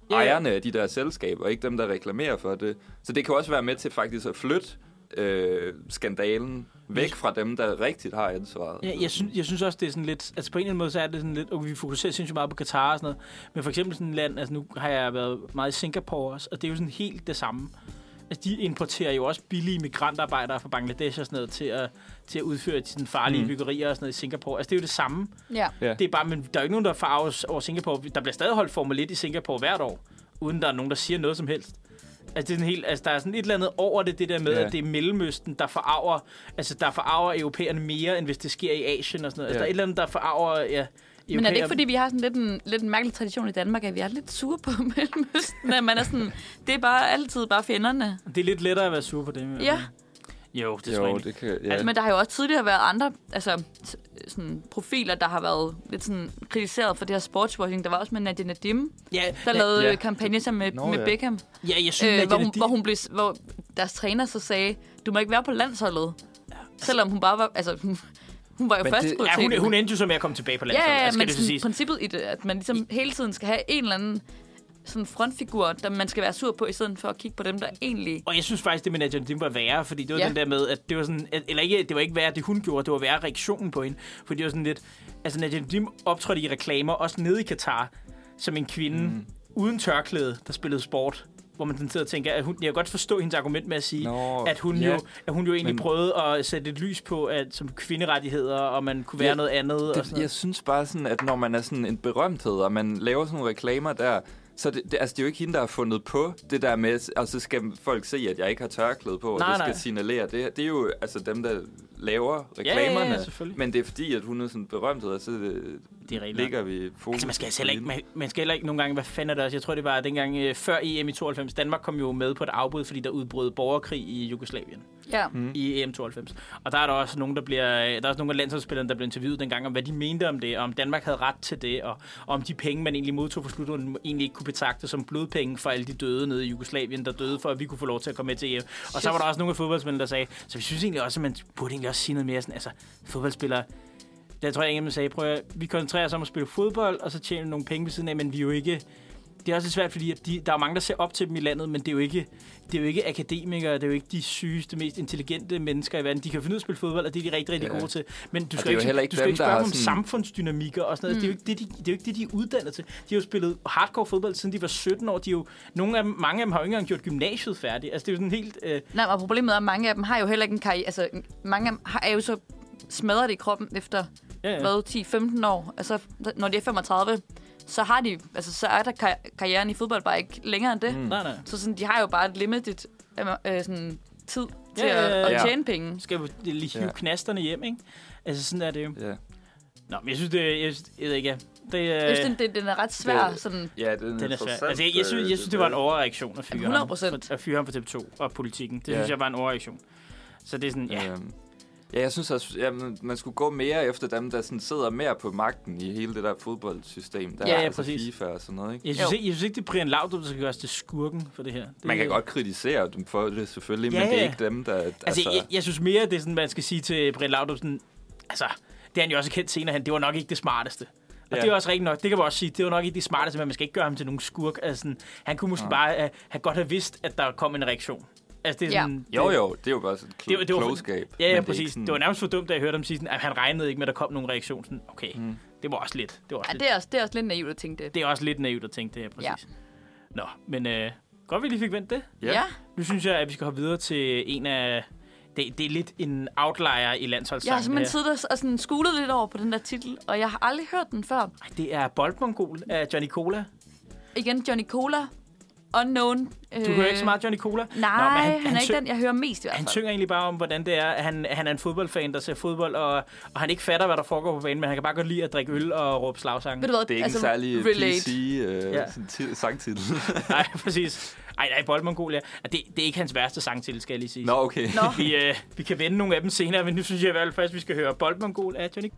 Speaker 1: ja, ja. ejerne af de der selskaber, ikke dem, der reklamerer for det. Så det kan også være med til faktisk at flytte øh, skandalen væk fra dem, der rigtigt har ansvaret.
Speaker 3: Ja, jeg, synes, jeg synes også, det er sådan lidt... Altså på en eller anden måde, så er det sådan lidt... Og vi fokuserer sindssygt meget på Katar og sådan noget. Men for eksempel sådan et land... Altså nu har jeg været meget i Singapore også, og det er jo sådan helt det samme. Altså de importerer jo også billige migrantarbejdere fra Bangladesh og sådan noget til at, til at udføre de sådan farlige mm. byggerier og sådan noget i Singapore. Altså det er jo det samme.
Speaker 2: Ja.
Speaker 3: Ja. Det er bare... Men der er jo ikke nogen, der farves over Singapore. Der bliver stadig holdt Formel et i Singapore hvert år, uden der er nogen, der siger noget som helst. Altså, det er sådan helt, altså, der er sådan et eller andet over det, det der med, ja. at det er Mellemøsten, der forarver, altså, der forarver europæerne mere, end hvis det sker i Asien og sådan noget. Ja. Altså, der er et eller andet, der forarver, ja,
Speaker 2: men er det ikke, fordi vi har sådan lidt en, lidt en mærkelig tradition i Danmark, at vi er lidt sure på Mellemøsten? At man er sådan, det er bare altid bare fjenderne.
Speaker 3: Det er lidt lettere at være sur på dem.
Speaker 2: Ja.
Speaker 3: Jo, det
Speaker 1: jo,
Speaker 3: tror jeg
Speaker 1: det kan, ja.
Speaker 2: Altså, men der har jo også tidligere været andre altså, sådan, profiler, der har været lidt sådan, kritiseret for det her sportswashing. Der var også med Nadia Nadim,
Speaker 3: ja,
Speaker 2: der ja, lavede
Speaker 1: ja.
Speaker 2: kampagne sammen med,
Speaker 1: Nå,
Speaker 2: med
Speaker 1: ja.
Speaker 2: Beckham.
Speaker 3: Ja, jeg synes,
Speaker 2: øh, hvor, hun, hvor, hun blev, hvor deres træner så sagde, du må ikke være på landsholdet. Ja, altså, selvom hun bare var... Altså, hun var jo først
Speaker 3: ja, hun, hun endte jo så med at komme tilbage på landsholdet.
Speaker 2: Ja, ja,
Speaker 3: altså,
Speaker 2: men
Speaker 3: det
Speaker 2: sådan, princippet i det, at man ligesom hele tiden skal have en eller anden sådan frontfigur, der man skal være sur på, i stedet for at kigge på dem, der egentlig...
Speaker 3: Og jeg synes faktisk, det med Nadia Nadim var værre, fordi det var
Speaker 2: ja.
Speaker 3: den der med, at det var sådan... At, eller ikke, det var ikke værre, det hun gjorde, det var værre reaktionen på hende. Fordi det var sådan lidt... Altså, Nadia Nadim optrådte i reklamer, også nede i Katar, som en kvinde mm. uden tørklæde, der spillede sport. Hvor man sådan sidder og tænker, at hun, jeg kan godt forstå hendes argument med at sige, Nå, at, hun ja. jo, at hun jo egentlig men, prøvede at sætte et lys på, at som kvinderettigheder, og man kunne være ja, noget andet.
Speaker 1: Det,
Speaker 3: og sådan noget.
Speaker 1: Jeg synes bare sådan, at når man er sådan en berømthed, og man laver sådan nogle reklamer der, så det, det, altså, det er jo ikke hende, der har fundet på det der med, og så skal folk se, at jeg ikke har tørklæde på, og nej, det skal nej. signalere. Det, det er jo altså dem, der laver reklamerne.
Speaker 3: Ja, ja, ja,
Speaker 1: men det er fordi, at hun er sådan berømthed, og så det ligger vi fokus.
Speaker 3: Altså, man skal heller ikke, man, man skal heller ikke nogle gange, hvad fanden er det også? Jeg tror, det var dengang øh, før E M i tooghalvfems. Danmark kom jo med på et afbud, fordi der udbrød borgerkrig i Jugoslavien.
Speaker 2: Ja.
Speaker 3: Mm. I E M tooghalvfems. Og der er der også nogen, der bliver, der er også nogle af landsholdsspillerne, der blev interviewet dengang om, hvad de mente om det, og om Danmark havde ret til det, og, og om de penge, man egentlig modtog for slutrunden, egentlig ikke kunne betragte som blodpenge for alle de døde nede i Jugoslavien, der døde for, at vi kunne få lov til at komme med til E M. Og så var der også nogle af fodboldspillerne, der sagde, så vi synes egentlig også, at man burde egentlig også sige noget mere sådan, altså fodboldspillere. Der tror jeg ikke, man sagde, prøv at, vi koncentrerer os om at spille fodbold, og så tjener nogle penge ved siden af, men vi er jo ikke... Det er også svært, fordi at de, der er mange, der ser op til dem i landet, men det er jo ikke, det er jo ikke akademikere, det er jo ikke de sygeste, mest intelligente mennesker i verden. De kan finde ud af at spille fodbold, og det er de rigtig, rigtig ja. gode til. Men du skal ikke,
Speaker 1: ikke,
Speaker 3: du skal ikke spørge dem om
Speaker 1: sådan...
Speaker 3: samfundsdynamikker og sådan noget. Mm. Det, er jo ikke det, de, det er jo ikke det, de er uddannet til. De har jo spillet hardcore fodbold, siden de var sytten år. De er jo, nogle af dem, mange af dem har jo ikke engang gjort gymnasiet færdigt. Altså, det er jo sådan helt... Øh...
Speaker 2: Nej, og problemet er, at mange af dem har jo heller ikke en karriere. Altså, mange af dem er jo så smadret i kroppen efter ja, ja. hvad, ti femten år. Altså, når de er femogtredive... så har de, altså så er der kar- karrieren i fodbold bare ikke længere end det.
Speaker 3: Mm. Nej, nej.
Speaker 2: Så sådan, de har jo bare et limited øh, sådan, tid til
Speaker 3: ja, ja, ja,
Speaker 2: at,
Speaker 3: ja.
Speaker 2: at tjene penge.
Speaker 3: Skal jo lige hive ja. knasterne hjem, ikke? Altså sådan er det jo.
Speaker 1: Ja.
Speaker 3: Nå, men jeg synes, det jeg, synes, jeg ved ikke, det,
Speaker 2: jeg synes, den, den er ret svær.
Speaker 1: Det,
Speaker 2: sådan.
Speaker 1: Ja, den,
Speaker 3: den er svær. Altså, jeg, jeg, synes, jeg synes, det var en overreaktion at fyre
Speaker 2: hundrede procent.
Speaker 3: ham, at fyre ham for T V to og politikken. Det
Speaker 1: ja.
Speaker 3: synes jeg var en overreaktion. Så det er sådan, ja...
Speaker 1: Øhm. Ja, jeg synes også, at man skulle gå mere efter dem, der sådan sidder mere på magten i hele det der fodboldsystem. Der
Speaker 3: ja,
Speaker 1: er
Speaker 3: ja,
Speaker 1: altså
Speaker 3: præcis.
Speaker 1: FIFA og sådan noget, ikke?
Speaker 3: Jeg synes, ikke, jeg synes ikke, det er Brian Laudrup, der skal gøres til skurken for det her. Det
Speaker 1: man kan
Speaker 3: er,
Speaker 1: godt kritisere dem for det, selvfølgelig,
Speaker 3: ja,
Speaker 1: men det er
Speaker 3: ja.
Speaker 1: ikke dem, der...
Speaker 3: Altså, altså jeg, jeg synes mere, det er sådan, man skal sige til Brian Laudrup, sådan, altså, det er han jo også kendt senere, han, det var nok ikke det smarteste. Og ja. det er også rigtigt nok, det kan man også sige, det var nok ikke det smarteste, men man skal ikke gøre ham til nogen skurk. Altså, sådan, han kunne måske ja. bare uh, have godt have vidst, at der kom en reaktion. Altså, det er sådan,
Speaker 2: ja.
Speaker 1: Jo, jo, det er jo bare sådan kl-
Speaker 3: det, det var,
Speaker 1: klogskab.
Speaker 3: Ja, ja, præcis. Det, sådan... det var nærmest for dumt, da jeg hørte ham sige, sådan, at han regnede ikke med, at der kom nogen reaktion. Sådan, okay, mm. det var også lidt. Det, var også
Speaker 2: ja,
Speaker 3: lidt.
Speaker 2: Det, er også, det er også lidt naivt at tænke det.
Speaker 3: Det er også lidt naivt at tænke det, ja, præcis. Ja. Nå, men øh, godt, vi lige fik vendt det.
Speaker 2: Ja. ja.
Speaker 3: Nu synes jeg, at vi skal hoppe videre til en af... Det, det er lidt en outlier i landsholdssangen.
Speaker 2: Jeg har simpelthen siddet og sådan skulet lidt over på den der titel, og jeg har aldrig hørt den før.
Speaker 3: Ej, det er Boldmongol af Johnny Cola.
Speaker 2: Igen, Johnny Cola. Unknown.
Speaker 3: Du hører ikke så meget Johnny Cola?
Speaker 2: Nej, Nå, han, han, han er ikke den, jeg hører mest i hvert fald.
Speaker 3: Han synger egentlig bare om, hvordan det er, at han, han er en fodboldfan, der ser fodbold, og, og han ikke fatter, hvad der foregår på banen, men han kan bare godt lide at drikke øl og råbe slagsange.
Speaker 2: Ved du hvad?
Speaker 1: Det er ikke
Speaker 2: altså,
Speaker 1: en særlig
Speaker 2: relate.
Speaker 1: P C øh, ja. t- sangtitel.
Speaker 3: Nej, præcis. Ej, nej, Boldmongol, ja. Det, det er ikke hans værste sangtitel, skal jeg lige sige.
Speaker 1: Nå, okay.
Speaker 2: Nå.
Speaker 3: Vi, øh, vi kan vende nogle af dem senere, men nu synes jeg i hvert fald, at vi skal høre Boldmongol af Johnny.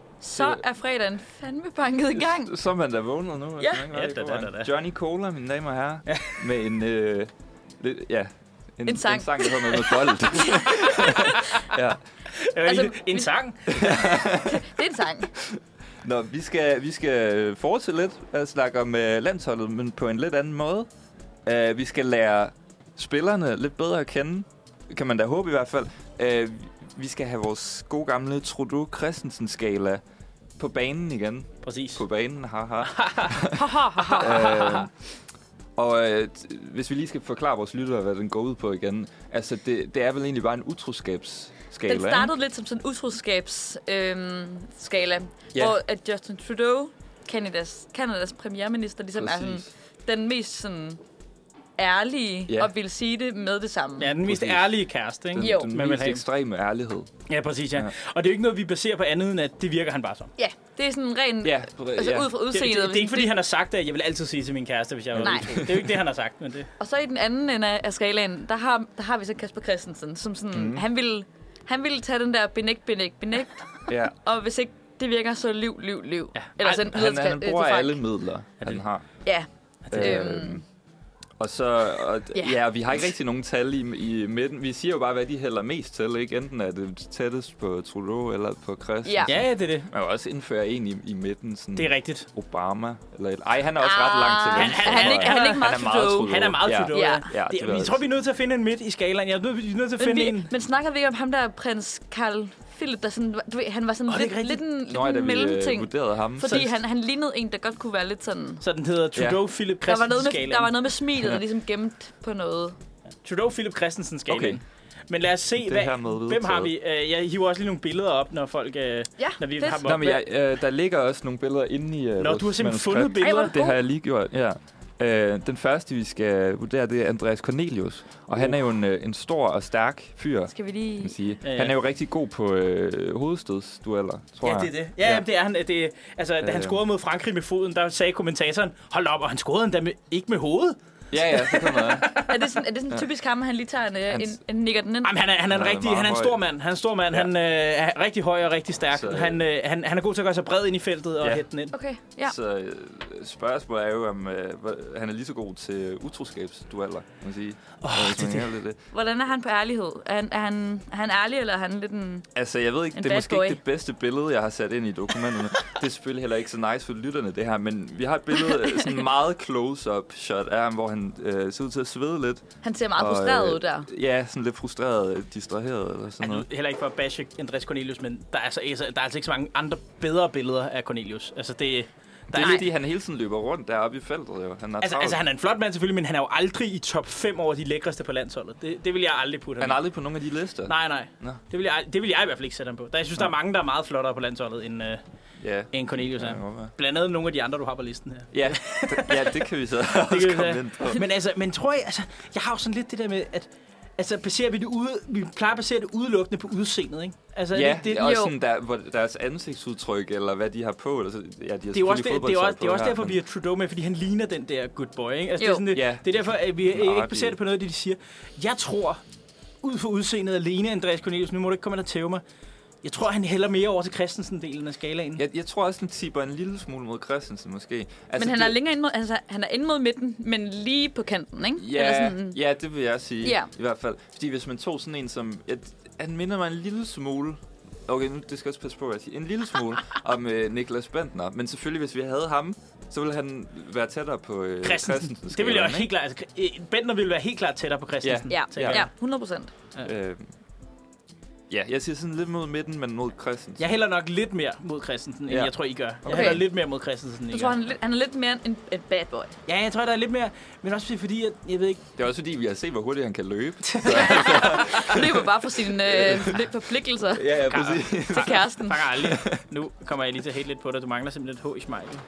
Speaker 2: Så er fredagen fandme banket i gang.
Speaker 1: Så er man da vågnet nu.
Speaker 2: Ja.
Speaker 3: Ja, da, da, da, da.
Speaker 1: Johnny Cola, mine damer og herrer. Ja. Med en... Øh, lidt, ja, en,
Speaker 2: en sang.
Speaker 1: En sang, der hedder noget bold. Ja.
Speaker 3: Altså, en, en sang?
Speaker 2: Det er en sang.
Speaker 1: Nå, vi skal, vi skal fortsætte lidt at snakke om uh, landsholdet, men på en lidt anden måde. Uh, vi skal lære spillerne lidt bedre at kende, kan man da håbe i hvert fald. Uh, vi skal have vores gode gamle Trudeau Christensen-skala på banen igen.
Speaker 3: Præcis.
Speaker 1: På banen, haha. uh, og uh, hvis vi lige skal forklare vores lyttere, hvad den går ud på igen. Altså, det, det er vel egentlig bare en utroskabs skala,
Speaker 2: den startede
Speaker 1: ikke?
Speaker 2: lidt som sådan en utroskabsskala, øhm, skala,
Speaker 1: Ja.
Speaker 2: hvor at Justin Trudeau, Canadas, Canadas premierminister, ligesom
Speaker 1: Præcis.
Speaker 2: er sådan, den mest sådan ærlige
Speaker 1: Ja.
Speaker 2: og vil sige det med det samme.
Speaker 3: Ja, den mest
Speaker 1: Præcis.
Speaker 3: ærlige kæreste, ikke?
Speaker 1: Den,
Speaker 2: Jo.
Speaker 1: den
Speaker 3: Man vil
Speaker 1: mest
Speaker 3: have.
Speaker 1: ekstreme ærlighed.
Speaker 3: Ja, præcis, ja.
Speaker 1: Ja.
Speaker 3: ja. Og det er jo ikke noget, vi baserer på andet, end at det virker han bare som.
Speaker 2: Ja, det er sådan ren,
Speaker 1: Ja,
Speaker 2: altså
Speaker 1: ja.
Speaker 2: ud fra
Speaker 3: Det,
Speaker 2: udseendet.
Speaker 3: det, det, det er ikke, fordi han har sagt, at jeg vil altid sige til min kæreste, hvis jeg var
Speaker 2: Nej.
Speaker 3: utro. Det er jo ikke det, han har sagt, men det...
Speaker 2: Og så i den anden ende af af skalaen, der har, der har vi så Kasper Christensen, som sådan,
Speaker 1: Mhm.
Speaker 2: mm. han ville han ville tage den der benægt, benægt, benægt,
Speaker 1: Ja.
Speaker 2: og hvis ikke det virker, så liv, liv, liv.
Speaker 3: Ja.
Speaker 2: Eller
Speaker 3: Ej,
Speaker 2: sådan
Speaker 1: Han,
Speaker 2: yderst-
Speaker 1: han
Speaker 2: øh,
Speaker 1: bruger
Speaker 2: til folk.
Speaker 1: alle midler, han har.
Speaker 2: Ja,
Speaker 1: Øhm,
Speaker 2: Øhm.
Speaker 1: Og så, og,
Speaker 2: Ja.
Speaker 1: ja, vi har ikke rigtig nogen tal i, i midten. Vi siger jo bare, hvad de hælder mest til, ikke? Enten er det tættest på Trudeau eller på Christensen.
Speaker 2: Ja.
Speaker 3: Ja, ja, det er det.
Speaker 1: Man kan også indføre en i, i midten, sådan
Speaker 3: Det er rigtigt.
Speaker 1: Obama. Eller, ej, han er også ret langt til
Speaker 2: Ah,
Speaker 1: venstre.
Speaker 2: han- han er ikke- han er ikke meget
Speaker 1: han er meget
Speaker 2: Trudeau.
Speaker 1: Trudeau.
Speaker 3: Han er meget
Speaker 1: ja.
Speaker 3: Trudeau,
Speaker 2: Ja.
Speaker 3: ja.
Speaker 1: Ja,
Speaker 3: Det,
Speaker 1: det
Speaker 3: vi
Speaker 1: var
Speaker 3: tror, vi er nødt til at finde en midt i skalaen. Jeg er nødt, vi er nødt til at
Speaker 2: men,
Speaker 3: finde
Speaker 2: vi,
Speaker 3: en...
Speaker 2: men snakker vi ikke om ham der, prins Carl Philip, der sådan, du ved, han var sådan
Speaker 3: Åh, det er
Speaker 2: lidt,
Speaker 3: ikke
Speaker 2: lidt en,
Speaker 1: Nå,
Speaker 2: lidt
Speaker 1: da
Speaker 2: en
Speaker 1: vi øh,
Speaker 2: mellemting.
Speaker 1: vurderede ham.
Speaker 2: Fordi
Speaker 3: Så-
Speaker 2: han, han lignede en, der godt kunne være lidt sådan...
Speaker 3: Så den hedder Trudeau Philip
Speaker 2: Der var, noget med,
Speaker 3: Christensen-skalaen.
Speaker 2: der var noget med smilet, der ligesom gemt på noget.
Speaker 3: Trudeau Philip Christensen-skalaen.
Speaker 1: Okay.
Speaker 3: Men lad os se,
Speaker 1: Det
Speaker 3: hvad,
Speaker 1: her med
Speaker 3: hvem har vi?
Speaker 1: vedtaget.
Speaker 3: Uh, jeg hiver også lige nogle billeder op, når folk... Uh,
Speaker 2: Ja,
Speaker 3: når vi
Speaker 2: fedt.
Speaker 3: har dem
Speaker 1: Nå,
Speaker 3: op.
Speaker 1: men jeg, øh, der ligger også nogle billeder inde i uh,
Speaker 3: Nå, du har simpelthen fundet billeder.
Speaker 2: Ej, hvor er du
Speaker 1: Det
Speaker 2: god.
Speaker 1: har jeg lige gjort, ja. Øh, den første, vi skal vurdere, det er Andreas Cornelius. Og han er jo en, øh, en stor og stærk fyr,
Speaker 2: Skal vi
Speaker 1: kan
Speaker 2: lige...
Speaker 1: man sige.
Speaker 3: Ja, ja.
Speaker 1: Han er jo rigtig god på øh, hovedstødsdueller, tror
Speaker 3: Ja,
Speaker 1: jeg.
Speaker 3: det er det. Ja, ja. det er han. Det er, altså, da
Speaker 1: Ja,
Speaker 3: han
Speaker 1: ja.
Speaker 3: scorede mod Frankrig med foden, der sagde kommentatoren, hold op, og han scorede endda med, ikke med hovedet.
Speaker 1: Ja, ja, det kan man.
Speaker 2: Er det sådan, er det sådan typisk ham, at han lige tager en, øh, en,
Speaker 1: Hans-
Speaker 2: en nikker den ind?
Speaker 3: Jamen, han er, han er en
Speaker 1: Han er
Speaker 3: rigtig,
Speaker 1: meget
Speaker 3: han er en
Speaker 1: høj.
Speaker 3: stor mand. Han er en stor mand.
Speaker 1: Ja.
Speaker 3: Han øh, er rigtig høj og rigtig stærk.
Speaker 1: Så, øh,
Speaker 3: han, øh, han, han er god til at gøre sig bred ind i feltet og
Speaker 1: Ja.
Speaker 3: hætte den ind.
Speaker 2: Okay, ja.
Speaker 1: Så øh, spørgsmålet er jo, om øh, hvor- han er lige så god til utroskabsdueller, kan man sige.
Speaker 3: Åh,
Speaker 1: Øh,
Speaker 3: det er
Speaker 1: hvis man
Speaker 3: det.
Speaker 1: kalder det.
Speaker 2: Hvordan er han på ærlighed? Er han, er han, er han ærlig, eller er han lidt en...
Speaker 1: Altså, jeg ved ikke,
Speaker 2: En
Speaker 1: det er
Speaker 2: bad
Speaker 1: måske
Speaker 2: boy.
Speaker 1: ikke det bedste billede, jeg har sat ind i dokumenterne. Det er selvfølgelig heller ikke så nice for lytterne, det her, men vi har et billede, øh, sådan meget close-up shot af ham, hvor han øh, ser ud til at svede lidt.
Speaker 2: Han ser meget
Speaker 1: Og,
Speaker 2: frustreret
Speaker 1: øh,
Speaker 2: ud der.
Speaker 1: Ja, sådan lidt frustreret, øh, distraheret eller sådan
Speaker 3: Han
Speaker 1: noget.
Speaker 3: er heller ikke for at bashe Andreas Cornelius, men der er, altså, der er altså ikke så mange andre bedre billeder af Cornelius. Altså, det,
Speaker 1: Det
Speaker 3: der
Speaker 1: er
Speaker 3: er,
Speaker 1: fordi, han hele tiden løber rundt deroppe i feltet, jo. Han er,
Speaker 3: altså, altså, han er en flot mand selvfølgelig, men han er jo aldrig i top fem over de lækreste på landsholdet. Det, det vil jeg aldrig putte
Speaker 1: han
Speaker 3: ham
Speaker 1: er
Speaker 3: i.
Speaker 1: aldrig på nogen af de lister.
Speaker 3: Nej, nej.
Speaker 1: Nå.
Speaker 3: Det vil, jeg, ald- det vil jeg i hvert fald ikke sætte ham på. Der, jeg synes, der er mange, der er meget flottere på landsholdet, end, øh,
Speaker 1: Ja,
Speaker 3: end Cornelius
Speaker 1: ja,
Speaker 3: er.
Speaker 1: det kan godt være.
Speaker 3: Blandt andet nogle af de andre, du har på listen her.
Speaker 1: Ja, det, ja, det kan vi så
Speaker 3: Det
Speaker 1: også
Speaker 3: kan vi
Speaker 1: komme
Speaker 3: så.
Speaker 1: ind på.
Speaker 3: Men altså, men tror jeg, altså, jeg har jo sådan lidt det der med, at altså, baserer vi det ude, vi plejer at basere det udelukkende på udseendet, ikke? Altså, er
Speaker 1: Ja,
Speaker 3: det,
Speaker 1: det
Speaker 3: det,
Speaker 1: er også
Speaker 2: jo.
Speaker 1: sådan, der, hvor deres ansigtsudtryk, eller hvad de har på. Eller så, ja, de har
Speaker 3: det er jo også, det, det er også, det er også derfor,
Speaker 1: vi
Speaker 3: vi har Trudeau med, fordi han ligner den der good boy, ikke? Altså, det,
Speaker 2: Jo.
Speaker 3: er sådan, det,
Speaker 1: Ja.
Speaker 3: det er derfor, at vi
Speaker 1: Meget
Speaker 3: ikke baserer det på noget af det, de siger. Jeg tror, ud fra udseendet alene, Andreas Cornelius, nu må du ikke komme ind og tæve mig, jeg tror, han hælder mere over til Christensen-delen af skalaen.
Speaker 1: Jeg, jeg tror også, den tipper en lille smule mod Christensen, måske. Altså,
Speaker 2: Men han
Speaker 1: det,
Speaker 2: er længere ind mod, altså, han er inde mod midten, men lige på kanten, ikke?
Speaker 1: Ja,
Speaker 2: Eller sådan,
Speaker 1: ja, det vil jeg sige.
Speaker 2: Ja.
Speaker 1: I hvert fald. Fordi hvis man tog sådan en som... Jeg, han minder mig en lille smule... Okay, nu det skal jeg også passe på, hvad jeg siger. En lille smule om øh, Niklas Bentner. Men selvfølgelig, hvis vi havde ham, så ville han være tættere på øh,
Speaker 3: Christensen.
Speaker 1: Christensen.
Speaker 3: Det vil jeg helt klart. Altså, øh, Bentner ville være helt klart tættere på Christensen.
Speaker 2: ja,
Speaker 3: tænker jeg.
Speaker 2: ja, hundrede procent.
Speaker 1: Øh, ja, jeg siger sådan lidt mod midten, men mod Christensen.
Speaker 3: Jeg hælder nok lidt mere mod Christensen, end
Speaker 1: Ja.
Speaker 3: jeg tror, I gør. Jeg
Speaker 2: Okay.
Speaker 3: hælder lidt mere mod Christensen, end
Speaker 2: Du
Speaker 3: I
Speaker 2: tror,
Speaker 3: gør.
Speaker 2: han, er lidt- han er lidt mere en, en bad boy.
Speaker 3: Ja, jeg tror, der er lidt mere, men også fordi, at, jeg ved ikke,
Speaker 1: Det er også fordi, vi har set, hvor hurtigt han kan løbe.
Speaker 2: Han løber bare for sine øh, forpli- forpligtelser
Speaker 1: ja, ja, præcis.
Speaker 2: til kæresten.
Speaker 3: fanger aldrig. Nu kommer jeg lige til at hate lidt på dig. Du mangler simpelthen et H i smiley.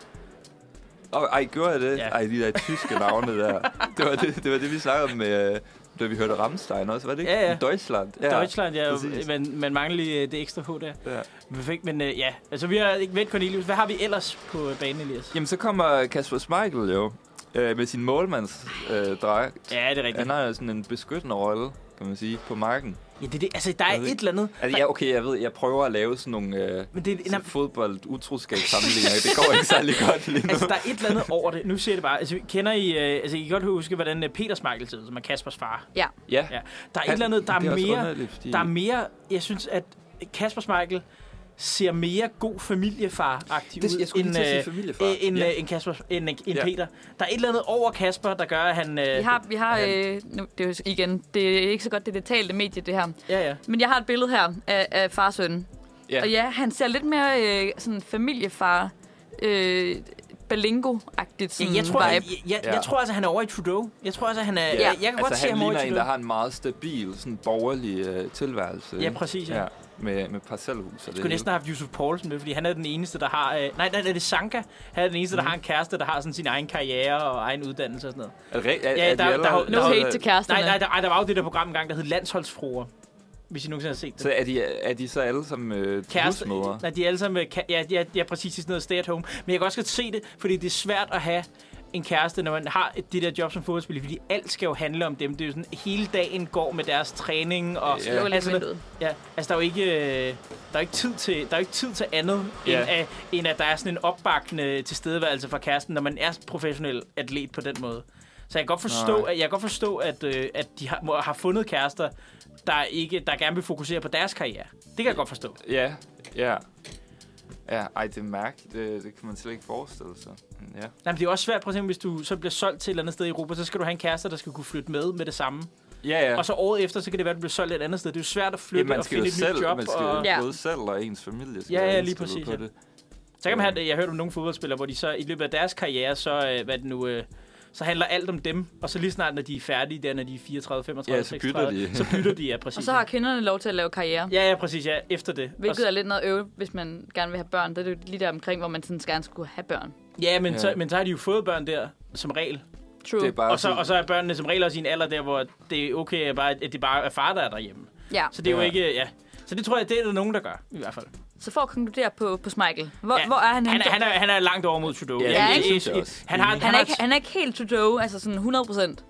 Speaker 1: Og ej, gjorde jeg det?
Speaker 3: Ja.
Speaker 1: Ja. Ej, de der tyske navne der. Det var det, det, var det vi snakkede om med, øh, da vi hørte Rammstein også, var det ikke?
Speaker 3: Ja, ja.
Speaker 1: Deutschland.
Speaker 3: Ja, Deutschland, ja,
Speaker 1: præcis.
Speaker 3: men man mangler lige øh, det ekstra H der.
Speaker 1: Ja.
Speaker 3: Perfekt, men øh, ja, altså vi har ikke vendt Cornelius. Hvad har vi ellers på banen, Elias?
Speaker 1: Jamen, så kommer Kasper Schmeichel jo øh, med sin målmandsdragt. Øh, dragt.
Speaker 3: Ja, det er rigtigt.
Speaker 1: Han har jo sådan en beskyttende rolle, kan man sige, på marken.
Speaker 3: Ja, det, er det, altså, der er
Speaker 1: Jeg ved
Speaker 3: et eller andet.
Speaker 1: Altså, ja, okay, jeg ved, jeg prøver at lave sådan nogle øh,
Speaker 3: Men det,
Speaker 1: sådan fodbold-utroskabssammenligninger. Det går ikke særlig godt lige nu.
Speaker 3: altså, der er et eller andet over det. Nu siger jeg det bare. Altså, kender I, øh, altså, I kan godt huske, hvordan øh, Peter Schmeichel ser ud, som er Kaspers far.
Speaker 2: Ja.
Speaker 1: Ja,
Speaker 3: Ja. Der er et eller andet, der er,
Speaker 1: det også
Speaker 3: mere,
Speaker 1: underligt, fordi...
Speaker 3: der er mere, jeg synes, at Kasper Schmeichel ser mere god familiefar-agtig
Speaker 1: Det-
Speaker 3: ud
Speaker 1: jeg skulle lige til at sige
Speaker 3: øh,
Speaker 1: familiefar.
Speaker 3: end,
Speaker 1: Ja.
Speaker 3: øh, end, Kasper, end, end
Speaker 1: Ja.
Speaker 3: Peter. Der er et eller andet over Kasper, der gør, at han... Øh,
Speaker 2: Vi har, vi har
Speaker 3: han-
Speaker 2: øh, nu, det er jo igen, det er ikke så godt det detalte medie, det her.
Speaker 3: Ja, ja.
Speaker 2: Men jeg har et billede her af, af far og søn.
Speaker 1: Ja.
Speaker 2: Og ja, han ser lidt mere øh, sådan familiefar, øh, Balingo-agtigt sådan
Speaker 3: Ja, jeg, tror, jeg,
Speaker 2: vibe.
Speaker 3: jeg, jeg, jeg tror altså, han er over i Trudeau. Jeg tror altså, han er...
Speaker 2: Ja.
Speaker 3: Jeg, jeg kan
Speaker 1: altså,
Speaker 3: godt se
Speaker 1: han
Speaker 3: ham over i
Speaker 1: ligner en, der
Speaker 3: Trudeau.
Speaker 1: har en meget stabil, sådan borgerlig øh, tilværelse.
Speaker 3: Ja,
Speaker 1: ikke?
Speaker 3: præcis, ja.
Speaker 1: Ja, med, med parcelhus og det
Speaker 3: Jeg skulle
Speaker 1: hele.
Speaker 3: næsten have haft Yusuf Poulsen med, fordi han er den eneste, der har... Øh, nej, nej, det er Sanka. Han er den eneste, der
Speaker 1: Mm.
Speaker 3: har en kæreste, der har sådan sin egen karriere og egen uddannelse og sådan noget.
Speaker 1: Er, det re- er,
Speaker 3: Ja,
Speaker 1: er de
Speaker 3: der- der-
Speaker 1: allerede-
Speaker 3: der-
Speaker 2: No
Speaker 3: der-
Speaker 2: hate til kæresterne.
Speaker 3: Nej, nej, der, ej, der var jo det der program engang, der hed Landsholdsfruer. Hvis I nogensinde har set det.
Speaker 1: Så er de, er de så alle som øh,
Speaker 3: Kæreste,
Speaker 1: husmødre?
Speaker 3: nej, de er alle sammen... ka- Ja, ja, ja, præcis i sådan noget stay at home. Men jeg kan også godt se det, fordi det er svært at have en kæreste, når man har det der job som fodboldspiller, fordi alt skal jo handle om dem. Det er jo sådan, hele dagen går med deres træning, og
Speaker 1: Ja.
Speaker 2: Lukker lidt
Speaker 3: altså,
Speaker 2: vinduet.
Speaker 3: ja, altså der er jo ikke, øh, der er jo ikke tid til, der er jo ikke tid til andet,
Speaker 1: Ja.
Speaker 3: end, at, end at der er sådan en opbakkende tilstedeværelse fra kæresten, når man er professionel atlet på den måde. Så jeg kan godt forstå,
Speaker 1: Nej.
Speaker 3: at, jeg kan godt forstå, at, øh, at de har, må, har fundet kærester, der ikke, der gerne vil fokusere på deres karriere. Det kan jeg godt forstå.
Speaker 1: Ja, ja. Ja, ej, det er mærkeligt. Det, det kan man slet ikke forestille sig. Men ja.
Speaker 3: Nej, men det er også svært, for eksempel, hvis du så bliver solgt til et eller andet sted i Europa, så skal du have en kæreste, der skal kunne flytte med med det samme.
Speaker 1: Ja, ja.
Speaker 3: Og så året efter, så kan det være, at du bliver solgt et andet sted. Det er jo svært at flytte
Speaker 1: ja, man
Speaker 3: og
Speaker 1: skal
Speaker 3: finde
Speaker 1: jo
Speaker 3: et
Speaker 1: selv,
Speaker 3: nyt job.
Speaker 1: man skal
Speaker 3: Og...
Speaker 2: Ja.
Speaker 1: ja. både selv og ens familie skal
Speaker 3: Ja, ja,
Speaker 1: være
Speaker 3: lige
Speaker 1: indstillet
Speaker 3: præcis,
Speaker 1: på
Speaker 3: ja.
Speaker 1: det.
Speaker 3: Så kan man have, jeg har hørt om nogle fodboldspillere, hvor de så i løbet af deres karriere, så, øh, hvad er det nu, øh, så handler alt om dem. Og så lige snart, når de er færdige, der når de er fireogtredive, femogtredive,
Speaker 1: Ja, så bytter
Speaker 3: seksogtredive,
Speaker 1: de.
Speaker 3: så bytter de, ja, præcis.
Speaker 2: Og så har kvinderne lov til at lave karriere.
Speaker 3: Ja, ja, præcis, ja, efter det.
Speaker 2: Hvilket er lidt noget øve, hvis man gerne vil have børn. Det er jo lige der omkring, hvor man sådan gerne skulle have børn.
Speaker 3: Ja, men,
Speaker 1: Ja.
Speaker 3: Så, men så har de jo fået børn der, som regel.
Speaker 2: True.
Speaker 1: Det er bare
Speaker 3: Og så,
Speaker 1: sådan-
Speaker 3: og så er børnene som regel også i en alder der, hvor det er okay, at, bare, at det bare er far, der er derhjemme.
Speaker 2: Ja.
Speaker 3: Så det er jo
Speaker 1: Ja.
Speaker 3: ikke, ja. Så det tror jeg, det er der nogen, der gør, i hvert fald.
Speaker 2: Så for at konkludere på, på Smeichel. Hvor,
Speaker 3: Ja.
Speaker 2: hvor er han
Speaker 3: Han
Speaker 2: henne?
Speaker 3: er, han, er, han er langt over mod Trudeau.
Speaker 1: Ja,
Speaker 2: Ja,
Speaker 1: det
Speaker 2: ikke?
Speaker 1: synes jeg også.
Speaker 3: Han har,
Speaker 1: Enig.
Speaker 2: Han
Speaker 3: har
Speaker 2: er, ikke, han er ikke helt Trudeau, altså sådan hundrede procent.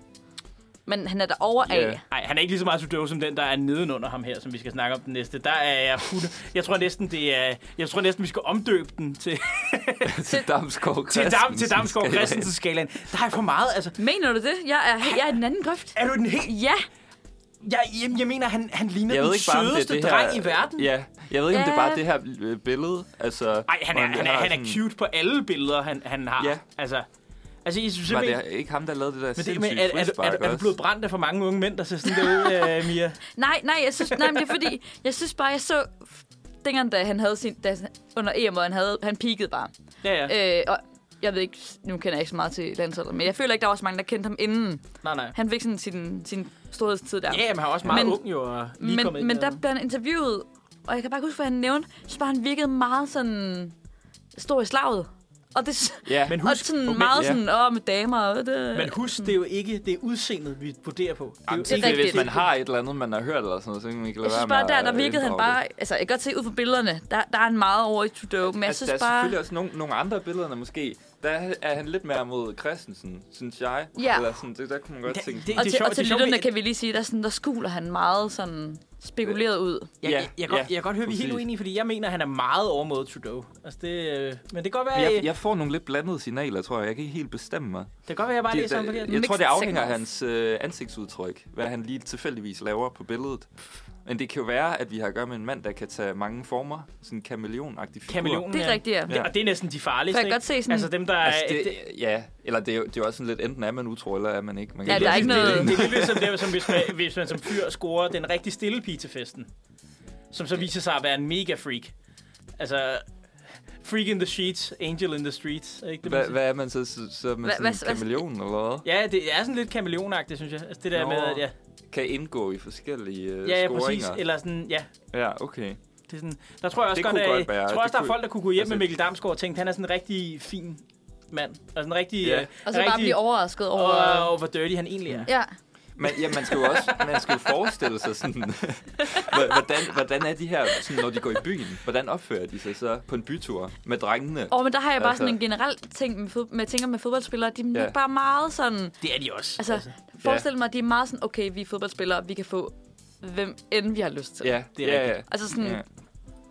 Speaker 2: Men han er der over af.
Speaker 1: Ja.
Speaker 3: Nej, han er ikke lige så meget Trudeau som den, der er nedenunder ham her, som vi skal snakke om den næste. Der er jeg hunde. Jeg tror næsten, det er... Jeg tror næsten, vi skal omdøbe den til,
Speaker 1: til Damsgaard
Speaker 3: til, Dam, til Damsgaard
Speaker 1: Christensen.
Speaker 3: Christensen skalaen. Der er for meget, altså.
Speaker 2: Mener du det? Jeg er, jeg er i den anden grøft.
Speaker 3: Er du den helt...
Speaker 2: Ja.
Speaker 3: Jeg, jeg, jeg mener, han, han ligner
Speaker 1: Jeg
Speaker 3: den
Speaker 1: ved ikke bare, om det er
Speaker 3: sødeste
Speaker 1: det
Speaker 3: dreng
Speaker 1: her...
Speaker 3: i verden.
Speaker 1: Ja, jeg ved ikke, om det er
Speaker 2: Ja.
Speaker 1: bare det her øh, billede. Altså,
Speaker 3: Nej, han er,
Speaker 1: hvor
Speaker 3: han er,
Speaker 1: har
Speaker 3: han er
Speaker 1: sådan-
Speaker 3: cute på alle billeder, han, han har.
Speaker 1: Ja.
Speaker 3: Altså, altså, jeg synes
Speaker 1: Var
Speaker 3: simpelthen...
Speaker 1: det ikke ham, der lavede det der
Speaker 3: Men, det,
Speaker 1: sindssyge
Speaker 3: men er, er, er, er,
Speaker 1: frispark
Speaker 3: er, er du
Speaker 1: også?
Speaker 3: blevet brændt af for mange unge mænd, der ser sådan der ud, uh, Mia?
Speaker 2: Nej, nej, jeg synes, nej, men det er fordi, jeg synes bare, jeg så dengang, da han havde sin, da, under E M, og han, havde, han peakede bare.
Speaker 3: Ja, ja.
Speaker 2: Øh, og jeg ved ikke, nu kender jeg ikke så meget til landsholdet, men jeg føler ikke, der var så mange, der kendte ham inden.
Speaker 3: Nej, nej.
Speaker 2: Han fik sådan sin, sin storhedstid der.
Speaker 3: Ja, men han er også meget
Speaker 2: Men-
Speaker 3: ung jo, og lige kommet
Speaker 2: men,
Speaker 3: ind
Speaker 2: men
Speaker 3: der.
Speaker 2: der blev han interviewet, og jeg kan bare ikke huske, hvad han nævnte. Jeg synes bare, han virkede meget sådan stor i slaget. Og, det,
Speaker 1: Ja,
Speaker 3: Men
Speaker 2: og
Speaker 3: husk,
Speaker 2: sådan
Speaker 3: men-
Speaker 2: meget
Speaker 1: ja.
Speaker 2: sådan, åh, med damer. Og det,
Speaker 3: Men husk, det er jo ikke det er udseendet, vi vurderer på. Det er jo
Speaker 1: Jamen,
Speaker 2: det er
Speaker 1: tænk, hvis
Speaker 2: rigtigt.
Speaker 1: man har et eller andet, man har hørt eller sådan noget, så kan man ikke lade
Speaker 2: jeg synes
Speaker 1: være
Speaker 2: bare,
Speaker 1: med
Speaker 2: der, der
Speaker 1: at
Speaker 2: virkede han
Speaker 1: inddrage
Speaker 2: bare... Altså, jeg kan godt se ud fra billederne, der, der er han meget over i Trudeau, men jeg
Speaker 1: Altså,
Speaker 2: synes
Speaker 1: der er
Speaker 2: bare...
Speaker 1: selvfølgelig også nogle, nogle andre billeder, måske. Der er han lidt mere mod Christensen, synes jeg.
Speaker 2: Ja.
Speaker 1: Eller sådan, det, der kunne man godt
Speaker 3: Det-
Speaker 1: tænke.
Speaker 3: det-
Speaker 2: Og til,
Speaker 3: sjovt-
Speaker 2: og til
Speaker 3: det er sjovt,
Speaker 2: lytterne
Speaker 3: vi-
Speaker 2: kan vi lige sige, der, sådan, der skuler han meget sådan spekuleret ud.
Speaker 3: Jeg,
Speaker 1: Ja,
Speaker 3: jeg, jeg, kan godt,
Speaker 1: ja,
Speaker 3: jeg kan godt høre, at vi er helt
Speaker 1: præcis.
Speaker 3: uenige, fordi jeg mener, at han er meget over mod Trudeau. Altså det, øh, men det kan godt være,
Speaker 1: Jeg,
Speaker 3: jeg,
Speaker 1: jeg får nogle lidt blandede signaler, tror jeg. Jeg kan ikke helt bestemme mig.
Speaker 3: det kan godt være, jeg bare
Speaker 1: Det,
Speaker 3: læser ham
Speaker 1: det,
Speaker 3: forkert.
Speaker 1: jeg tror, det
Speaker 2: Mixed
Speaker 1: afhænger af
Speaker 2: signals.
Speaker 1: hans øh, ansigtsudtryk, hvad han lige tilfældigvis laver på billedet. Men det kan jo være, at vi har at gøre med en mand, der kan tage mange former. Sådan en kameleon-agtig figur.
Speaker 3: Kameleonen,
Speaker 2: Det er
Speaker 3: ja.
Speaker 2: rigtigt, ja.
Speaker 3: Det, og det er næsten de farligste,
Speaker 2: For jeg kan
Speaker 3: ikke?
Speaker 2: godt se sådan...
Speaker 3: Altså dem, der er...
Speaker 1: Altså, det,
Speaker 3: det,
Speaker 1: ja, eller det er, jo, det er jo også sådan lidt, enten er man utro, eller er man ikke. Man
Speaker 2: Ja,
Speaker 1: kan
Speaker 2: der er
Speaker 1: ikke
Speaker 2: ikke
Speaker 3: det,
Speaker 2: noget-
Speaker 3: Det, det er lidt ligesom det, som hvis man, hvis man som fyr scorer den rigtig stille pige til festen. Som så viser sig at være en mega freak. Altså... Freak in the sheets, angel in the streets. Er ikke det, man
Speaker 1: Hvad,
Speaker 3: siger?
Speaker 1: hvad er man så? Så, så er man
Speaker 2: Hvad-
Speaker 1: sådan
Speaker 2: hvad-
Speaker 1: en
Speaker 2: hvad-
Speaker 1: kameleon, eller hvad?
Speaker 3: Ja, det er sådan lidt kameleonagtigt, synes jeg. Altså det der
Speaker 1: Nå.
Speaker 3: med, at ja,
Speaker 1: Kan indgå i forskellige øh,
Speaker 3: ja, ja
Speaker 1: scoringer.
Speaker 3: præcis. Eller sådan, ja.
Speaker 1: Ja, okay.
Speaker 3: Det er sådan, der tror jeg også
Speaker 1: Det
Speaker 3: godt,
Speaker 1: kunne
Speaker 3: at,
Speaker 1: godt være.
Speaker 3: jeg tror
Speaker 1: Det
Speaker 3: også, der er
Speaker 1: kunne-
Speaker 3: folk, der kunne gå hjem
Speaker 1: altså-
Speaker 3: med Mikkel Damsgaard og tænke, han er sådan en rigtig fin mand. Altså en rigtig...
Speaker 1: Ja.
Speaker 3: øh,
Speaker 2: Og så
Speaker 3: en
Speaker 2: bare
Speaker 3: rigtig,
Speaker 2: blive overrasket over...
Speaker 3: over, over, hvor dirty han egentlig er.
Speaker 2: Ja,
Speaker 1: Men ja, man skal jo også man skal jo forestille sig sådan, hvordan, hvordan er de her, sådan, når de går i byen? Hvordan opfører de sig så på en bytur med drengene?
Speaker 2: og men der har jeg bare
Speaker 1: Altså-
Speaker 2: sådan en generel ting med, fod, med, tænker med fodboldspillere. De er
Speaker 1: Ja.
Speaker 2: bare meget sådan...
Speaker 3: Det er de også.
Speaker 2: Altså, forestil mig, at de er meget sådan, okay, vi er fodboldspillere, vi kan få hvem end vi har lyst til.
Speaker 1: Ja,
Speaker 3: Det er
Speaker 1: ja,
Speaker 3: rigtigt.
Speaker 1: ja.
Speaker 2: Altså sådan,
Speaker 1: Ja.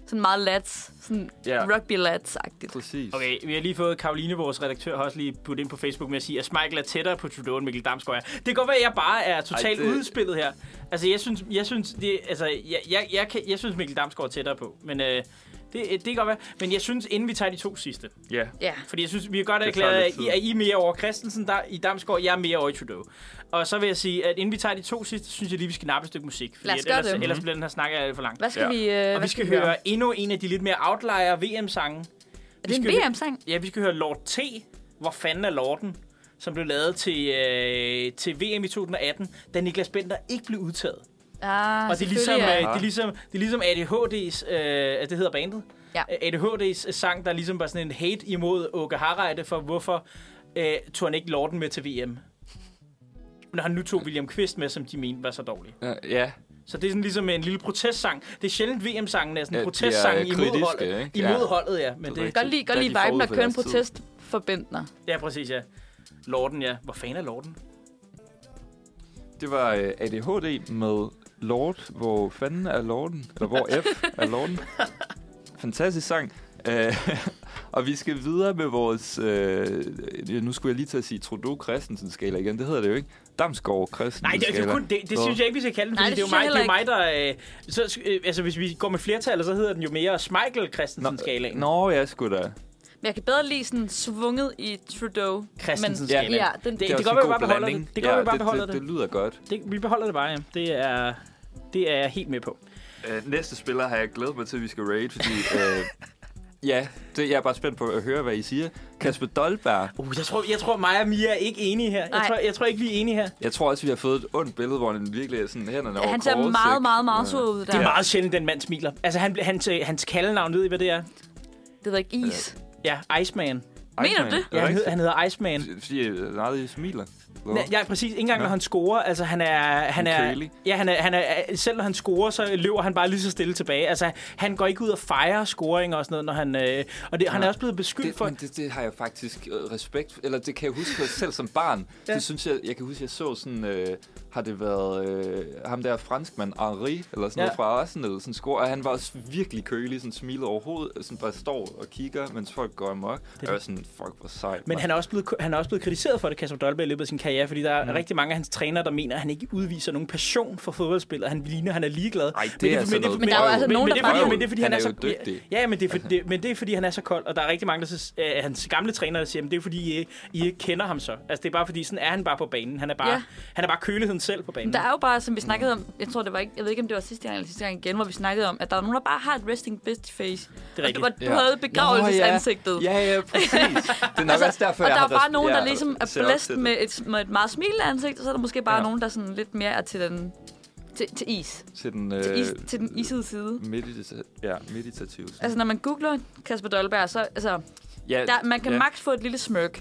Speaker 2: sådan meget lads. Sådan
Speaker 1: Ja.
Speaker 2: rugby lads-agtigt.
Speaker 1: Præcis.
Speaker 3: Okay, vi har lige fået Karoline, vores redaktør, har også lige puttet ind på Facebook med at sige, at Michael er tættere på Trudeau end Mikkel Damsgaard er. Det kan godt være, at jeg bare er totalt
Speaker 1: Ej, det...
Speaker 3: udspillet her. Altså, jeg synes, jeg synes, det, altså, jeg, jeg, jeg, kan, jeg synes Mikkel Damsgaard er tættere på. Men øh, det, det kan godt være. Men jeg synes, inden vi tager de to sidste.
Speaker 1: Ja.
Speaker 2: Ja.
Speaker 3: Fordi jeg synes, vi har godt
Speaker 1: Det
Speaker 3: erklæret,
Speaker 1: tager
Speaker 3: at
Speaker 1: lidt tid.
Speaker 3: I, at I er mere over Christensen der, i Damsgaard, jeg er mere over i Trudeau. Og så vil jeg sige, at inden vi tager de to sidste, synes jeg lige, vi skal nappe et stykke musik. Fordi
Speaker 2: Lad os
Speaker 3: at
Speaker 2: gøre
Speaker 3: ellers,
Speaker 2: det.
Speaker 3: ellers bliver den her snak alt for lang.
Speaker 2: Hvad skal
Speaker 1: Ja.
Speaker 2: vi øh,
Speaker 3: Og
Speaker 2: hvad
Speaker 3: vi skal høre endnu en af de lidt mere outlier V M-sange.
Speaker 2: Er
Speaker 3: Vi
Speaker 2: det en
Speaker 3: skal høre-
Speaker 2: V M-sang?
Speaker 3: Ja, vi skal høre Lord T. Hvor fanden er Lorden? Som blev lavet til, øh, til V M i to tusind atten, da Niklas Bender ikke blev udtaget.
Speaker 2: Ah,
Speaker 3: Og det er ligesom, øh,
Speaker 2: selvfølgelig,
Speaker 3: det er ligesom, det er ligesom A D H D's, øh, det hedder bandet.
Speaker 2: Ja.
Speaker 3: A D H D's sang, der ligesom var sådan en hate imod Åke Harreide for, hvorfor øh, tog han ikke Lorden med til V M. Når han nu tog William Kvist med, som de mente var så dårlig.
Speaker 1: Ja, ja.
Speaker 3: Så det er sådan ligesom en lille protestsang. Det er sjældent V M-sangen er sådan en
Speaker 1: Ja, de
Speaker 3: protestsang
Speaker 1: er
Speaker 3: imod
Speaker 1: kritiske,
Speaker 3: holdet.
Speaker 1: ikke?
Speaker 3: Imod
Speaker 1: Ja.
Speaker 3: holdet, ja. Men
Speaker 1: Det er
Speaker 3: det,
Speaker 1: rigtigt.
Speaker 2: Godt lide, godt
Speaker 1: Der er
Speaker 2: lide
Speaker 1: de
Speaker 2: viben, der
Speaker 1: forud for
Speaker 2: kører en
Speaker 1: deres tid.
Speaker 2: protest for Bentner.
Speaker 3: ja, præcis, ja. Lorden, ja. Hvor fanden er Lorden?
Speaker 1: Det var øh, A D H D med Lord. Hvor fanden er Lorden? Eller hvor F er Lorden? Fantastisk sang. Øh, og vi skal videre med vores... Øh, nu skulle jeg lige til at sige Trudeau-Christensen-skala igen. Det hedder det jo ikke. Damsgaard-Christensen-skala.
Speaker 3: Nej, det, det, kun, det, det synes jeg ikke, vi skal kalde den,
Speaker 2: Nej,
Speaker 3: fordi
Speaker 2: det
Speaker 3: det, det, er jo
Speaker 2: synes
Speaker 3: mig, det er
Speaker 2: jeg
Speaker 3: jo mig, der... Øh, så, øh, altså, hvis vi går med flertal, så hedder den jo mere Schmeichel-Christensen-skalaen.
Speaker 1: Nå, jeg skulle da.
Speaker 2: Men jeg kan bedre lide sådan svunget i Trudeau.
Speaker 3: Christensen-skalaen.
Speaker 2: Men, ja, den,
Speaker 3: Det-
Speaker 1: Det er
Speaker 3: det
Speaker 1: også
Speaker 3: kan
Speaker 1: en
Speaker 3: godt være,
Speaker 1: god
Speaker 3: vi bare beholder
Speaker 1: blanding.
Speaker 3: det. Det kan godt være, vi bare
Speaker 1: det,
Speaker 3: beholder
Speaker 1: det.
Speaker 3: det.
Speaker 1: Det lyder godt.
Speaker 3: Det, vi beholder det bare, ja. Det er, det er jeg helt med på.
Speaker 1: Uh, næste spiller har jeg glædet mig til, at vi skal rate, fordi... Uh, ja, det, jeg er bare spændt på at høre, hvad I siger. Kasper Dolberg.
Speaker 3: Uh, jeg tror, jeg tror mig og Mia er ikke enige her. Jeg
Speaker 2: Nej.
Speaker 3: tror, jeg tror ikke, vi er enige her.
Speaker 1: Jeg tror også, vi har fået et ondt billede, hvor han virkelig er sådan hænderne over
Speaker 2: han ser
Speaker 1: kors,
Speaker 2: meget,
Speaker 1: ikke?
Speaker 2: meget, meget sur ud der.
Speaker 3: Det er meget sjældent, den mand smiler. Altså, han, hans, øh, hans kaldenavn, ved I, hvad det er?
Speaker 2: Det ved ikke is.
Speaker 3: Ja, Iceman.
Speaker 2: Mener du
Speaker 1: Iceman.
Speaker 2: det?
Speaker 3: Ja, han, hedder, han hedder Iceman.
Speaker 1: Fordi han aldrig smiler.
Speaker 3: Ja, ja, præcis. Ikke engang,
Speaker 1: Ja.
Speaker 3: når han scorer. Altså, han er... Han
Speaker 1: En
Speaker 3: er
Speaker 1: kølig.
Speaker 3: ja, han er, han er... Selv når han scorer, så løber han bare lige så stille tilbage. Altså, han går ikke ud og fejrer scoringer og sådan noget, når han... Øh, og det, han er også blevet beskyldt
Speaker 1: Det,
Speaker 3: for...
Speaker 1: men det, det har jeg faktisk øh, respekt... Eller det kan jeg huske selv som barn.
Speaker 3: Ja.
Speaker 1: Det synes jeg... Jeg kan huske, jeg så sådan... Øh, har det været øh, ham der franskmand, Henri, eller sådan
Speaker 3: Ja.
Speaker 1: noget fra Arsenal, sådan score, og han var også virkelig kølig, sådan smilet overhovedet, sådan bare står og kigger, mens folk går amok. Jeg var sådan, fuck, hvor sejt.
Speaker 3: Men han er, også blevet, han er også blevet kritiseret for det, Kasper Dolberg, i løbet af sin karriere, fordi der er
Speaker 1: Mm.
Speaker 3: rigtig mange af hans trænere, der mener, at han ikke udviser nogen passion for fodboldspil, og han ligner, han er ligeglad.
Speaker 1: Ej, det
Speaker 3: Men
Speaker 1: er
Speaker 3: men
Speaker 1: sådan noget
Speaker 2: Men der er jo
Speaker 1: vrøvl.
Speaker 2: altså nogen,
Speaker 3: men,
Speaker 2: der
Speaker 3: det er fordi,
Speaker 2: bare-
Speaker 3: men det er fordi,
Speaker 1: Han
Speaker 3: han,
Speaker 1: er
Speaker 3: er
Speaker 1: jo
Speaker 3: så...
Speaker 1: dygtig.
Speaker 3: Ja, men det, er for, det, men det er fordi, han er så kold, og der er rigtig mange, der så, øh, hans gamle træner, der siger, at det er fordi, I, I ikke kender ham så. Altså, det er bare fordi, sådan er han bare på banen. Han er bare,
Speaker 2: Ja.
Speaker 3: han er bare køligheden selv på banen.
Speaker 2: Men der er jo bare, som vi snakkede om, jeg tror det var ikke, jeg ved ikke om det var sidste gang eller sidste gang igen, hvor vi snakkede om, at der er nogen, der bare har et resting bitch face.
Speaker 3: Det er
Speaker 2: Og du,
Speaker 3: rigtigt.
Speaker 2: var, du
Speaker 1: Ja.
Speaker 2: havde begravelsesansigtet.
Speaker 1: Ja, ja, præcis. Det er nok
Speaker 2: Altså,
Speaker 1: også derfor,
Speaker 2: og
Speaker 1: jeg
Speaker 2: der
Speaker 1: har
Speaker 2: er bare
Speaker 1: res-
Speaker 2: nogen, der
Speaker 1: jeg
Speaker 2: ligesom er
Speaker 1: ser op
Speaker 2: blæst
Speaker 1: til det.
Speaker 2: med et, med et meget smilende ansigt, og så er der måske bare
Speaker 1: Ja.
Speaker 2: nogen, der sådan lidt mere er til den til, til is.
Speaker 1: Til den,
Speaker 2: Til, is,
Speaker 1: øh,
Speaker 2: til den isede side.
Speaker 1: medita- ja, meditativ. sådan.
Speaker 2: Altså, når man googler Kasper Dolberg, så altså,
Speaker 1: ja,
Speaker 2: der, man kan
Speaker 1: ja.
Speaker 2: max få et lille smirk.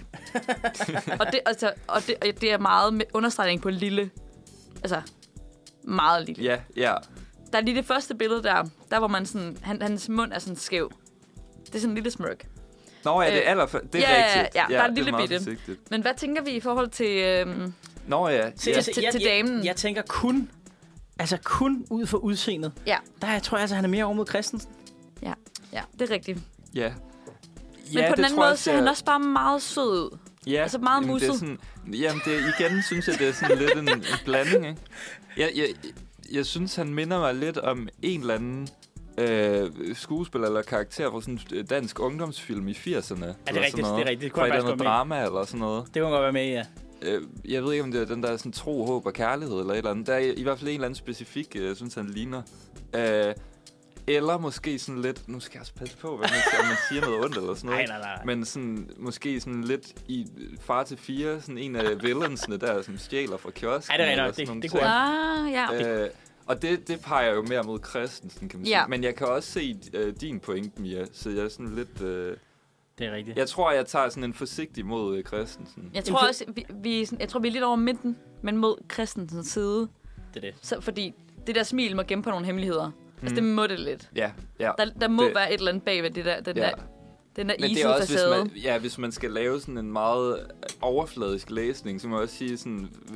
Speaker 2: og, det, altså, og, det, og det er meget med understregning på lille. Altså, meget lille.
Speaker 1: Ja, ja.
Speaker 2: Der er lige det første billede der, der hvor man sådan, han, hans mund er sådan skæv. Det er sådan en lille smirk.
Speaker 1: Nå, ja, det er
Speaker 2: Øh,
Speaker 1: aller det er
Speaker 2: ja,
Speaker 1: rigtigt.
Speaker 2: ja, der er en
Speaker 1: det
Speaker 2: lille
Speaker 1: meget
Speaker 2: bitte.
Speaker 1: forsigtigt.
Speaker 2: Men hvad tænker vi i forhold til... Øhm,
Speaker 1: Nå ja,
Speaker 3: Se,
Speaker 1: ja.
Speaker 3: altså,
Speaker 2: til-
Speaker 3: jeg,
Speaker 2: til
Speaker 3: jeg,
Speaker 2: damen.
Speaker 3: Jeg tænker kun, altså kun ud for udseendet.
Speaker 2: ja,
Speaker 3: Der jeg tror jeg, altså, han er mere over mod Christensen.
Speaker 2: ja, det er rigtigt.
Speaker 1: ja.
Speaker 2: Men
Speaker 1: ja,
Speaker 2: på den
Speaker 1: det
Speaker 2: anden
Speaker 1: tror jeg
Speaker 2: måde ser
Speaker 1: jeg-
Speaker 2: han også bare meget sød ud.
Speaker 1: Ja,
Speaker 2: altså meget
Speaker 1: jamen, det er
Speaker 2: musset.
Speaker 1: sådan, jamen, det er, igen synes jeg, det er sådan lidt en, en blanding, ikke? Jeg, jeg, jeg synes, han minder mig lidt om en eller anden øh, skuespiller eller karakter fra sådan en dansk ungdomsfilm i firserne.
Speaker 3: Ja, det er rigtigt, det er rigtigt. Det kunne
Speaker 1: Fra
Speaker 3: jeg
Speaker 1: et
Speaker 3: faktisk
Speaker 1: eller
Speaker 3: godt
Speaker 1: andet
Speaker 3: med.
Speaker 1: drama eller sådan noget.
Speaker 3: Det kunne godt være med, ja.
Speaker 1: Øh, jeg ved ikke, om det er den der sådan tro, håb og kærlighed eller et eller andet. Der er i, i hvert fald en eller anden specifik, øh, jeg synes, han ligner. Øh, eller måske sådan lidt... Nu skal jeg også passe på, hvad man, om man siger noget ondt eller sådan noget.
Speaker 3: Nej, nej, nej.
Speaker 1: Men sådan, måske sådan lidt i Far til fire, sådan en af villainsene der, som stjæler fra kiosken.
Speaker 3: Ej, det er
Speaker 1: eller
Speaker 3: rigtigt.
Speaker 1: sådan
Speaker 3: Det-
Speaker 1: nogle
Speaker 3: det kunne
Speaker 1: ting.
Speaker 2: Ah, ja.
Speaker 1: Øh, og det, det peger jo mere mod Christensen, kan man
Speaker 2: Ja.
Speaker 1: sige. Men jeg kan også se øh, din point, Mia, så jeg er sådan lidt... Øh,
Speaker 3: Det er rigtigt.
Speaker 1: jeg tror, jeg tager sådan en forsigtig mod øh, Christensen.
Speaker 2: Jeg tror også, vi, vi, er sådan- jeg tror, vi er lidt over midten, men mod Christensens side.
Speaker 3: Det er det.
Speaker 2: Så, fordi det der smil må gemme på nogle hemmeligheder. Mm. Altså, det må det lidt.
Speaker 1: Ja, ja.
Speaker 2: Der, der må
Speaker 1: Det-
Speaker 2: være et eller andet bagved det der, den
Speaker 1: ja.
Speaker 2: der, den der
Speaker 1: Men det er
Speaker 2: isede
Speaker 1: også, hvis
Speaker 2: facade.
Speaker 1: man, ja, hvis man skal lave sådan en meget overfladisk læsning, så må jeg også sige, sådan, hvis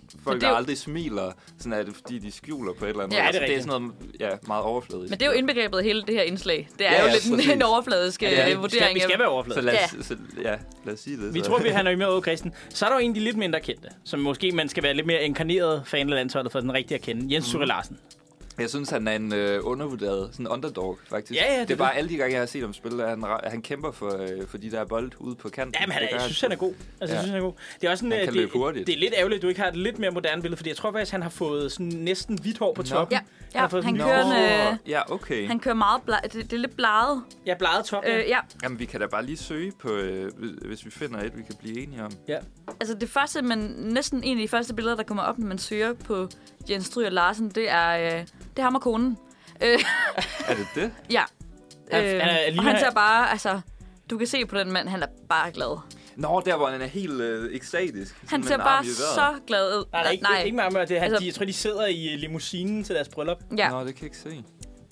Speaker 1: folk,
Speaker 2: det er
Speaker 1: der
Speaker 2: jo-
Speaker 1: aldrig smiler, sådan er det, fordi de skjuler på et eller andet.
Speaker 2: Ja,
Speaker 1: måde.
Speaker 3: det er
Speaker 1: Altså, det er
Speaker 3: rigtigt.
Speaker 1: sådan noget ja, meget overfladisk.
Speaker 2: Men det er jo indbegrebet af hele det her indslag. Det er
Speaker 1: Ja,
Speaker 2: jo
Speaker 1: ja,
Speaker 2: lidt en,
Speaker 1: præcis.
Speaker 2: en overfladisk
Speaker 3: Ja,
Speaker 2: ja,
Speaker 3: vi, skal,
Speaker 2: vurdering.
Speaker 3: vi skal
Speaker 2: af-
Speaker 3: være
Speaker 1: Så
Speaker 3: overfladiske.
Speaker 1: lad
Speaker 2: Ja.
Speaker 1: os, så, ja, lad os sige det.
Speaker 3: Vi
Speaker 1: så.
Speaker 3: tror, vi han er med over Christen. Så er der jo en af de lidt mindre kendte, som måske man skal være lidt mere inkarneret fan af landsholdet for den rigtige at kende. Jens Sture Larsen.
Speaker 1: Jeg synes, han er en øh, undervurderet sådan underdog, faktisk.
Speaker 3: Ja, ja, det
Speaker 1: det er
Speaker 3: er
Speaker 1: bare
Speaker 3: det.
Speaker 1: alle de gange, jeg har set ham spille, at han, ra- han kæmper for, øh, for de der bold ude på kanten.
Speaker 3: Jamen, han er,
Speaker 1: Det gør
Speaker 3: jeg synes, han er god. Altså,
Speaker 1: Ja.
Speaker 3: jeg synes, han er god. Det er også sådan,
Speaker 1: Han
Speaker 3: at
Speaker 1: kan
Speaker 3: det,
Speaker 1: løbe hurtigt.
Speaker 3: det er lidt ærgerligt, at du ikke har et lidt mere moderne billede, fordi jeg tror faktisk, han har fået sådan næsten hvidt hår på
Speaker 1: Nå.
Speaker 3: toppen.
Speaker 2: Ja, ja
Speaker 3: har fået
Speaker 2: han
Speaker 3: sådan-
Speaker 2: kører en,
Speaker 1: Nå,
Speaker 2: øh,
Speaker 1: ja, okay.
Speaker 2: han kører meget bla- det, det er lidt bladet.
Speaker 3: Ja, bladet top.
Speaker 2: Øh,
Speaker 3: Ja.
Speaker 2: ja,
Speaker 1: Jamen, vi kan da bare lige søge på, øh, hvis vi finder et, vi kan blive enige om.
Speaker 3: ja.
Speaker 2: altså det første, men næsten en af de første billeder, der kommer op, når man søger på Jens Stryger Larsen, det er, øh, det er ham og konen. Øh,
Speaker 1: Er det det?
Speaker 2: ja.
Speaker 3: Han-
Speaker 2: Øh,
Speaker 3: han er
Speaker 2: og
Speaker 3: lige
Speaker 2: han
Speaker 3: her-
Speaker 2: ser bare, altså, du kan se på den mand, han er bare glad.
Speaker 1: Nå, der hvor han er helt øh, ekstatisk.
Speaker 2: Han
Speaker 1: Sådan
Speaker 2: ser
Speaker 1: med en
Speaker 2: bare
Speaker 1: arm i vejret.
Speaker 2: så glad ud.
Speaker 3: Nej, det er ikke,
Speaker 2: Nej.
Speaker 3: ikke meget med det. Han,
Speaker 2: Altså-
Speaker 3: de, jeg tror, de sidder i limousinen til deres bryllup.
Speaker 2: Ja,
Speaker 1: Nå, det kan jeg ikke se.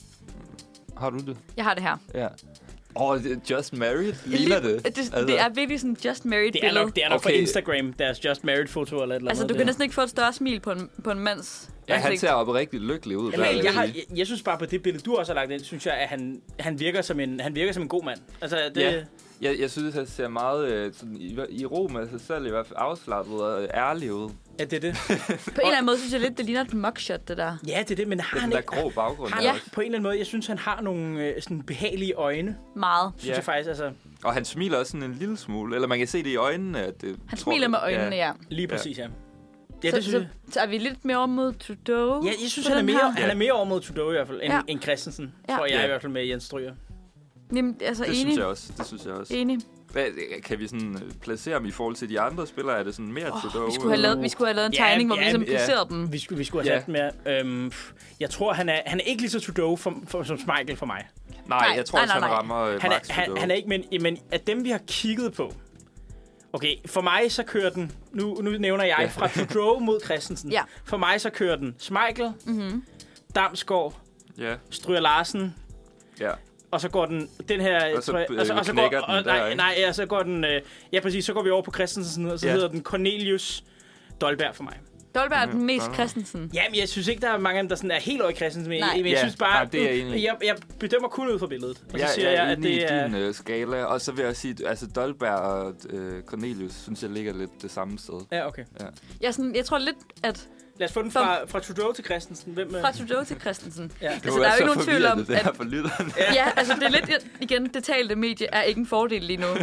Speaker 1: Har du det?
Speaker 2: jeg har det her.
Speaker 1: Ja. Åh, oh, Just Married? Ligner det?
Speaker 2: Det, altså, det er virkelig sådan just married
Speaker 3: Det er
Speaker 2: billede.
Speaker 3: nok, det er nok
Speaker 1: Okay.
Speaker 3: fra Instagram, deres Just Married-foto eller et eller
Speaker 2: Altså,
Speaker 3: andet.
Speaker 2: du kan næsten ikke få et større smil på en, på en mands
Speaker 1: Ja, han
Speaker 2: ansigt.
Speaker 1: ser oprigtigt lykkelig ud. der,
Speaker 3: Jamen,
Speaker 1: vil
Speaker 3: jeg, har,
Speaker 1: sige.
Speaker 3: jeg, jeg synes bare på det billede, du også har lagt ind, synes jeg, at han, han, virker, som en, han virker som en god mand. Altså, det,
Speaker 1: Ja. Jeg, jeg synes, han ser meget øh, sådan, i, i ro med sig selv, i hvert fald afslappet og øh, ærlig ud.
Speaker 3: ja, det er det.
Speaker 2: På en eller anden måde synes jeg lidt, det ligner et mugshot, det der.
Speaker 3: Ja, det er det, men har
Speaker 1: Med
Speaker 3: han
Speaker 1: den der
Speaker 3: ikke...
Speaker 1: grå baggrund.
Speaker 3: Har
Speaker 1: der
Speaker 3: han
Speaker 1: også.
Speaker 3: på en eller anden måde, jeg synes, han har nogle øh, sådan behagelige øjne,
Speaker 2: Meget.
Speaker 3: synes
Speaker 1: Ja.
Speaker 3: jeg faktisk. Altså,
Speaker 1: Og han smiler også sådan en lille smule. Eller man kan se det i øjnene. At det,
Speaker 2: Han
Speaker 1: tror-
Speaker 2: smiler med øjnene, ja.
Speaker 3: lige præcis, ja. Ja,
Speaker 2: så,
Speaker 3: det synes
Speaker 2: så,
Speaker 3: jeg.
Speaker 2: så er vi lidt mere over mod Trudeau.
Speaker 3: Ja, jeg synes,
Speaker 2: på
Speaker 3: han er,
Speaker 2: den
Speaker 3: mere,
Speaker 2: her.
Speaker 3: han er mere over mod Trudeau i hvert fald, end,
Speaker 2: Ja.
Speaker 3: end Christensen.
Speaker 2: Ja.
Speaker 3: Tror jeg
Speaker 1: Ja.
Speaker 3: i hvert fald med Jens Stryger.
Speaker 2: Jamen, altså,
Speaker 1: Det
Speaker 2: enig.
Speaker 1: synes jeg også. Det synes jeg også.
Speaker 2: Enig.
Speaker 1: Hvad, kan vi sådan øh, placere dem i forhold til de andre spillere? Er det sådan mere
Speaker 2: Oh,
Speaker 1: Trudeau?
Speaker 2: vi, skulle have lavet, vi skulle have lavet en
Speaker 3: Ja,
Speaker 2: tegning, hvor vi
Speaker 3: ja,
Speaker 2: ligesom
Speaker 3: ja.
Speaker 2: placerede dem.
Speaker 3: Vi skulle, vi skulle have
Speaker 1: Ja.
Speaker 3: sat mere. Øhm, pff, jeg tror, han er, han er ikke lige så Trudeau for, for, som Schmeichel for mig.
Speaker 1: Nej,
Speaker 2: Nej,
Speaker 1: jeg tror
Speaker 2: nej,
Speaker 3: altså,
Speaker 1: også,
Speaker 2: nej,
Speaker 1: han rammer øh,
Speaker 3: Han er,
Speaker 1: Max
Speaker 3: han,
Speaker 1: Trudeau.
Speaker 3: han er ikke, men, men af dem, vi har kigget på... Okay, for mig så kører den... Nu, nu nævner jeg
Speaker 1: Ja.
Speaker 3: fra Trudeau mod Christensen.
Speaker 2: Ja.
Speaker 3: For mig så kører den Schmeichel,
Speaker 2: Mm-hmm.
Speaker 3: Damsgaard,
Speaker 1: Ja,
Speaker 3: Stryger Larsen,
Speaker 1: ja.
Speaker 3: og så går den den her...
Speaker 1: Og så,
Speaker 3: tror jeg-
Speaker 1: øh,
Speaker 3: og så, og så
Speaker 1: knækker
Speaker 3: går,
Speaker 1: den
Speaker 3: og,
Speaker 1: der,
Speaker 3: nej,
Speaker 1: ikke?
Speaker 3: nej, ja, så går den... Øh, ja, præcis, så går vi over på Christensen, og så
Speaker 1: Ja.
Speaker 3: hedder den Cornelius Dolberg for mig.
Speaker 2: Dolberg er den
Speaker 1: Mhm.
Speaker 2: mest
Speaker 1: Ah.
Speaker 2: Christensen.
Speaker 3: Jamen, jeg synes ikke, der er mange af dem, der sådan er helt over i Christensen, men,
Speaker 2: Nej.
Speaker 3: men jeg
Speaker 1: Ja,
Speaker 3: synes bare...
Speaker 1: nej, det er jeg enig i.
Speaker 3: jeg, jeg bedømmer kun ud fra billedet. Og så
Speaker 1: Jeg,
Speaker 3: siger
Speaker 1: jeg er
Speaker 3: jeg, at
Speaker 1: enig
Speaker 3: det
Speaker 1: i
Speaker 3: er...
Speaker 1: din øh, skala. Og så vil jeg sige, altså Dolberg og øh, Cornelius, synes jeg ligger lidt det samme sted.
Speaker 3: Ja, okay.
Speaker 2: Jeg, er sådan, jeg tror lidt, at
Speaker 3: Lad os få den fra, fra Trudeau til Christensen. Hvem, øh?
Speaker 2: fra Trudeau til Christensen.
Speaker 3: Ja.
Speaker 1: Det
Speaker 2: Altså, der er jo ikke nogen tvivl om,
Speaker 1: det her
Speaker 2: at-
Speaker 1: for lytterne.
Speaker 2: Ja, altså det er lidt, igen, det talte medie er ikke en fordel lige nu.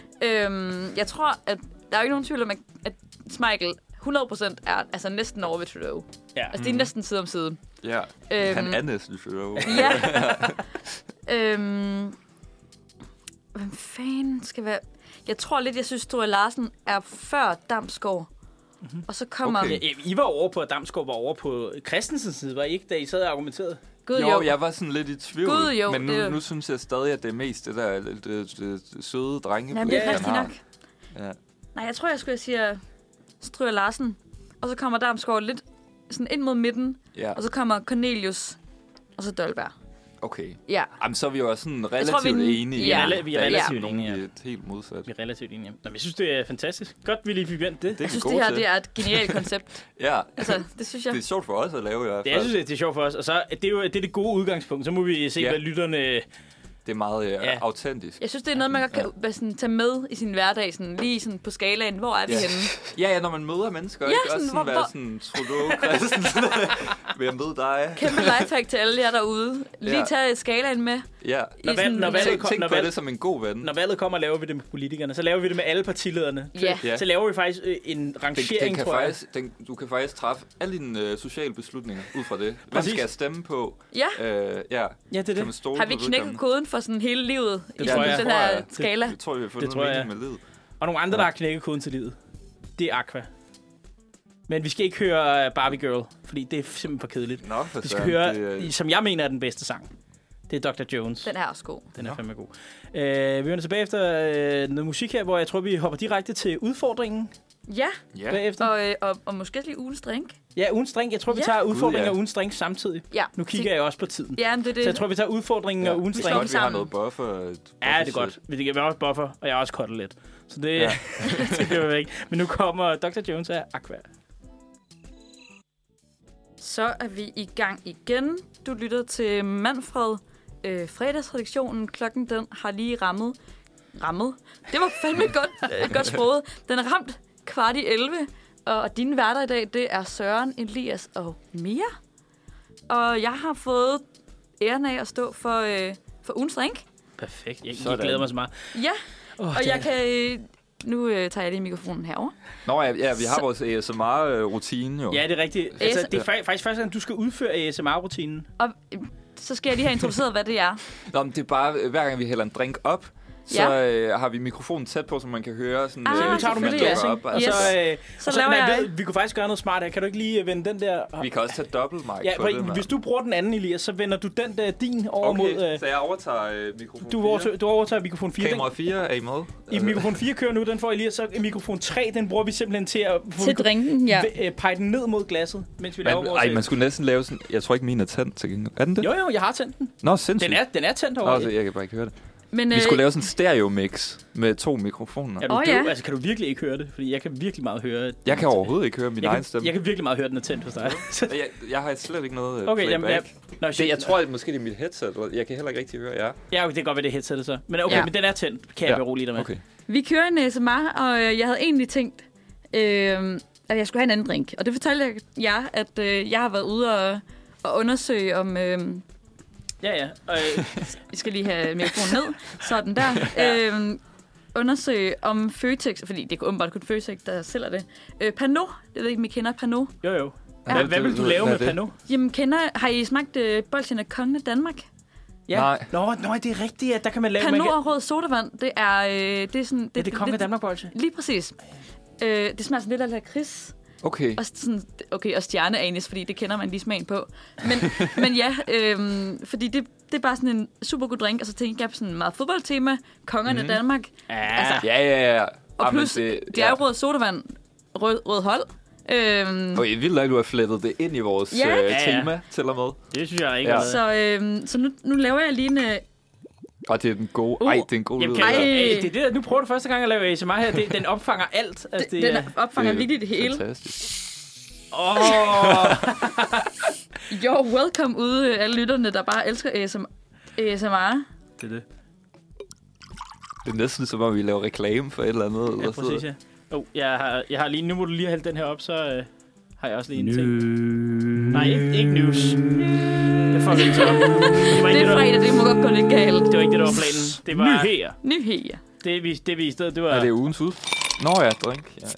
Speaker 2: øhm, jeg tror, at der er jo ikke nogen tvivl om, at, at Schmeichel hundrede procent er altså næsten over ved Trudeau.
Speaker 3: Ja.
Speaker 2: Altså det er næsten side om side.
Speaker 1: Ja,
Speaker 2: Øhm,
Speaker 1: han er næsten Trudeau.
Speaker 2: Ja. øhm, hvem fanden skal være... Jeg tror lidt, jeg synes, Stryger Larsen er før Damsgaard. Mm-hmm. Og så kommer...
Speaker 1: Okay.
Speaker 3: Ja, I var over på, at Damsgaard var over på Christensens side, var I ikke, da I sad og argumenterede?
Speaker 2: Gud,
Speaker 1: Jo,
Speaker 2: jo.
Speaker 1: jeg var sådan lidt i tvivl.
Speaker 2: Gud, jo,
Speaker 1: men nu,
Speaker 2: det-
Speaker 1: nu synes jeg stadig, at det er mest det der det, det, det, det søde drenge.
Speaker 2: Jamen, det er
Speaker 3: Ja,
Speaker 2: rigtigt nok.
Speaker 1: Ja.
Speaker 2: Nej, jeg tror, jeg skulle sige Stryger Larsen. Og så kommer Damsgaard lidt sådan ind mod midten.
Speaker 1: ja,
Speaker 2: Og så kommer Cornelius. Og så Dolberg.
Speaker 1: okay.
Speaker 2: Ja.
Speaker 1: Jamen, så er vi jo også sådan
Speaker 2: tror,
Speaker 1: relativt
Speaker 2: vi-
Speaker 1: enige.
Speaker 2: ja.
Speaker 3: Vi er rela- vi er
Speaker 1: Der
Speaker 3: relativt
Speaker 1: ikke nogen,
Speaker 3: enige, ja.
Speaker 1: i et helt modsat.
Speaker 3: Vi er relativt enige. Nå, men jeg synes, det er fantastisk. Godt, vi lige fik vendt det.
Speaker 1: Det er
Speaker 2: Jeg synes,
Speaker 1: vi
Speaker 2: det
Speaker 1: gode
Speaker 2: her
Speaker 1: til.
Speaker 2: det er et genialt koncept.
Speaker 1: Ja,
Speaker 2: Altså, det synes jeg.
Speaker 1: det er sjovt for os at lave i hvert
Speaker 3: Det,
Speaker 1: fald.
Speaker 3: jeg synes, det er sjovt for os. Og så det er jo det, er det gode udgangspunkt. Så må vi se,
Speaker 1: Ja.
Speaker 3: hvad lytterne...
Speaker 1: Det er meget øh,
Speaker 3: Ja.
Speaker 2: Jeg
Speaker 1: autentisk.
Speaker 2: synes, det er noget, man godt kan ja. sådan, tage med i sin hverdag. Sådan, lige sådan på skalaen. Hvor er vi
Speaker 1: Ja.
Speaker 2: henne?
Speaker 1: Ja, ja, når man møder mennesker,
Speaker 2: Ja,
Speaker 1: ikke?
Speaker 2: sådan,
Speaker 1: Også sådan
Speaker 2: hvor-
Speaker 1: være
Speaker 2: hvor-
Speaker 1: sådan Trudeau Christensen. Vil jeg møde dig?
Speaker 2: Kæmpe lifehack til alle jer derude. Lige
Speaker 1: Ja.
Speaker 2: tage skalaen med.
Speaker 1: Ja.
Speaker 3: Når,
Speaker 2: I
Speaker 3: valg,
Speaker 2: sådan-
Speaker 3: når, valget,
Speaker 1: Tænk,
Speaker 3: kom,
Speaker 1: tænk
Speaker 3: når,
Speaker 1: på
Speaker 3: valg,
Speaker 1: det som en god ven.
Speaker 3: når valget kommer, laver vi det med politikerne. Så laver vi det med alle partilederne.
Speaker 2: Ja.
Speaker 1: Ja.
Speaker 3: Så laver vi faktisk øh, en
Speaker 1: Den,
Speaker 3: rangering,
Speaker 1: den kan
Speaker 3: tror jeg.
Speaker 1: faktisk, den, du kan faktisk træffe alle dine øh, sociale beslutninger ud fra det. Hvem
Speaker 3: Præcis.
Speaker 1: skal jeg stemme på?
Speaker 2: Ja.
Speaker 1: Øh, ja,
Speaker 3: Ja, det er
Speaker 1: kan man
Speaker 3: det.
Speaker 1: stole
Speaker 2: Har vi
Speaker 1: på
Speaker 2: knækket
Speaker 1: vedkommende?
Speaker 2: koden for sådan hele livet?
Speaker 3: Det
Speaker 2: I
Speaker 3: tror
Speaker 2: sådan
Speaker 3: jeg.
Speaker 2: den
Speaker 1: Tror
Speaker 2: her
Speaker 1: jeg.
Speaker 2: skala?
Speaker 1: Det tror jeg, vi har fundet
Speaker 3: Det tror
Speaker 1: noget
Speaker 3: jeg.
Speaker 1: mening med livet.
Speaker 3: Og nogle andre, der har knækket koden til livet. Det er Aqua. Men vi skal ikke høre øh, Barbie Girl, fordi det er simpelthen for kedeligt.
Speaker 1: Nå, for
Speaker 3: Vi skal
Speaker 1: søren,
Speaker 3: høre,
Speaker 1: det, øh,
Speaker 3: som jeg mener er den bedste sang. Det er doktor Jones.
Speaker 2: Den er også god.
Speaker 3: Den er
Speaker 1: Nå.
Speaker 3: fandme god. Øh, vi vender tilbage efter øh, noget musik her, hvor jeg tror, vi hopper direkte til udfordringen
Speaker 2: Ja,
Speaker 1: ja.
Speaker 3: bagefter.
Speaker 2: og, øh, og, og måske lige ugens drink.
Speaker 3: Ja, ugens drink. Jeg tror, vi
Speaker 2: Ja.
Speaker 3: tager udfordringen
Speaker 1: Gud, ja.
Speaker 3: og ugens drink samtidig.
Speaker 2: Ja.
Speaker 3: Nu kigger jeg også på tiden.
Speaker 2: Ja, men det er det.
Speaker 3: Så jeg tror, vi tager udfordringen
Speaker 1: Ja.
Speaker 3: og ugens
Speaker 2: Vi
Speaker 1: Det er
Speaker 2: slår
Speaker 3: drink.
Speaker 1: godt, vi har
Speaker 2: sammen.
Speaker 1: noget buffer. et
Speaker 3: Ja, det er
Speaker 1: buffer
Speaker 3: godt. Vi kan være også buffer, og jeg er også kottet lidt. Så det,
Speaker 1: Ja.
Speaker 3: det bliver vi ikke. Men nu kommer doktor Jones af Aqua.
Speaker 2: Så er vi i gang igen. Du lytter til Manfred. Øh, fredagsredaktionen. Klokken den har lige rammet. Rammet? Det var fandme godt, øh, godt sproget. Den er ramt kvart i elleve. Og dine værter i dag, det er Søren, Elias og Mia. Og jeg har fået æren af at stå for, øh, for ugens drink.
Speaker 3: Perfekt. Jeg, jeg glæder mig så meget.
Speaker 2: Ja, oh, og jeg kan... Nu øh, tager jeg lige mikrofonen herover.
Speaker 1: Nå ja, ja vi har så... vores A S M R-rutine jo.
Speaker 3: Ja, det er rigtigt. Altså, det er fa- faktisk første gang, du skal udføre A S M R-rutinen.
Speaker 2: Og øh, så skal jeg lige have introduceret, hvad det er.
Speaker 1: Nå, men det er bare, hver gang vi hælder en drink op, så ja. øh, har vi mikrofonen tæt på, så man kan høre sådan...
Speaker 2: Ah,
Speaker 3: øh, nu tager du mit glas,
Speaker 2: op,
Speaker 3: og så, øh,
Speaker 2: så,
Speaker 3: så
Speaker 2: laver
Speaker 3: nej,
Speaker 2: jeg...
Speaker 3: ved, vi kunne faktisk gøre noget smart her. Kan du ikke lige vende den der...
Speaker 1: Vi kan også tage dobbelt mic
Speaker 3: ja,
Speaker 1: på det,
Speaker 3: hvis du bruger den anden, Elias, så vender du den der din over
Speaker 1: okay,
Speaker 3: mod... Øh,
Speaker 1: så jeg overtager øh, mikrofon
Speaker 3: du
Speaker 1: fire.
Speaker 3: overtager, du overtager mikrofon fire.
Speaker 1: Kamera fire, er I med?
Speaker 3: I mikrofon fire kører nu, den får Elias, så mikrofon tre, den bruger vi simpelthen til at...
Speaker 2: Til drinken, ja.
Speaker 3: Øh, pege den ned mod glasset, mens vi
Speaker 1: man,
Speaker 3: laver vores...
Speaker 1: Ej, man skulle næsten lave sådan... Jeg tror ikke, min er tændt til gengæld. Er den det?
Speaker 3: Jo, jo, jeg har tændt den.
Speaker 1: Nå, sindssygt.
Speaker 3: Den er, den er tændt over.
Speaker 1: Nå, så jeg kan bare ikke høre det.
Speaker 2: Men,
Speaker 1: vi
Speaker 2: øh,
Speaker 1: skulle lave sådan en stereo-mix med to mikrofoner.
Speaker 3: Er du
Speaker 2: oh,
Speaker 3: døv?
Speaker 2: ja.
Speaker 3: Altså, kan du virkelig ikke høre det? Fordi jeg kan virkelig meget høre...
Speaker 1: Jeg kan overhovedet ikke høre min
Speaker 3: jeg
Speaker 1: egen
Speaker 3: kan,
Speaker 1: stemme.
Speaker 3: Jeg kan virkelig meget høre, den er tændt hos dig.
Speaker 1: jeg, jeg har slet ikke noget
Speaker 3: okay,
Speaker 1: playback.
Speaker 3: Jamen, jeg, no,
Speaker 1: det, jeg tror, at måske det er mit headset. Jeg kan heller ikke rigtig høre jer.
Speaker 3: Ja, okay, det kan godt være, det headsetet så. Men okay,
Speaker 2: ja.
Speaker 3: men den er tændt, kan jeg
Speaker 1: ja.
Speaker 3: berolige dig med.
Speaker 1: Okay.
Speaker 2: Vi kører en A S M R, og jeg havde egentlig tænkt, øh, at jeg skulle have en anden drink. Og det fortalte jeg jer, at øh, jeg har været ude og, og undersøge om... Øh,
Speaker 3: Ja, ja. Øh.
Speaker 2: Vi skal lige have mikrofonen ned. Sådan der. ja. øhm, undersøge om Føtex, fordi det er åbenbart kun Føtex, der sælger det. Øh, Pernod. Jeg ved ikke, om I kender Pernod.
Speaker 3: Jo, jo.
Speaker 2: Ja.
Speaker 3: Hvad, hvad vil du lave med Pernod?
Speaker 2: Jamen, kender, har I smagt øh, bolsjen af Kongen af Danmark?
Speaker 3: Ja.
Speaker 1: Nej.
Speaker 3: Nå, nå, det er rigtigt, at der kan man lave...
Speaker 2: Pernod
Speaker 3: kan...
Speaker 2: og rød sodavand, det er... Øh, det er sådan... Det,
Speaker 3: er det Kongen af Danmark bolsje?
Speaker 2: Lige præcis. Øh, det smager sådan lidt af lakrids.
Speaker 1: Okay.
Speaker 2: Og, sådan, okay, og stjerneanis, fordi det kender man lige smagen på. Men, men ja, øhm, fordi det, det er bare sådan en super god drink, og så tænker jeg på sådan en meget fodboldtema. Kongerne mm. af Danmark.
Speaker 3: Ja,
Speaker 2: altså,
Speaker 1: ja, ja, ja.
Speaker 2: Og plus, det, det er jo ja. rød sodavand, rød, rød hold. Øhm,
Speaker 1: okay, vildt at du har flettet det ind i vores
Speaker 2: ja.
Speaker 1: øh, tema, ja, ja. til og med.
Speaker 3: Det synes jeg ikke.
Speaker 1: Ja.
Speaker 2: Så, øhm, så nu, nu laver jeg lige en...
Speaker 1: Og det er den gode... Uh, Ej, det er en god lyd.
Speaker 3: Det er det, der, nu prøver du første gang at lave A S M R her. Det, den opfanger alt. Altså, det,
Speaker 2: den opfanger det, virkelig det hele.
Speaker 1: Fantastisk.
Speaker 3: Åh!
Speaker 2: Oh. You're welcome ude, alle lytterne, der bare elsker A S M R.
Speaker 3: Det er det.
Speaker 1: Det er næsten som om, vi laver reklame for et eller andet.
Speaker 3: Ja,
Speaker 1: eller
Speaker 3: præcis, ja. Oh, jeg, har, jeg har lige... Nu må du lige have hældt den her op, så øh, har jeg også lige en ting. Nej, ikke, ikke news. Det får vi ikke så op. Det, var ikke
Speaker 2: det er fredag, det må godt gå lidt galt.
Speaker 3: Det var ikke det, der var planen. Det var...
Speaker 2: Nyheder. Nyheder.
Speaker 3: Det, vi, det vi i stedet, det var...
Speaker 1: Er det ugens ud? Nå ja, drink. Ja.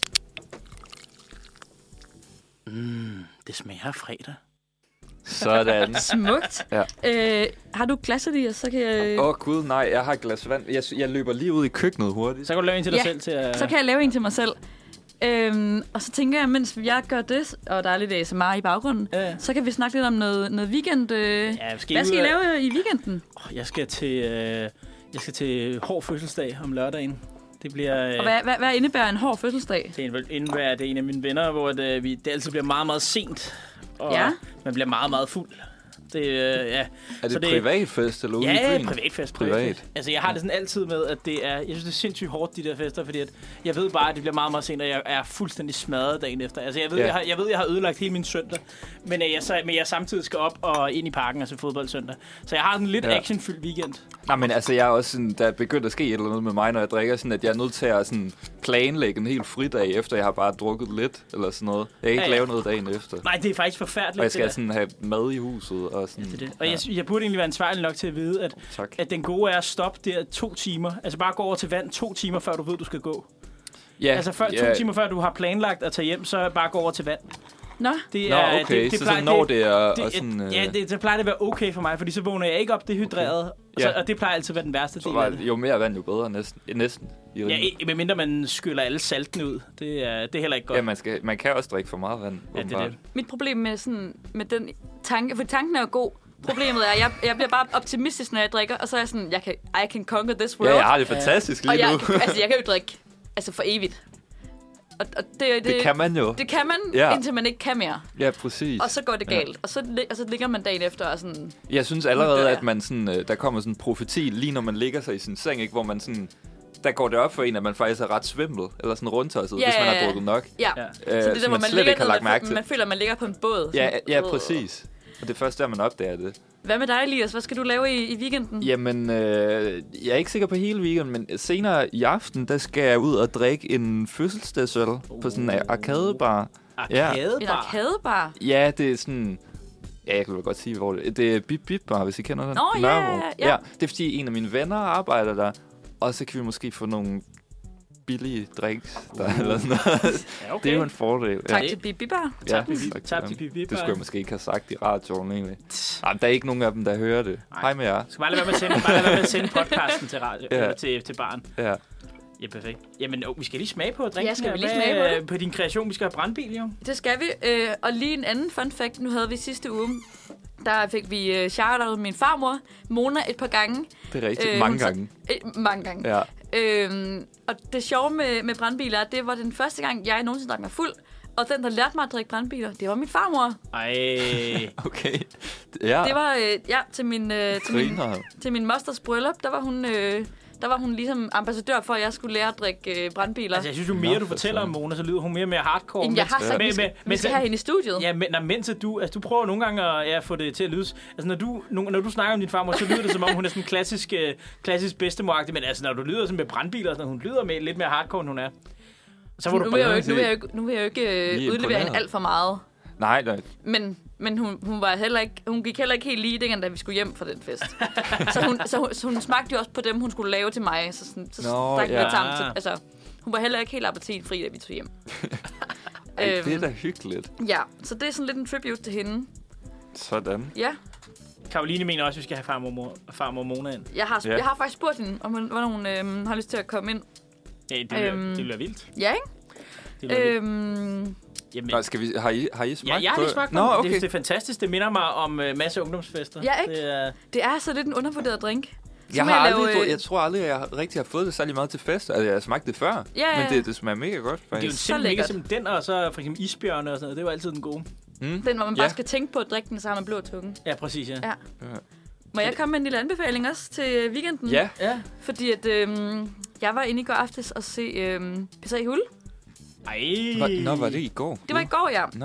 Speaker 3: Mm, det smager af fredag.
Speaker 1: Sådan.
Speaker 2: Smukt.
Speaker 1: Ja.
Speaker 2: Øh, har du glasset i, så kan jeg...
Speaker 1: Åh oh, gud, nej, jeg har et glas vand. Jeg, jeg løber lige ud i køkkenet hurtigt.
Speaker 3: Så kan du lave en til dig
Speaker 2: ja,
Speaker 3: selv. Til at...
Speaker 2: så kan jeg lave en til mig selv. Øhm, og så tænker jeg, mens jeg gør det, og der er lidt A S M R i baggrunden,
Speaker 3: ja.
Speaker 2: så kan vi snakke lidt om noget, noget weekend. Øh.
Speaker 3: Ja, skal
Speaker 2: Hvad skal I
Speaker 3: af...
Speaker 2: lave i weekenden?
Speaker 3: Oh, jeg skal til øh, jeg skal til hård fødselsdag om lørdagen. Det bliver... Øh,
Speaker 2: og hvad, hvad, hvad indebærer en hård fødselsdag?
Speaker 3: Det indebærer, det er en af mine venner, hvor det, vi, det altid bliver meget, meget sent. Og
Speaker 2: ja.
Speaker 3: man bliver meget, meget fuld. Det, øh, ja.
Speaker 1: Er det,
Speaker 3: så det
Speaker 1: privatfest eller ude
Speaker 3: ja,
Speaker 1: i byen?
Speaker 3: Ja, privatfest.
Speaker 1: Privat.
Speaker 3: Privat. Altså, jeg har det sådan altid med, at det er... Jeg synes, det er sindssygt hårdt, de der fester, fordi at jeg ved bare, at det bliver meget, meget sent, og jeg er fuldstændig smadret dagen efter. Altså, jeg ved, ja. jeg, har, jeg ved, jeg har ødelagt hele min søndag, men jeg, så, men jeg samtidig skal op og ind i parken, altså fodbold søndag. Så jeg har en lidt ja. actionfyldt weekend.
Speaker 1: Nej, men altså, jeg er også sådan, der er begyndt at ske et eller andet med mig, når jeg drikker, sådan, at jeg er nødt til at sådan, planlægge en helt fridag, efter jeg har bare drukket lidt, eller sådan noget. Jeg kan ikke ja, ja. lave noget dagen efter.
Speaker 3: Nej, det er faktisk forfærdeligt.
Speaker 1: Og jeg skal sådan have mad i huset. Og, sådan,
Speaker 3: ja, det er det. Og ja. jeg, jeg burde egentlig være ansvarlig nok til at vide, at,
Speaker 1: oh,
Speaker 3: at den gode er at stoppe der to timer. Altså bare gå over til vand to timer, før du ved, du skal gå.
Speaker 1: Ja.
Speaker 3: Altså før,
Speaker 1: ja.
Speaker 3: to timer før du har planlagt at tage hjem, så bare gå over til vand.
Speaker 2: Nå,
Speaker 1: det er, Nå okay, det, det så, plejer, så når det, det er...
Speaker 3: Det, og sådan, øh... Ja, det, det plejer det at være okay for mig, fordi så vågner jeg ikke op dehydreret, okay. ja. og, så, og det plejer altid at være den værste del af det.
Speaker 1: Jo mere vand, jo bedre næsten. næsten
Speaker 3: ja, medmindre man skyller alle salten ud. Det er, det er heller ikke godt.
Speaker 1: Ja, man, skal, man kan også drikke for meget vand.
Speaker 3: Ja, det er det.
Speaker 2: Mit problem med, sådan, med den tanke, for tanken er jo god. Problemet er, at jeg, jeg bliver bare optimistisk, når jeg drikker, og så er jeg sådan, jeg kan, I can conquer this world.
Speaker 1: Ja, jeg har det fantastisk lige
Speaker 2: og jeg,
Speaker 1: nu.
Speaker 2: altså, jeg kan jo drikke altså for evigt. Og, og det, det,
Speaker 1: det kan man jo.
Speaker 2: Det kan man,
Speaker 1: ja.
Speaker 2: indtil man ikke kan mere.
Speaker 1: Ja, præcis.
Speaker 2: Og så går det galt.
Speaker 1: Ja.
Speaker 2: Og, så, og så ligger man dagen efter og sådan...
Speaker 1: Jeg synes allerede, at man sådan, der kommer sådan en profeti, lige når man ligger sig i sin seng, ikke, hvor man sådan... der går det op for en, at man faktisk er ret svimmel, eller sådan rundtosset,
Speaker 2: Ja,
Speaker 1: hvis man
Speaker 2: ja,
Speaker 1: har
Speaker 2: ja.
Speaker 1: drukket nok.
Speaker 2: Ja,
Speaker 3: Ja.
Speaker 2: så det er
Speaker 1: Øh,
Speaker 2: der,
Speaker 1: som
Speaker 2: hvor
Speaker 1: man
Speaker 2: man
Speaker 1: slet
Speaker 2: ligger
Speaker 1: ikke har
Speaker 2: ned,
Speaker 1: lagt mærke til.
Speaker 2: man føler, at man ligger på en båd.
Speaker 1: Ja,
Speaker 2: Sådan,
Speaker 1: ja,
Speaker 2: øh.
Speaker 1: præcis. Og det er først der, man opdager det.
Speaker 2: Hvad med dig, Elias? Hvad skal du lave i, i weekenden?
Speaker 1: Jamen, øh, jeg er ikke sikker på hele weekenden, men senere i aften, der skal jeg ud og drikke en fødselsdagsøl på sådan en arcadebar.
Speaker 3: Arcadebar?
Speaker 2: En arcadebar?
Speaker 1: Ja, det er sådan... Ja, jeg kan vel godt sige, hvor det er. Det er Bip Bip Bar, hvis I kender den.
Speaker 2: Nå, ja,
Speaker 1: Nørrebro.
Speaker 2: ja.
Speaker 1: ja. Det er, fordi en af mine venner arbejder der, og så kan vi måske få nogle billige drinks der, uh. eller sådan noget.
Speaker 3: Ja, okay.
Speaker 1: Det er jo en fordel.
Speaker 2: Tak
Speaker 1: ja.
Speaker 2: til Bibi Bar.
Speaker 1: Ja,
Speaker 3: Tak til Bip-
Speaker 1: tak
Speaker 3: tak
Speaker 1: dem.
Speaker 3: til Bip Bip
Speaker 1: Det skulle
Speaker 3: Bar.
Speaker 1: jeg måske ikke have sagt i radioen, egentlig. Jamen, der er ikke nogen af dem, der hører det.
Speaker 3: Nej.
Speaker 1: Hej med jer.
Speaker 3: Skal bare lade være med at sende, bare lade være med at sende podcasten til radio,
Speaker 1: Ja.
Speaker 3: eller til, til barn.
Speaker 1: Ja.
Speaker 3: Ja, perfekt. Jamen, oh, vi skal lige smage på drinken.
Speaker 2: Ja, skal vi lige
Speaker 3: Hvad-
Speaker 2: smage på det?
Speaker 3: På din kreation, vi skal have brandbil, jo.
Speaker 2: Det skal vi. Øh, og lige en anden fun fact. Nu havde vi sidste uge. Der fik vi øh, shout-out min farmor, Mona, et par gange.
Speaker 1: Det er rigtigt.
Speaker 2: Øh,
Speaker 1: Mange
Speaker 2: hun så-
Speaker 1: gange.
Speaker 2: Øh, mange gange.
Speaker 1: Ja.
Speaker 2: Øhm, og det sjove med, med brandbiler, det var den første gang, jeg nogensinde drak mig fuld. Og den, der lærte mig at drikke brandbiler, det var min farmor.
Speaker 3: Ej.
Speaker 1: Okay. Ja.
Speaker 2: Det var, øh, ja, til min, øh, til min,
Speaker 1: Griner.
Speaker 2: til min mosters bryllup, der var hun... Øh, der var hun ligesom ambassadør for, at jeg skulle lære at drikke øh, brandbiler.
Speaker 3: Altså, jeg synes jo mere,
Speaker 1: Nå,
Speaker 3: du
Speaker 1: for
Speaker 3: fortæller om
Speaker 1: søren.
Speaker 3: Mona, så lyder hun mere og mere hardcore.
Speaker 2: Jamen, jeg har
Speaker 3: mens-
Speaker 2: sagt,
Speaker 3: men-
Speaker 2: vi skal,
Speaker 3: men-
Speaker 2: vi
Speaker 3: men-
Speaker 2: skal have hende i studiet.
Speaker 3: Ja, men når, mens at du, altså, du prøver nogle gange at ja, få det til at lyde... Altså, når du, når, når du snakker om din farmor, så lyder det, som om hun er sådan klassisk, øh, klassisk bedstemoragtig. Men altså, når du lyder sådan med brandbiler og sådan noget, hun lyder med, lidt mere hardcore, end hun er. Så var
Speaker 2: Nu
Speaker 3: du
Speaker 2: vil jeg jo
Speaker 3: bare...
Speaker 2: ikke, nu vil jeg jo ikke, nu vil jeg jo ikke øh,
Speaker 1: Lige
Speaker 2: udlevere hende
Speaker 1: imponeret.
Speaker 2: alt for meget.
Speaker 1: Nej, nej.
Speaker 2: Men, men hun, hun, var heller ikke, hun gik heller ikke helt lige dengang, da vi skulle hjem fra den fest. så, hun, så, hun, så hun smagte jo også på dem, hun skulle lave til mig. Så, sådan, så
Speaker 1: Nå,
Speaker 2: drak vi
Speaker 1: ja.
Speaker 2: lidt sammen. Så, altså, hun var heller ikke helt appetitfri, da vi tog hjem.
Speaker 1: Ej, det er
Speaker 2: Øhm,
Speaker 1: da hyggeligt.
Speaker 2: Ja, så det er sådan lidt en tribute til hende.
Speaker 1: Sådan.
Speaker 2: Ja,
Speaker 3: Karoline mener også, at vi skal have farmor, Mo- farmor Mona ind.
Speaker 2: jeg har,
Speaker 1: Ja.
Speaker 2: jeg har faktisk spurgt hende, om hun, hvornår hun øhm, har lyst til at komme ind.
Speaker 3: Ja, det bliver,
Speaker 2: Øhm.
Speaker 3: det bliver vildt.
Speaker 2: Ja, ikke?
Speaker 3: Det bliver vildt.
Speaker 2: Øhm,
Speaker 3: Jamen,
Speaker 1: Nå, skal vi, har, I, har I smagt
Speaker 3: ja, jeg har
Speaker 1: på
Speaker 3: lige smagt på
Speaker 1: Nå,
Speaker 3: det.
Speaker 1: okay.
Speaker 3: Det, det er fantastisk. Det minder mig om en uh, masse ungdomsfester.
Speaker 2: Ja, ikke?
Speaker 3: Det er,
Speaker 2: det er så lidt en undervurderet drink. Så
Speaker 1: Jeg,
Speaker 2: må
Speaker 1: har
Speaker 2: lave,
Speaker 1: aldrig,
Speaker 2: øh,
Speaker 1: jeg tror aldrig, jeg har rigtig har fået det særlig meget til fest. Altså, jeg har smagt det før,
Speaker 2: Ja, ja.
Speaker 1: men det, det smager mega godt,
Speaker 3: det er jo
Speaker 1: faktisk.
Speaker 3: simpelthen mega
Speaker 2: lækkert.
Speaker 3: simpelthen den, og så for eksempel isbjørne og sådan noget. Det er jo altid den gode.
Speaker 1: Mm.
Speaker 2: Den, hvor man bare
Speaker 1: Ja.
Speaker 2: skal tænke på at drikke den, så har man blå tunge.
Speaker 3: Ja, præcis, ja.
Speaker 2: Ja.
Speaker 1: Ja.
Speaker 2: Må jeg komme med en lille anbefaling også til weekenden?
Speaker 1: Ja,
Speaker 3: Ja.
Speaker 2: Fordi at, øhm, jeg var inde i går aftes og se øhm, P tre Hul.
Speaker 3: Ej.
Speaker 1: Hvor- Nå, var det i går?
Speaker 2: Det var i går, ja.
Speaker 1: Nå.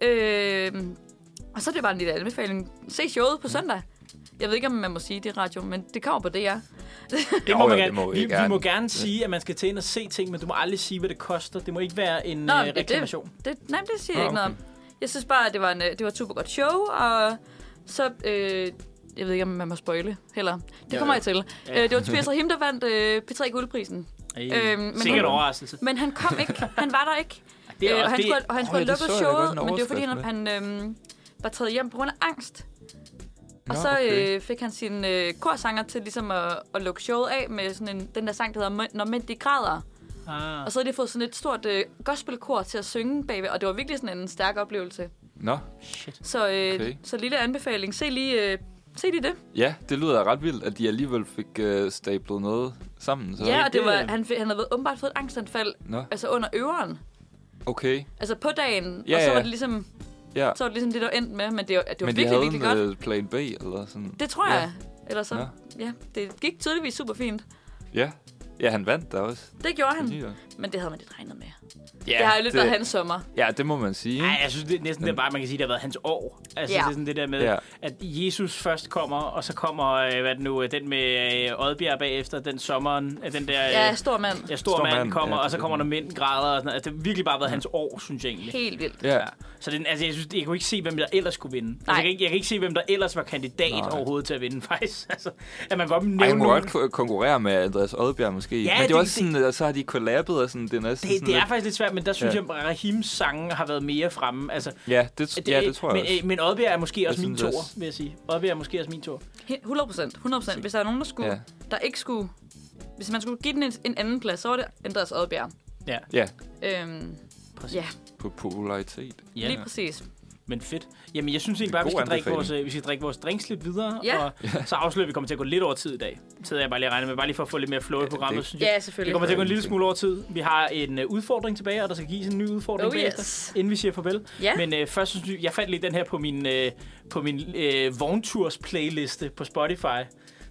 Speaker 2: Øhm, og så er det bare en lille anbefaling. Se showet på søndag. Jeg ved ikke, om man må sige det i radio, men det kommer på D R.
Speaker 3: Det
Speaker 1: Jo,
Speaker 3: må
Speaker 1: jo,
Speaker 3: man
Speaker 1: det
Speaker 3: gerne.
Speaker 1: må vi
Speaker 3: vi, vi
Speaker 1: gerne.
Speaker 3: må gerne sige, at man skal til ind og se ting, men du må aldrig sige, hvad det koster. Det må ikke være en
Speaker 2: Nå,
Speaker 3: øh,
Speaker 2: men det-
Speaker 3: reklamation.
Speaker 2: Det, nej, det siger
Speaker 1: Nå,
Speaker 2: jeg ikke noget om. Jeg synes bare, at det var, en, øh, det var et super godt show, og så... Øh, jeg ved ikke, om man må spoile heller. Det
Speaker 3: Jo,
Speaker 2: kommer
Speaker 3: jo.
Speaker 2: jeg til.
Speaker 3: Ja.
Speaker 2: Øh, det var Tobias Rahim, der vandt øh, P tre Guldprisen.
Speaker 3: Ej.
Speaker 2: Øhm, men
Speaker 3: Sikkert
Speaker 2: han-
Speaker 3: overraskelse.
Speaker 2: Men han kom ikke. Han var der ikke.
Speaker 3: Det er
Speaker 2: Øh,
Speaker 3: også
Speaker 2: og han
Speaker 3: det.
Speaker 2: skulle, og han
Speaker 1: Åh,
Speaker 2: skulle
Speaker 1: ja,
Speaker 2: have
Speaker 1: det
Speaker 2: lukket
Speaker 1: så jeg godt,
Speaker 2: showet,
Speaker 1: en
Speaker 2: men det var fordi, han,
Speaker 1: overskrift
Speaker 2: han øhm, var taget hjem på grund af angst.
Speaker 1: Nå,
Speaker 2: Og så
Speaker 1: okay.
Speaker 2: øh, fik han sin øh, korsanger til ligesom at, at lukke showet af med sådan en, den der sang, der hedder "Mænd- Når mænd de græder.
Speaker 3: Ah.
Speaker 2: Og så havde de fået sådan et stort øh, gospelkor til at synge bagved, og det var virkelig sådan en stærk oplevelse.
Speaker 1: Nå,
Speaker 3: Shit.
Speaker 2: Så, øh,
Speaker 1: Okay.
Speaker 2: så lille anbefaling. Se lige, øh, se lige det.
Speaker 1: ja, det lyder ret vildt, at de alligevel fik uh, stablet noget sammen. Så.
Speaker 2: Ja, og det
Speaker 3: det-
Speaker 2: var, han, fik, han havde været- åbenbart fået et angstanfald,
Speaker 1: Nå,
Speaker 2: altså under øveren.
Speaker 1: okay.
Speaker 2: Altså på dagen,
Speaker 1: Ja,
Speaker 2: og så
Speaker 1: ja.
Speaker 2: var det ligesom,
Speaker 1: Ja.
Speaker 2: så var det ligesom det, der endte med, men det var, det var
Speaker 1: Men de
Speaker 2: virkelig,
Speaker 1: havde
Speaker 2: virkelig godt.
Speaker 1: en uh, plan B, eller sådan.
Speaker 2: Det tror
Speaker 1: Ja.
Speaker 2: jeg. Eller så,
Speaker 1: Nå.
Speaker 2: ja, det gik tydeligvis super fint.
Speaker 1: Ja. Ja, han vandt der også.
Speaker 2: Det gjorde han,
Speaker 1: Ja,
Speaker 2: men det havde man lidt regnet med.
Speaker 1: ja,
Speaker 2: Det har jo lidt været hans sommer.
Speaker 1: Ja, det må man sige.
Speaker 3: Ej, jeg synes det er næsten det er bare, man kan sige, det har været hans år. Altså,
Speaker 2: Ja.
Speaker 3: det er sådan det der med,
Speaker 1: Ja.
Speaker 3: at Jesus først kommer, og så kommer, øh, hvad er det nu, øh, den med øh, Oddbjerg bagefter, den sommeren, øh, den der... Øh,
Speaker 2: Ja, stor mand.
Speaker 3: ja, stor,
Speaker 1: Stor
Speaker 3: mand,
Speaker 1: mand,
Speaker 3: kommer,
Speaker 1: ja,
Speaker 3: og så
Speaker 1: det
Speaker 3: kommer
Speaker 1: er
Speaker 3: der mænd græder og sådan noget. Altså, det har virkelig bare været hans år, synes jeg egentlig.
Speaker 2: Helt vildt.
Speaker 1: Ja.
Speaker 3: Så den, altså, jeg, synes, jeg kunne ikke se, hvem der ellers skulle vinde. Altså,
Speaker 2: Nej.
Speaker 3: jeg, kan ikke, jeg kan ikke se, hvem der ellers var kandidat
Speaker 1: Nej.
Speaker 3: overhovedet til at vinde, faktisk. Altså, at man godt nævne
Speaker 1: Ej, han må
Speaker 3: nogen.
Speaker 1: godt ko- konkurrere med Andreas Oddbjerg måske.
Speaker 3: Ja,
Speaker 1: Men det er
Speaker 3: det-
Speaker 1: også sådan, at så har de kollabet og sådan, det er næsten
Speaker 3: Det,
Speaker 1: sådan
Speaker 3: det er
Speaker 1: lidt-
Speaker 3: faktisk lidt svært, men der synes
Speaker 1: Ja.
Speaker 3: jeg, at Rahims sange har været mere fremme. Altså,
Speaker 1: Ja, det, ja, det tror jeg
Speaker 3: men,
Speaker 1: også.
Speaker 3: øh, men Oddbjerg er måske
Speaker 1: Jeg
Speaker 3: også min
Speaker 1: synes
Speaker 3: tor,
Speaker 1: også.
Speaker 3: vil jeg sige. Oddbjerg er måske også min tor.
Speaker 2: hundrede procent. hundrede procent. Hvis der er nogen, der, skulle,
Speaker 1: Ja.
Speaker 2: der ikke skulle... Hvis man skulle give den en, en anden plads, så var det Andreas Oddbjerg.
Speaker 3: Ja,
Speaker 1: Ja,
Speaker 2: Øhm,
Speaker 3: præcis.
Speaker 2: ja,
Speaker 1: på popularitet.
Speaker 3: Ja.
Speaker 2: lige præcis.
Speaker 3: Men fedt. Jamen, jeg synes egentlig bare, vi
Speaker 1: God
Speaker 3: skal, drikke
Speaker 1: anbefaling.
Speaker 3: vores, øh, vi skal drikke vores drinks lidt videre.
Speaker 2: Ja.
Speaker 3: Og så afslører vi, at vi kommer til at gå lidt over tid i dag. Så jeg bare lige regner med, bare lige for at få lidt mere flow i programmet.
Speaker 1: det-
Speaker 3: Synes jeg.
Speaker 2: Ja,
Speaker 3: Vi
Speaker 2: selvfølgelig.
Speaker 3: kommer til at gå en lille smule over tid. Vi har en uh, udfordring tilbage, og der skal gives en ny udfordring
Speaker 2: Oh
Speaker 3: bagefter,
Speaker 2: yes.
Speaker 3: inden vi siger farvel.
Speaker 2: Ja.
Speaker 3: Men uh, først synes jeg, jeg fandt lige den her på min, uh, på min uh, vognturs playliste på Spotify.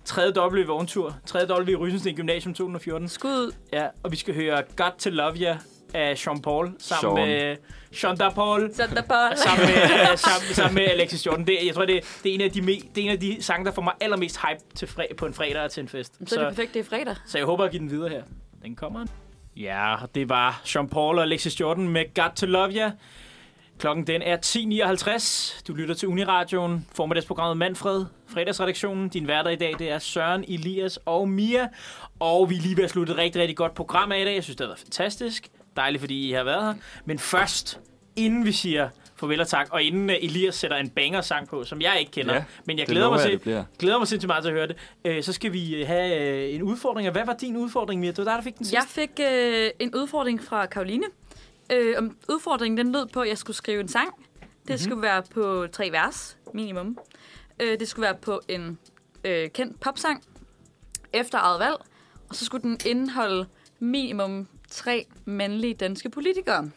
Speaker 3: tredje W vogntur. tredje W i Rysensten Gymnasium to tusind og fjorten.
Speaker 2: Skud.
Speaker 3: Ja, og vi skal høre Got to Love Ya af Sean Paul sammen
Speaker 1: Sean.
Speaker 3: med Sean da Paul.
Speaker 2: Så der bare...
Speaker 3: sammen med, uh, sammen, sammen med Alexis Jordan. Det, jeg tror, det, det, er en af de me, det er en af de sange, der får mig allermest hype til fre, på en fredag og til en fest.
Speaker 2: Så er det perfekt, det er fredag.
Speaker 3: Så jeg håber at give den videre her. Den kommer. Ja, det var Sean Paul og Alexis Jordan med Got to Love Ya. Klokken den er ti nioghalvtreds. Du lytter til Uniradioen. Formiddagsprogrammet Manfred. Fredagsredaktionen. Din værter i dag, det er Søren, Elias og Mia. Og vi er lige ved at slutte et rigtig, rigtig godt program af i dag. Jeg synes, det har været fantastisk. Dejligt, fordi I har været her. Men først, inden vi siger farvel og tak, og inden Elias sætter en banger-sang på, som jeg ikke kender,
Speaker 1: Ja,
Speaker 3: men jeg
Speaker 1: det
Speaker 3: glæder mig,
Speaker 1: lover jeg,
Speaker 3: til,
Speaker 1: det bliver.
Speaker 3: glæder mig sindssygt meget til at høre det, øh, så skal vi have øh, en udfordring. Og hvad var din udfordring, Mia? Det var dig, der fik den sidste.
Speaker 2: Jeg fik øh, en udfordring fra Karoline. Øh, om udfordringen den lød på, at jeg skulle skrive en sang. Det mm-hmm. skulle være på tre vers, minimum. Øh, det skulle være på en øh, kendt popsang, efter eget valg. Og så skulle den indeholde minimum tre mandlige danske politikere.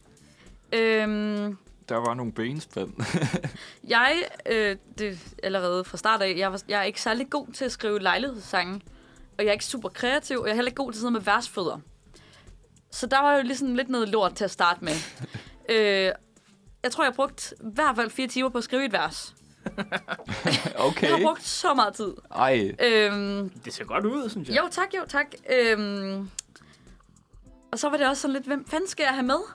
Speaker 2: Øhm,
Speaker 1: Der var nogle benspænd.
Speaker 2: jeg, øh, det allerede fra start af, jeg, var, jeg er ikke særlig god til at skrive lejlighedssange. Og jeg er ikke super kreativ, og jeg er heller ikke god til at sidde med versfødder. Så der var jo ligesom lidt noget lort til at starte med. øh, jeg tror, jeg har brugt i hvert fald fire timer på at skrive et vers.
Speaker 1: Okay.
Speaker 2: Jeg har brugt så meget tid.
Speaker 1: Ej.
Speaker 2: Øhm,
Speaker 3: Det ser godt ud, synes jeg.
Speaker 2: jo, tak, jo, tak. Øhm, og så var det også sådan lidt, hvem fanden skal jeg have med?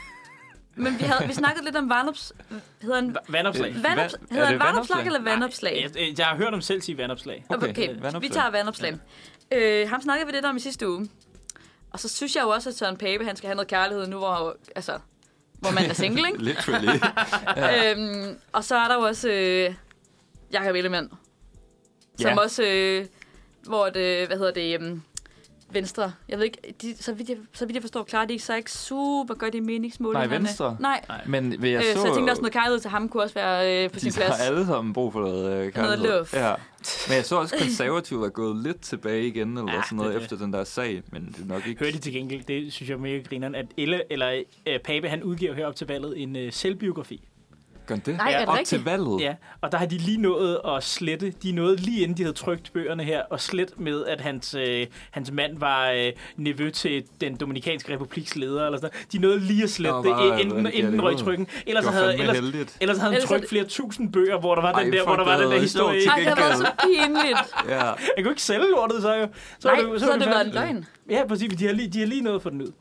Speaker 2: Men vi, havde, vi snakkede lidt om vandops... Hedder en,
Speaker 3: Vandopslag.
Speaker 1: Øh,
Speaker 2: vandops,
Speaker 1: Vand- er
Speaker 2: hedder
Speaker 1: det
Speaker 2: en vandopslag
Speaker 1: vandopslag?
Speaker 2: eller vandopslag?
Speaker 3: Jeg, jeg har hørt dem selv sige vandopslag.
Speaker 1: Okay,
Speaker 2: Okay,
Speaker 1: vandopslag.
Speaker 2: vi tager vandopslag. Ja. Øh, ham snakkede vi lidt om i sidste uge. Og så synes jeg jo også, at Søren Pape, han skal have noget kærlighed nu, hvor, altså, hvor man er single, ikke?
Speaker 1: Literally. Ja.
Speaker 2: øhm, og så er der jo også øh, Jakob Ellemann, som
Speaker 1: Ja.
Speaker 2: også, øh, hvor det, hvad hedder det, øh, Venstre, jeg ved ikke, de, så, vidt jeg, så vidt jeg forstår, klarer de ikke så ikke super godt i meningsmålingerne.
Speaker 1: Nej, Venstre?
Speaker 2: Nej,
Speaker 1: Men vil jeg
Speaker 2: øh,
Speaker 1: så...
Speaker 2: så jeg tænkte også, noget kærlighed til ham kunne også være øh, på
Speaker 1: de
Speaker 2: sin plads.
Speaker 1: har alle sammen brug for noget øh, kærlighed.
Speaker 2: luft.
Speaker 1: Ja. Men jeg så også, konservative er gået lidt tilbage igen, eller
Speaker 3: Ja,
Speaker 1: sådan noget,
Speaker 3: det-
Speaker 1: efter den der sag. Men det er nok ikke...
Speaker 3: Hørte I til gengæld, det synes jeg er mega grineren, at Elle, eller uh, Pape, han udgiver her op til valget en uh, selvbiografi.
Speaker 1: Gør det?
Speaker 2: Nej, er det
Speaker 1: Op
Speaker 2: rigtigt?
Speaker 1: til valget?
Speaker 3: Ja, og der har de lige nået at slette, de nåede lige inden de havde trykt bøgerne her, og slet med, at hans, øh, hans mand var øh, nevø til den Dominikanske Republiks leder, eller sådan noget. De nåede lige at slette
Speaker 1: Nå,
Speaker 3: det,
Speaker 1: bare-
Speaker 3: inden,
Speaker 1: hvad-
Speaker 3: inden den
Speaker 1: ja,
Speaker 3: røg
Speaker 1: det var-
Speaker 3: trykken. Ellers
Speaker 1: Det var
Speaker 3: havde,
Speaker 1: fandme
Speaker 3: ellers,
Speaker 1: heldigt.
Speaker 3: ellers havde han
Speaker 2: Ellers
Speaker 3: trykt
Speaker 2: er
Speaker 3: flere tusind bøger, hvor der var
Speaker 1: Ej,
Speaker 3: den der,
Speaker 1: fuck,
Speaker 3: hvor der var
Speaker 1: det
Speaker 3: den der
Speaker 1: havde
Speaker 3: historie.
Speaker 1: været
Speaker 2: Ej, det har været så pinligt.
Speaker 1: Ja.
Speaker 3: Jeg kunne ikke sælge lortet, så jo. Så
Speaker 2: Nej,
Speaker 3: var
Speaker 2: så har det været
Speaker 3: færdigt.
Speaker 2: en løgn.
Speaker 3: Ja, præcis. De har lige, de har lige nået for den ud.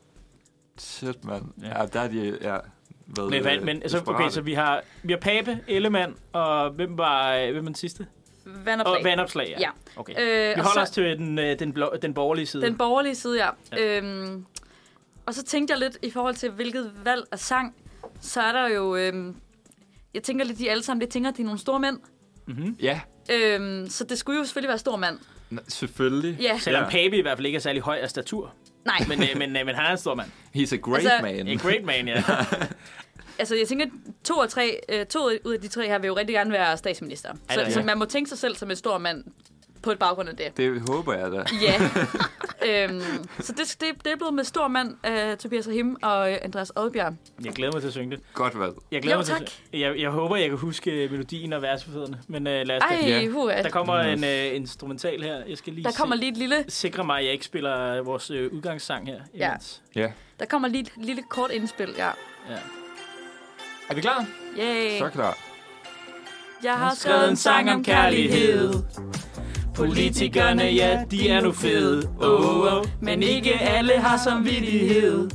Speaker 1: Shit, mand.
Speaker 3: Ja.
Speaker 1: Ja, der er de... Ja, været,
Speaker 3: Men,
Speaker 1: øh,
Speaker 3: men altså, okay,
Speaker 1: desperate.
Speaker 3: så vi har, vi har Pape, Ellemann, og hvem var, hvem var den sidste?
Speaker 2: Vandopslag.
Speaker 3: Og vandopslag, ja.
Speaker 2: Ja.
Speaker 3: Okay.
Speaker 2: Øh,
Speaker 3: Vi
Speaker 2: og
Speaker 3: holder
Speaker 2: så-
Speaker 3: os til den, øh, den, blå, den borgerlige side.
Speaker 2: Den borgerlige side, ja.
Speaker 3: Ja.
Speaker 2: ja. Øhm, og så tænkte jeg lidt i forhold til, hvilket valg af sang, så er der jo... Øhm, jeg tænker lidt, de alle sammen, jeg tænker, at de er nogle store mænd.
Speaker 3: Mm-hmm.
Speaker 1: Ja,
Speaker 2: Øhm, så det skulle jo selvfølgelig være stor mand.
Speaker 1: n- selvfølgelig.
Speaker 2: Ja,
Speaker 3: Selvom
Speaker 1: Ja.
Speaker 3: Pape i hvert fald ikke er særlig høj af statur.
Speaker 2: nej.
Speaker 3: Men, øh, men, øh, men han er en stor mand.
Speaker 1: He's a great
Speaker 2: Altså-
Speaker 1: man.
Speaker 3: En great man, ja.
Speaker 2: Altså, jeg tænker, to, og tre, øh, to ud af de tre her vil jo rigtig gerne være statsminister.
Speaker 3: Ja,
Speaker 2: Så,
Speaker 3: det er
Speaker 2: så
Speaker 3: det.
Speaker 2: man må tænke sig selv som en stor mand på et baggrund af det.
Speaker 1: Det håber jeg da.
Speaker 2: Ja. øhm, så det, det, det er blevet med stor mand, uh, Tobias Rahim og uh, Andreas Oddbjerg.
Speaker 3: Jeg glæder mig til at synge det.
Speaker 1: Godt valg.
Speaker 3: Jeg glæder
Speaker 2: Jo,
Speaker 3: mig til
Speaker 2: tak.
Speaker 3: at, jeg, jeg håber, jeg kan huske melodien og versefødderne. Men uh, lad os da.
Speaker 2: Ej,
Speaker 1: Ja.
Speaker 2: huha.
Speaker 3: Der kommer
Speaker 1: Yes.
Speaker 3: en uh, instrumental her. Jeg skal lige
Speaker 2: Der kommer
Speaker 3: se,
Speaker 2: lige et lille,
Speaker 3: sikre mig, at jeg ikke spiller vores uh, udgangssang her.
Speaker 2: Ja.
Speaker 3: imens.
Speaker 1: Ja,
Speaker 2: der kommer lige et lille kort indspil, ja.
Speaker 3: Ja. Er vi klar?
Speaker 2: Yay.
Speaker 1: så klar.
Speaker 2: Jeg har skrevet en sang om kærlighed.
Speaker 3: Politikerne, ja, de er nu fede. Oh, oh. Men ikke alle har samvittighed.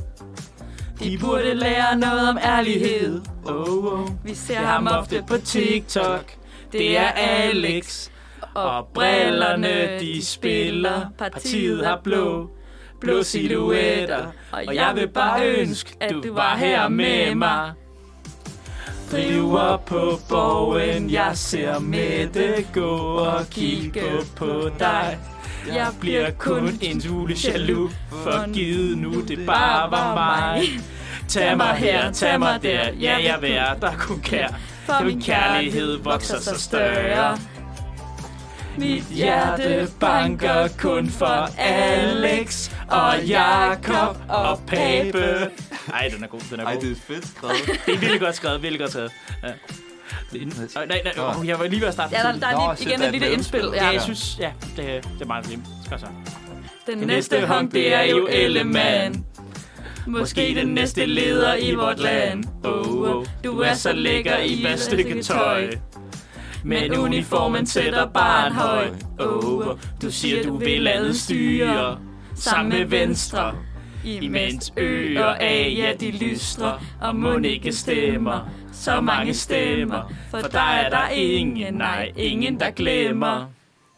Speaker 3: De burde lære noget om ærlighed. Oh, oh.
Speaker 2: Vi ser
Speaker 3: Jeg
Speaker 2: ham
Speaker 3: ham
Speaker 2: ofte
Speaker 3: ofte på TikTok. Det er Alex. Og brillerne, de spiller. Partiet har blå. Blå silhuetter. Og jeg vil bare ønske, du var her med mig. Driver på borgen, jeg ser Mette gå og kigge på dig. Jeg bliver kun en smule jaloux, for givet nu det bare var mig. Tag mig her, tag mig der, ja jeg vil være der kun kær.
Speaker 2: For
Speaker 3: Min kærlighed vokser så større. Mit hjerte banker kun for Alex og Jakob og Pape. Ej, den er god, den er
Speaker 1: Ej,
Speaker 3: god.
Speaker 1: det er fedt skrevet.
Speaker 3: Det er virkelig godt skrevet, virkelig godt skrevet. Ja. Det, øh, nej, nej, oh, jeg var lige ved at starte.
Speaker 2: Ja, der, der er
Speaker 1: Nå,
Speaker 2: lige, igen et lille indspil.
Speaker 3: Ja,
Speaker 2: Ja.
Speaker 3: jeg synes, ja, det, det er meget nemt. Skal så.
Speaker 2: Den næste hunk, det er jo Ellemann. Måske den næste leder i vort land. Oh, oh, du er så lækker i hvert stykke tøj. Men uniformen sætter barn høj. Oh, oh, du siger, du vil lade styre sammen med Venstre. Imens øer af, ja, de lystre, og mund ikke stemmer. Så mange stemmer, for der er der ingen, nej, ingen, der glemmer.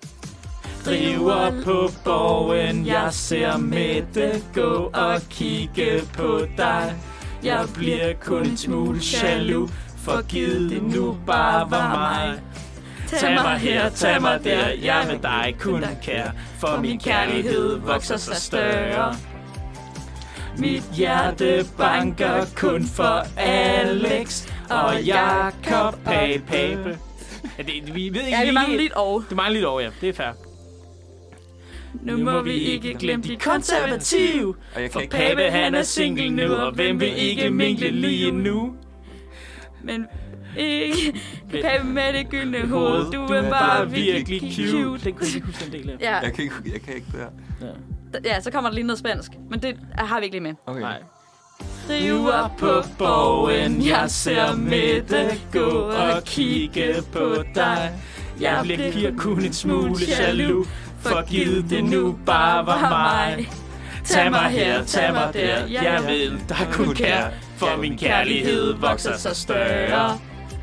Speaker 2: Driver på borgen, jeg ser Mette gå og kigge på dig. Jeg bliver kun en smule jaloux, for givet det nu bare var mig. Tag mig her, tag mig der, jeg med dig kun kær, for min kærlighed vokser sig større. Mit hjerte banker kun for Alex og Jakob Pape. Ja, det, vi ved ikke, Ja, vi mangler
Speaker 3: lige-
Speaker 2: lidt over.
Speaker 3: Det mangler lidt over, ja. Det er fair.
Speaker 2: Nu må vi ikke glemme de konservative,
Speaker 1: Og jeg kan
Speaker 2: for
Speaker 1: ikke
Speaker 2: Pape han er single nu, og hvem vil ikke mingle lige nu? Men ikke Pape med det gyldne hoved, du er bare virkelig cute.
Speaker 3: Den kunne jeg ikke huske en del af.
Speaker 2: Ja,
Speaker 1: Jeg kan ikke, jeg kan ikke det her.
Speaker 2: ja, så kommer der lige noget spansk, men det har vi ikke lige med.
Speaker 1: Okay.
Speaker 3: Nej.
Speaker 2: Driver på borgen, jeg ser Mette gå og kigge på dig.
Speaker 3: Jeg bliver kun en smule jaloux, for givet det nu bare var mig. Tag mig her, tag mig der, jeg ved, der kun kær, for min kærlighed vokser sig større.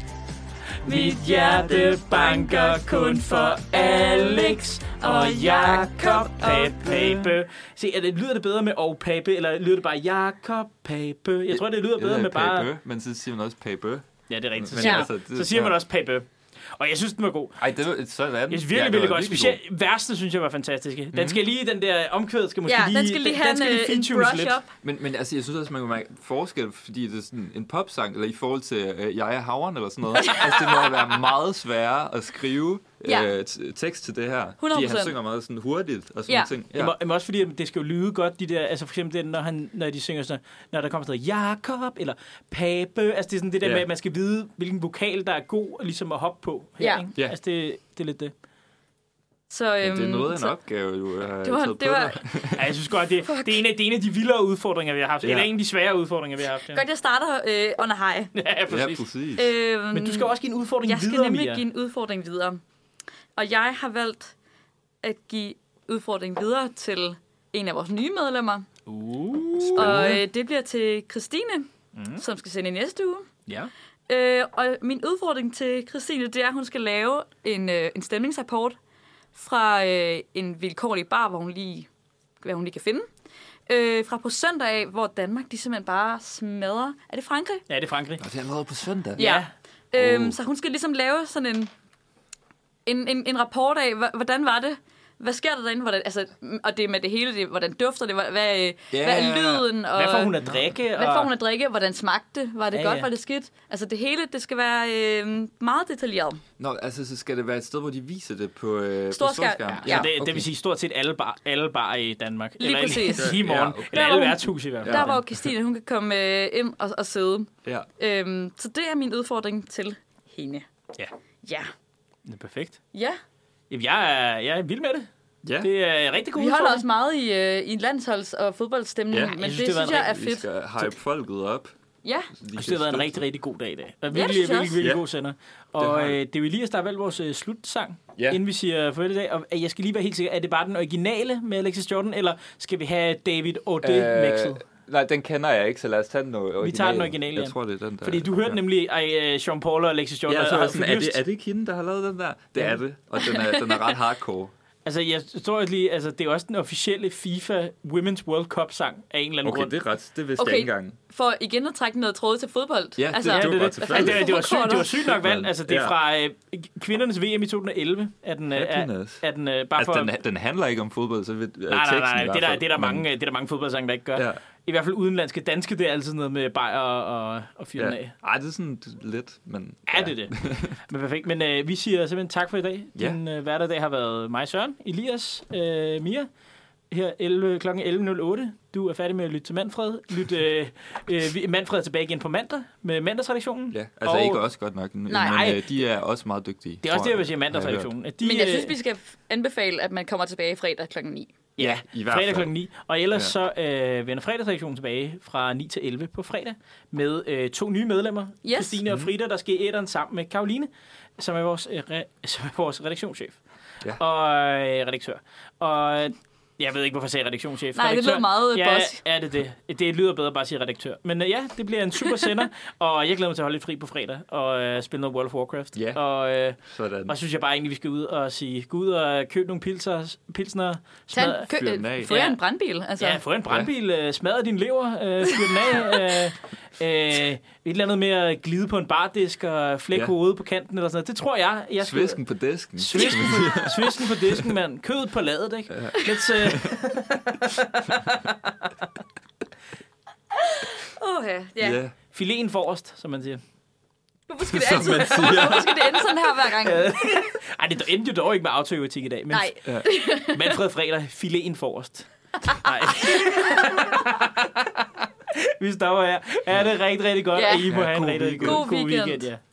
Speaker 3: Mit hjerte banker kun for Alex og Jakob Pape. Se, er det, lyder det bedre med og Pape, eller lyder det bare Jakob Pape? Jeg tror, det lyder bedre med bare...
Speaker 1: Pape, men så siger man også Pape.
Speaker 3: Ja, det er rigtigt. Så
Speaker 1: Men
Speaker 3: siger,
Speaker 1: altså,
Speaker 3: man,
Speaker 1: det-
Speaker 3: så siger man
Speaker 1: ja.
Speaker 3: også Pape. Og jeg synes, den var god.
Speaker 1: Ej, det var sådan.
Speaker 3: Jeg synes
Speaker 1: Ja,
Speaker 3: virkelig,
Speaker 1: det
Speaker 3: virkelig
Speaker 1: var
Speaker 3: godt. Specielt værste, synes jeg var fantastiske. Den skal lige, den der omkvædet skal måske
Speaker 2: Ja,
Speaker 3: lige...
Speaker 2: den skal lige have
Speaker 3: den skal lige
Speaker 2: en, en
Speaker 3: fintunes
Speaker 2: brush
Speaker 3: lidt.
Speaker 2: up.
Speaker 1: Men, men altså, jeg synes også, man kan mærke forskel, fordi det er sådan en popsang, eller i forhold til øh, Jeg er havren, eller sådan noget. Altså, det må være meget sværere at skrive
Speaker 2: Ja.
Speaker 1: øh, t- tekst til det her.
Speaker 2: hundrede
Speaker 1: Fordi han
Speaker 2: procent.
Speaker 1: synger meget sådan hurtigt og sådan
Speaker 2: Ja.
Speaker 1: ting.
Speaker 3: Ja. Men også fordi, det skal jo lyde godt, de der, altså for eksempel det, når, han, når de synger sådan, når der kommer sådan noget, Jakob, eller Pape, altså det er sådan det der
Speaker 1: Ja.
Speaker 3: med, at man skal vide, hvilken vokal, der er god, ligesom at hoppe på. Her,
Speaker 2: Ja.
Speaker 3: ikke?
Speaker 1: Ja.
Speaker 3: Altså det, det er lidt det.
Speaker 2: Så, øhm,
Speaker 1: Men det er noget af en
Speaker 2: så,
Speaker 1: opgave, du har
Speaker 2: det var,
Speaker 1: taget
Speaker 2: det
Speaker 1: på
Speaker 2: var
Speaker 1: dig.
Speaker 3: Ja, jeg synes godt, det, det, er en af, det er en af de vildere udfordringer, vi har haft. Ja.
Speaker 1: Ja.
Speaker 3: Eller en af de svære udfordringer, vi har haft. Ja,
Speaker 2: godt, jeg starter øh, on a high.
Speaker 3: ja
Speaker 1: Ja,
Speaker 3: præcis.
Speaker 1: præcis.
Speaker 2: Øhm,
Speaker 3: Men du skal også give en udfordring
Speaker 2: Jeg skal
Speaker 3: videre,
Speaker 2: nemlig
Speaker 3: Mia.
Speaker 2: give en udfordring videre. Og jeg har valgt at give udfordring videre til en af vores nye medlemmer.
Speaker 3: Uh.
Speaker 2: Og øh, det bliver til Christine, mm. som skal sende i næste uge.
Speaker 3: Ja.
Speaker 2: Øh, og min udfordring til Christine, det er, at hun skal lave en, øh, en stemningsrapport fra øh, en vilkårlig bar, hvor hun lige, hvad hun lige kan finde. Øh, fra på søndag af, hvor Danmark de simpelthen bare smadrer. Er det Frankrig?
Speaker 3: Ja, det er Frankrig.
Speaker 1: Og det er allerede på søndag.
Speaker 2: Ja. Øhm,
Speaker 1: Oh.
Speaker 2: Så hun skal ligesom lave sådan en, en, en, en rapport af, hva- hvordan var det? Hvad sker der derinde? Hvordan, altså, og det med det hele, det, hvordan dufter det? Hvad, hvad,
Speaker 1: Ja.
Speaker 2: hvad er lyden? Og,
Speaker 3: Hvad får hun at drikke?
Speaker 2: hvad
Speaker 3: og...
Speaker 2: får hun at drikke? Hvordan smagte det? Var det
Speaker 3: Ja,
Speaker 2: ja, godt?
Speaker 3: ja.
Speaker 2: Var det skidt? Altså det hele, det skal være øh, meget detaljeret.
Speaker 1: Nå, altså, så skal det være et sted, hvor de viser det på, øh,
Speaker 2: Storskærm.
Speaker 1: på storskærm.
Speaker 3: Ja,
Speaker 2: Ja,
Speaker 3: det, det vil sige stort set alle bar, alle bar i Danmark.
Speaker 2: Lige
Speaker 3: eller
Speaker 2: præcis.
Speaker 3: Lige i morgen.
Speaker 1: Ja,
Speaker 3: Ja,
Speaker 1: okay.
Speaker 3: okay.
Speaker 2: Der
Speaker 3: Eller alle
Speaker 2: var hun-
Speaker 3: værtshus i hvert fald.
Speaker 2: Der hvor Christine, hun kan komme øh, ind og, og sidde.
Speaker 1: Ja.
Speaker 2: Øhm, så det er min udfordring til hende.
Speaker 3: Ja.
Speaker 2: Ja.
Speaker 3: Det er perfekt.
Speaker 2: Ja.
Speaker 3: Jamen, jeg er, jeg er vild med det.
Speaker 1: Ja.
Speaker 3: Det er en rigtig god
Speaker 2: Vi holder
Speaker 3: udfordring.
Speaker 2: os meget i, øh, i landsholds- og fodboldstemning,
Speaker 1: Ja,
Speaker 2: men
Speaker 3: jeg
Speaker 2: det
Speaker 3: synes, det var
Speaker 2: synes
Speaker 3: en
Speaker 2: jeg er
Speaker 1: Vi
Speaker 2: fedt.
Speaker 1: skal hype folket op.
Speaker 2: Ja.
Speaker 1: så de
Speaker 3: Jeg synes,
Speaker 1: kan
Speaker 3: det har været en
Speaker 1: støtte
Speaker 3: rigtig,
Speaker 1: sig.
Speaker 3: rigtig god dag i dag. Og
Speaker 2: det
Speaker 3: virkelig,
Speaker 2: synes jeg
Speaker 3: virkelig,
Speaker 2: også.
Speaker 3: virkelig
Speaker 1: Ja.
Speaker 3: god sender. Og
Speaker 1: har
Speaker 3: øh, det er jo Elias, der har valgt vores øh, slutsang,
Speaker 1: Ja.
Speaker 3: inden vi siger farvel i dag. Og øh, jeg skal lige være helt sikker, er det bare den originale med Alexis Jordan, eller skal vi have David O'Day
Speaker 1: Øh,
Speaker 3: mixet?
Speaker 1: Nej, den kender jeg ikke, så lad os tage den originale.
Speaker 3: Vi tager den originale,
Speaker 1: Jeg
Speaker 3: ja.
Speaker 1: tror, det er den der.
Speaker 3: Fordi du hørte nemlig ej, uh, Sean Paul og Alexis Jordan.
Speaker 1: Ja,
Speaker 3: og
Speaker 1: så
Speaker 3: så
Speaker 1: var
Speaker 3: har
Speaker 1: jeg sådan, er,
Speaker 3: lyst.
Speaker 1: det, er det ikke hende, der har lavet den der? Det
Speaker 3: Ja.
Speaker 1: er det, og den er, den er ret hardcore.
Speaker 3: Altså, jeg tror også lige, altså, det er også den officielle FIFA Women's World Cup sang af en eller anden
Speaker 1: Okay,
Speaker 3: grund.
Speaker 1: det er ret. Det vidste
Speaker 2: Okay.
Speaker 1: jeg ikke engang.
Speaker 2: For igen at trække noget tråd til fodbold.
Speaker 1: Ja, det-
Speaker 2: altså,
Speaker 1: det var
Speaker 3: Ja,
Speaker 1: bare
Speaker 3: det,
Speaker 1: tilfældigt.
Speaker 3: det, det, det, var sygt, det var sygt nok valgt.
Speaker 1: Mand.
Speaker 3: Altså, det er
Speaker 1: Ja.
Speaker 3: fra øh, kvindernes V M i to tusind og elleve. Er den, øh, er,
Speaker 1: Happiness.
Speaker 3: er den, øh, bare
Speaker 1: Altså,
Speaker 3: for...
Speaker 1: den, den handler ikke om fodbold, så vidt
Speaker 3: Nej, nej, nej, det er der, det er der, mange, det er der mange fodboldsange, der ikke gør.
Speaker 1: Ja.
Speaker 3: I hvert fald udenlandske. Danske, det er altid noget med bajer og, og fyren
Speaker 1: Ja.
Speaker 3: af.
Speaker 1: Ej, det er sådan lidt, men...
Speaker 3: Ja, det er det. Men perfekt. Men øh, vi siger simpelthen tak for i dag.
Speaker 1: Ja.
Speaker 3: Din øh, hverdag har været mig, Søren, Elias, øh, Mia. her elleve, klokken elleve nul otte. Du er færdig med at lytte til Manfred. Lyt, øh, øh, Manfred er tilbage igen på mandag med mandagsredaktionen.
Speaker 1: Ja, altså og ikke også godt nok,
Speaker 2: Nej.
Speaker 1: men øh, de er også meget dygtige.
Speaker 3: Det er også det, jeg vil sige mandagsredaktionen. At de,
Speaker 2: Men jeg synes,
Speaker 3: øh,
Speaker 2: vi skal anbefale, at man kommer tilbage fredag klokken ni.
Speaker 3: Ja,
Speaker 1: i hvert
Speaker 3: fredag
Speaker 1: fald.
Speaker 3: klokken ni. Og ellers ja. så øh, vender fredagsredaktionen tilbage fra ni til elleve på fredag med øh, to nye medlemmer.
Speaker 2: Yes.
Speaker 3: Christine og Frida, der skal i æteren sammen med Karoline, som er vores, øh, re, som er vores redaktionschef.
Speaker 1: Ja.
Speaker 3: Og øh, redaktør. Og jeg ved ikke, hvorfor jeg sagde redaktionschef.
Speaker 2: Nej,
Speaker 3: redaktør.
Speaker 2: det lyder meget
Speaker 3: ja,
Speaker 2: boss.
Speaker 3: Ja, det er det. Det lyder bedre bare at sige redaktør. Men øh, ja, det bliver en super sender, og jeg glæder mig til at holde lidt fri på fredag og øh, spille noget World of Warcraft.
Speaker 1: Ja.
Speaker 3: Og, øh,
Speaker 1: Sådan.
Speaker 3: og så synes jeg bare egentlig, vi skal ud og sige, gå ud og køb nogle pilser, pilsner,
Speaker 2: Tag
Speaker 3: smad,
Speaker 2: en, kø,
Speaker 1: fyr den af.
Speaker 2: øh, få jer
Speaker 3: Ja.
Speaker 2: en brandbil. Altså.
Speaker 3: ja, få en brandbil, øh, smadre din lever, øh, fyr den af, øh, øh, et eller andet med at glide på en bardisk og flække
Speaker 1: Ja.
Speaker 3: hovedet på kanten eller sådan noget. Det tror jeg, jeg skal...
Speaker 1: Svisken på disken.
Speaker 3: Svisken på, svisken på disken, mand. Kødet på ladet, ikke? Ja. Let's, uh...
Speaker 2: Åh, ja. ja.
Speaker 1: Ja.
Speaker 3: Filéen forrest, som man siger.
Speaker 2: Hvorfor skal det
Speaker 1: Som
Speaker 2: altid...
Speaker 1: man siger.
Speaker 2: Hvorfor skal det ende sådan her hver gang?
Speaker 3: Ej, det endte jo dog ikke med autoerotik i dag. Men
Speaker 2: Nej.
Speaker 1: Ja.
Speaker 3: Manfred Fredag, filéen forrest. Nej. Vi stopper her. Ja, det er rigtig, rigtig godt,
Speaker 2: Ja.
Speaker 3: og I må
Speaker 1: Ja,
Speaker 3: have en
Speaker 1: god
Speaker 3: rigtig, rigtig
Speaker 1: weekend.
Speaker 3: god,
Speaker 2: God weekend.
Speaker 3: weekend ja.